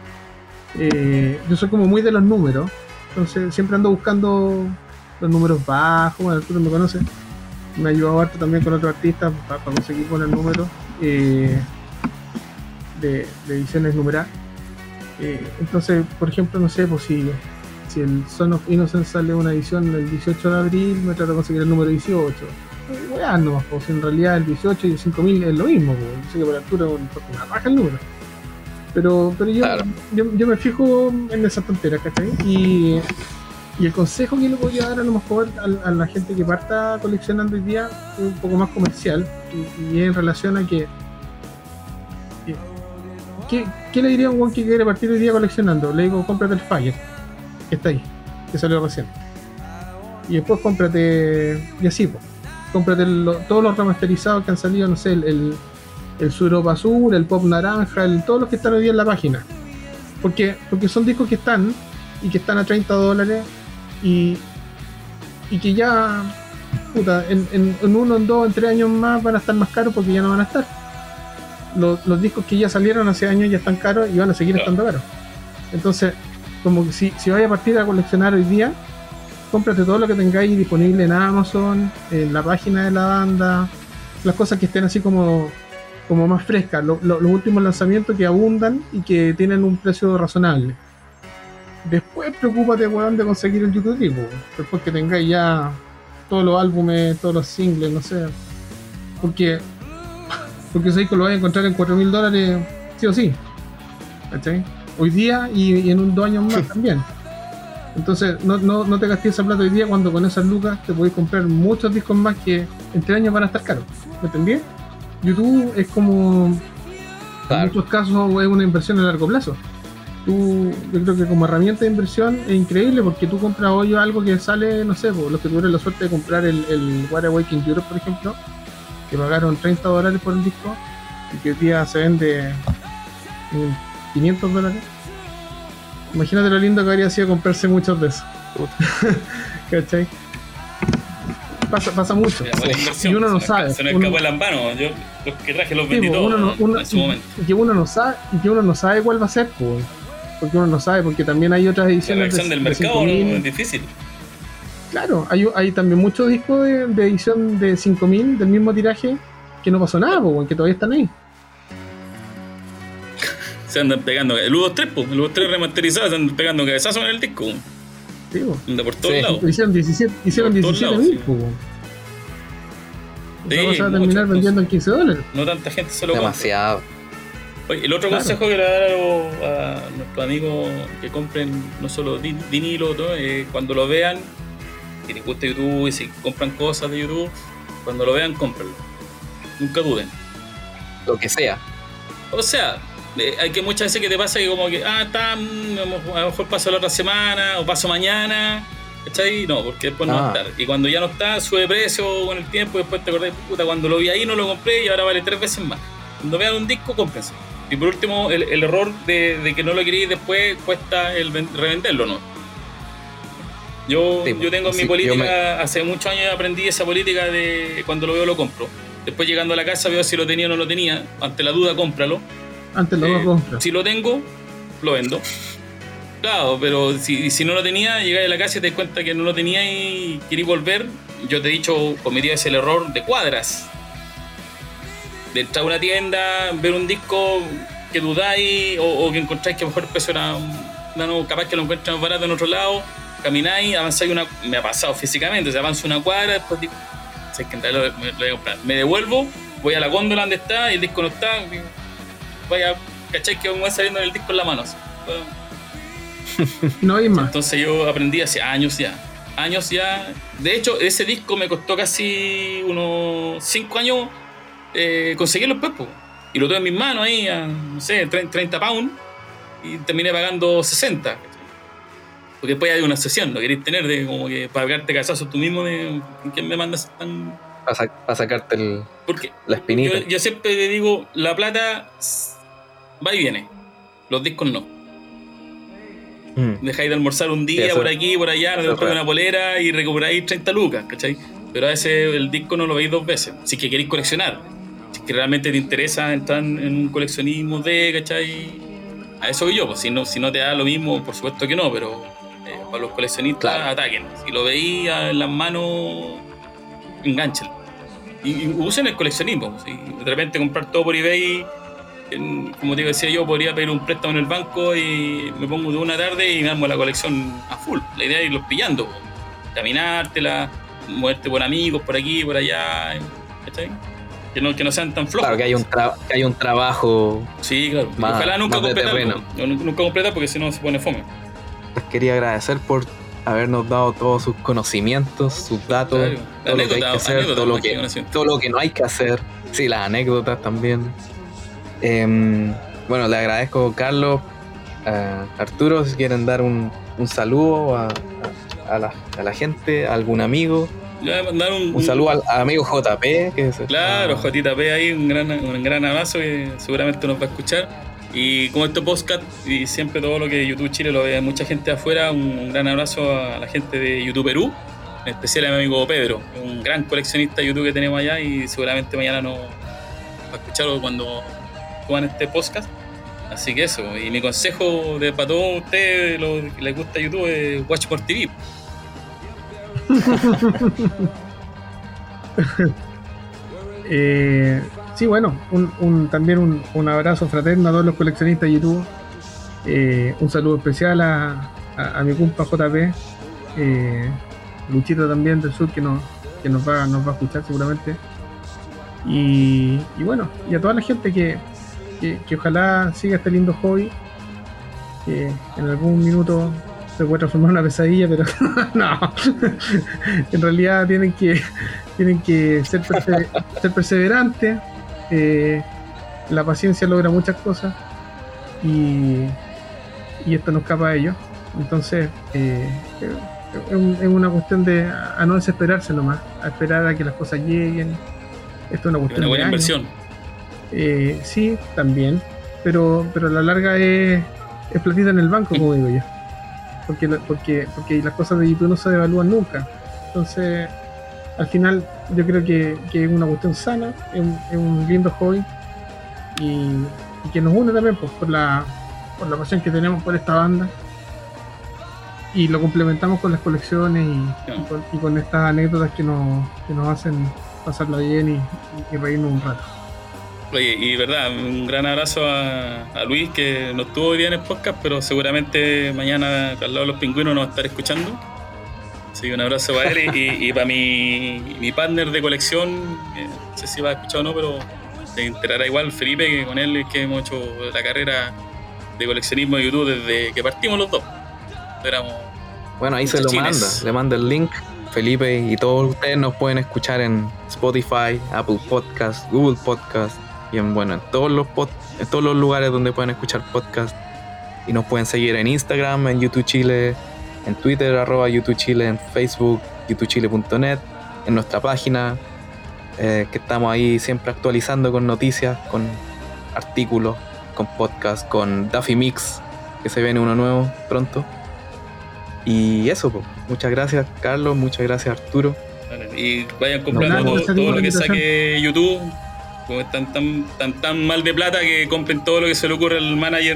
Yo soy como muy de los números, entonces siempre ando buscando los números bajos. Bueno, tú me conoces, me ha ayudado harto también con otros artistas para conseguir poner números de ediciones numeradas. Entonces, por ejemplo, no sé, pues si el Son of Innocence sale una edición el 18 de abril, me trato de conseguir el número 18. No, pues en realidad el 18 y el 5000 es lo mismo, pues. Yo sé que por altura es una raja el número. Pero yo me fijo en esas tonteras, ¿cachai? Y el consejo que le podría dar a lo mejor a la gente que parta coleccionando hoy día es un poco más comercial, y es en relación a ¿qué le diría a un guan que quiere partir hoy día coleccionando? Le digo, cómprate el Fire, que está ahí, que salió recién, y después cómprate, y así pues, cómprate todos los remasterizados que han salido, no sé, el Suropa Azul, el Pop Naranja, todos los que están hoy día en la página, porque son discos que están a $30, y que ya, puta, en 1, en 2, en 3 años más van a estar más caros, porque ya no van a estar. Los discos que ya salieron hace años ya están caros y van a seguir estando caros. Entonces, como que si vais a partir a coleccionar hoy día, cómprate todo lo que tengáis disponible en Amazon, en la página de la banda, las cosas que estén así como más frescas, los últimos lanzamientos que abundan y que tienen un precio razonable. Después preocúpate, weón, de conseguir el YouTube tipo, después que tengáis ya todos los álbumes, todos los singles, no sé, porque sabéis que lo vais a encontrar en $4,000 sí o sí, ¿cachai? Hoy día y en 2 años más también. Entonces no te gastes esa plata hoy día, cuando con esas lucas te podéis comprar muchos discos más que en 3 años van a estar caros. ¿Me entendí? YouTube es como Claro. En muchos casos es una inversión a largo plazo. Yo creo que como herramienta de inversión es increíble porque tú compras hoy algo que sale, no sé, por los que tuvieron la suerte de comprar el What Awakening Europe, por ejemplo, que pagaron $30 por el disco y que hoy día se vende en $500. Imagínate lo lindo que habría sido comprarse muchos de esos. ¿Cachai? Pasa mucho. Y uno no sabe. Se nos escapó el lambano. Yo los que traje los vendí pues, todos en su momento. Y que uno no sabe cuál va a ser, pues. Porque uno no sabe, porque también hay otras La ediciones reacción del mercado es difícil. Claro, hay también muchos discos de edición de 5000 del mismo tiraje que no pasó nada, pues, que todavía están ahí. Se andan pegando. El U23, pues. El U23 remasterizado, se andan pegando cabezazos en el disco. Sí, pues. Anda por todos lados. Hicieron 17.000, pues. Sí, Vamos a terminar vendiendo en $15. No tanta gente se lo compra. Demasiado. Oye, el otro consejo que le voy a dar a nuestros amigos que compren no solo vinilo, todo, cuando lo vean, si les gusta YouTube y si compran cosas de YouTube, cuando lo vean, cómprenlo. Nunca duden. Lo que sea. O sea, hay que muchas veces que te pasa que como que, a lo mejor paso la otra semana o paso mañana, ¿cachai? No, porque después no va a estar. Y cuando ya no está, sube precio con el tiempo y después te acordás, puta, cuando lo vi ahí no lo compré y ahora vale 3 veces más. Cuando vean un disco, cómprense. Y por último, el error de que no lo queréis después cuesta el revenderlo, ¿no? Yo tengo mi política, hace muchos años aprendí esa política de cuando lo veo lo compro. Después llegando a la casa veo si lo tenía o no lo tenía. Ante la duda, cómpralo. Ante la duda, compra. Si lo tengo, lo vendo. Claro, pero si no lo tenía, llegáis a la casa y te das cuenta que no lo tenía y queréis volver. Yo te he dicho, cometías el error de cuadras. De entrar a una tienda, ver un disco que dudáis o que encontráis que a lo mejor el precio era capaz que lo encuentras más barato en otro lado, camináis, avanzáis me ha pasado físicamente, o sea, avanzo una cuadra, después digo, sé que en realidad lo voy a comprar. Me devuelvo, voy a la góndola donde está y el disco no está, vaya, ¿cachai? Que me voy saliendo el disco en la mano. Así. No hay más. Entonces yo aprendí hace años ya. De hecho, ese disco me costó casi unos 5 años conseguirlo después, po. Y lo tuve en mis manos ahí a, no sé, 30 pounds y terminé pagando 60. Porque después hay una sesión, lo queréis tener de como que para pegarte cazazos tú mismo de ¿quién me mandas tan...? Para sacarte porque la espinita. Yo siempre le digo, la plata va y viene, los discos no. Dejáis de almorzar un día, sí, por aquí, por allá, no te compráis una polera y recuperáis 30 lucas, ¿cachai? Pero a veces el disco no lo veis 2 veces, si es que queréis coleccionar. Que realmente te interesa entrar en un coleccionismo ¿cachai? A eso voy yo, pues si no te da lo mismo, por supuesto que no, pero para los coleccionistas, claro, ataquen. Si lo veis en las manos, enganchen. Y usen el coleccionismo. Si de repente comprar todo por eBay, como te decía yo, podría pedir un préstamo en el banco y me pongo de una tarde y me armo la colección a full. La idea es irlos pillando, caminártela, moverte por amigos, por aquí, por allá, ¿cachai? Que no sean tan flojos. Claro, que hay un trabajo. Sí, claro. Más, ojalá nunca completar. Nunca completar porque si no se pone fome. Les quería agradecer por habernos dado todos sus conocimientos, sus datos, claro, todo lo que hay que hacer, todo lo que no hay que hacer. Sí, las anécdotas también. Bueno, le agradezco a Carlos, a Arturo, si quieren dar un saludo a la gente, a algún amigo. Un saludo al amigo JP. Claro, JP ahí, un gran abrazo que seguramente nos va a escuchar. Y como este podcast y siempre todo lo que YouTube Chile lo ve mucha gente de afuera, un gran abrazo a la gente de YouTube Perú, en especial a mi amigo Pedro, un gran coleccionista de YouTube que tenemos allá y seguramente mañana nos va a escuchar cuando suban este podcast. Así que eso, y mi consejo para todos ustedes, los que les gusta YouTube, es Watch More TV. Sí, bueno, también un abrazo fraterno a todos los coleccionistas de YouTube. Un saludo especial a mi compa JP, Luchito también del sur que nos va a escuchar seguramente. Y bueno, y a toda la gente que ojalá siga este lindo hobby, que en algún minuto se puede transformar en una pesadilla, pero no. En realidad tienen que ser perseverantes, la paciencia logra muchas cosas y esto no escapa a ello. Entonces, es una cuestión de a no desesperarse nomás, a esperar a que las cosas lleguen. Esto es una cuestión Una buena de años. inversión. Sí, también, pero a la larga es platita en el banco, como digo yo. Porque las cosas de YouTube no se devalúan nunca. Entonces, al final, yo creo que es una cuestión sana, es un lindo hobby y que nos une también pues, por la pasión que tenemos por esta banda. Y lo complementamos con las colecciones y con estas anécdotas que nos hacen pasarla bien y reírnos un rato. Oye, y verdad, un gran abrazo a Luis, que no estuvo hoy día en el podcast, pero seguramente mañana al lado de los pingüinos nos va a estar escuchando. Así que un abrazo para él y para mi partner de colección, no sé si va a escuchar o no, pero se enterará igual, Felipe, que con él es que hemos hecho la carrera de coleccionismo de YouTube desde que partimos los dos. Éramos Bueno, ahí se lo muchachines. le manda el link. Felipe y todos ustedes nos pueden escuchar en Spotify, Apple Podcast, Google Podcast y en todos los lugares donde pueden escuchar podcast. Y nos pueden seguir en Instagram, en YouTube Chile, en Twitter, @YouTube Chile, en Facebook, youtubechile.net, en nuestra página, que estamos ahí siempre actualizando con noticias, con artículos, con podcast, con Daffy Mix, que se viene uno nuevo pronto. Y eso, pues. Muchas gracias, Carlos. Muchas gracias, Arturo. Vale, y vayan comprando No, todo lo que saque YouTube. Como están tan mal de plata, que compren todo lo que se le ocurre al manager.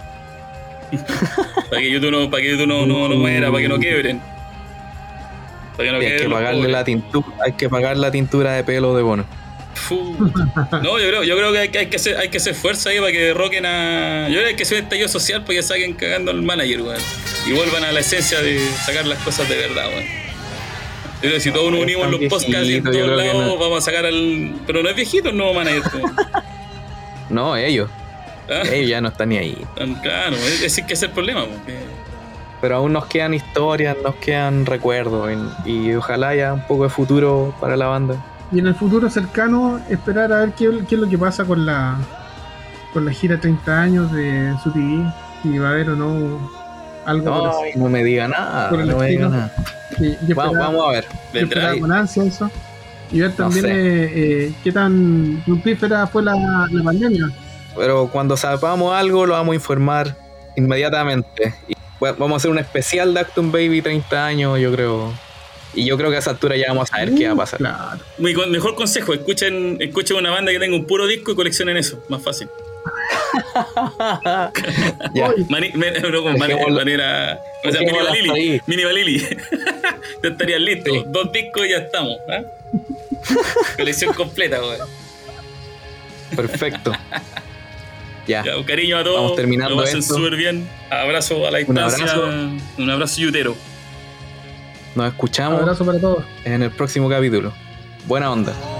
para que YouTube no muera, para que no quiebren. Para que no Y hay quiebren que los pagarle pobres. hay que pagar la tintura de pelo de Bono. No, yo creo que hay que hacer fuerza ahí para que derroquen a. Yo creo que hay que hacer un estallido social para que saquen cagando al manager, weón. Y vuelvan a la esencia de sacar las cosas de verdad, weón. Yo creo que si todos nos unimos en los podcasts y en Viejito, yo todos creo que lados, no. vamos a sacar al. Pero no es viejito el nuevo manager, weón. No, ellos. ¿Ah? Ellos ya no están ni ahí. Claro, ese que es el problema, weón. Pero aún nos quedan historias, nos quedan recuerdos. Y ojalá haya un poco de futuro para la banda. Y en el futuro cercano, esperar a ver qué es lo que pasa con la gira 30 años de su TV, si va a haber o no algo Ay, no me diga nada. por el No me diga estilo. nada. Yo Vamos a ver. yo esperaba Vendrá. con ansia eso. Y ver No también sé. qué tan fructífera fue la pandemia. Pero cuando sepamos algo, lo vamos a informar inmediatamente. Y vamos a hacer un especial de Acton Baby 30 años, yo creo. Y yo creo que a esa altura ya vamos a saber qué va a pasar. Claro. Mi mejor consejo, escuchen una banda que tenga un puro disco y coleccionen eso, más fácil. Ya. Oye, No con Dejémoslo- manera. O sea, dejémoslo hasta ahí. Mini Balili. Ya estarían listos. Sí. 2 discos y ya estamos. ¿Ah? Colección completa, weón. Perfecto. Ya. Ya, un cariño a todos. Vamos terminando Lo pasen esto. súper bien. Abrazo a la distancia. abrazo. Un abrazo yutero. Nos un escuchamos abrazo para todos. en el próximo capítulo. Buena onda.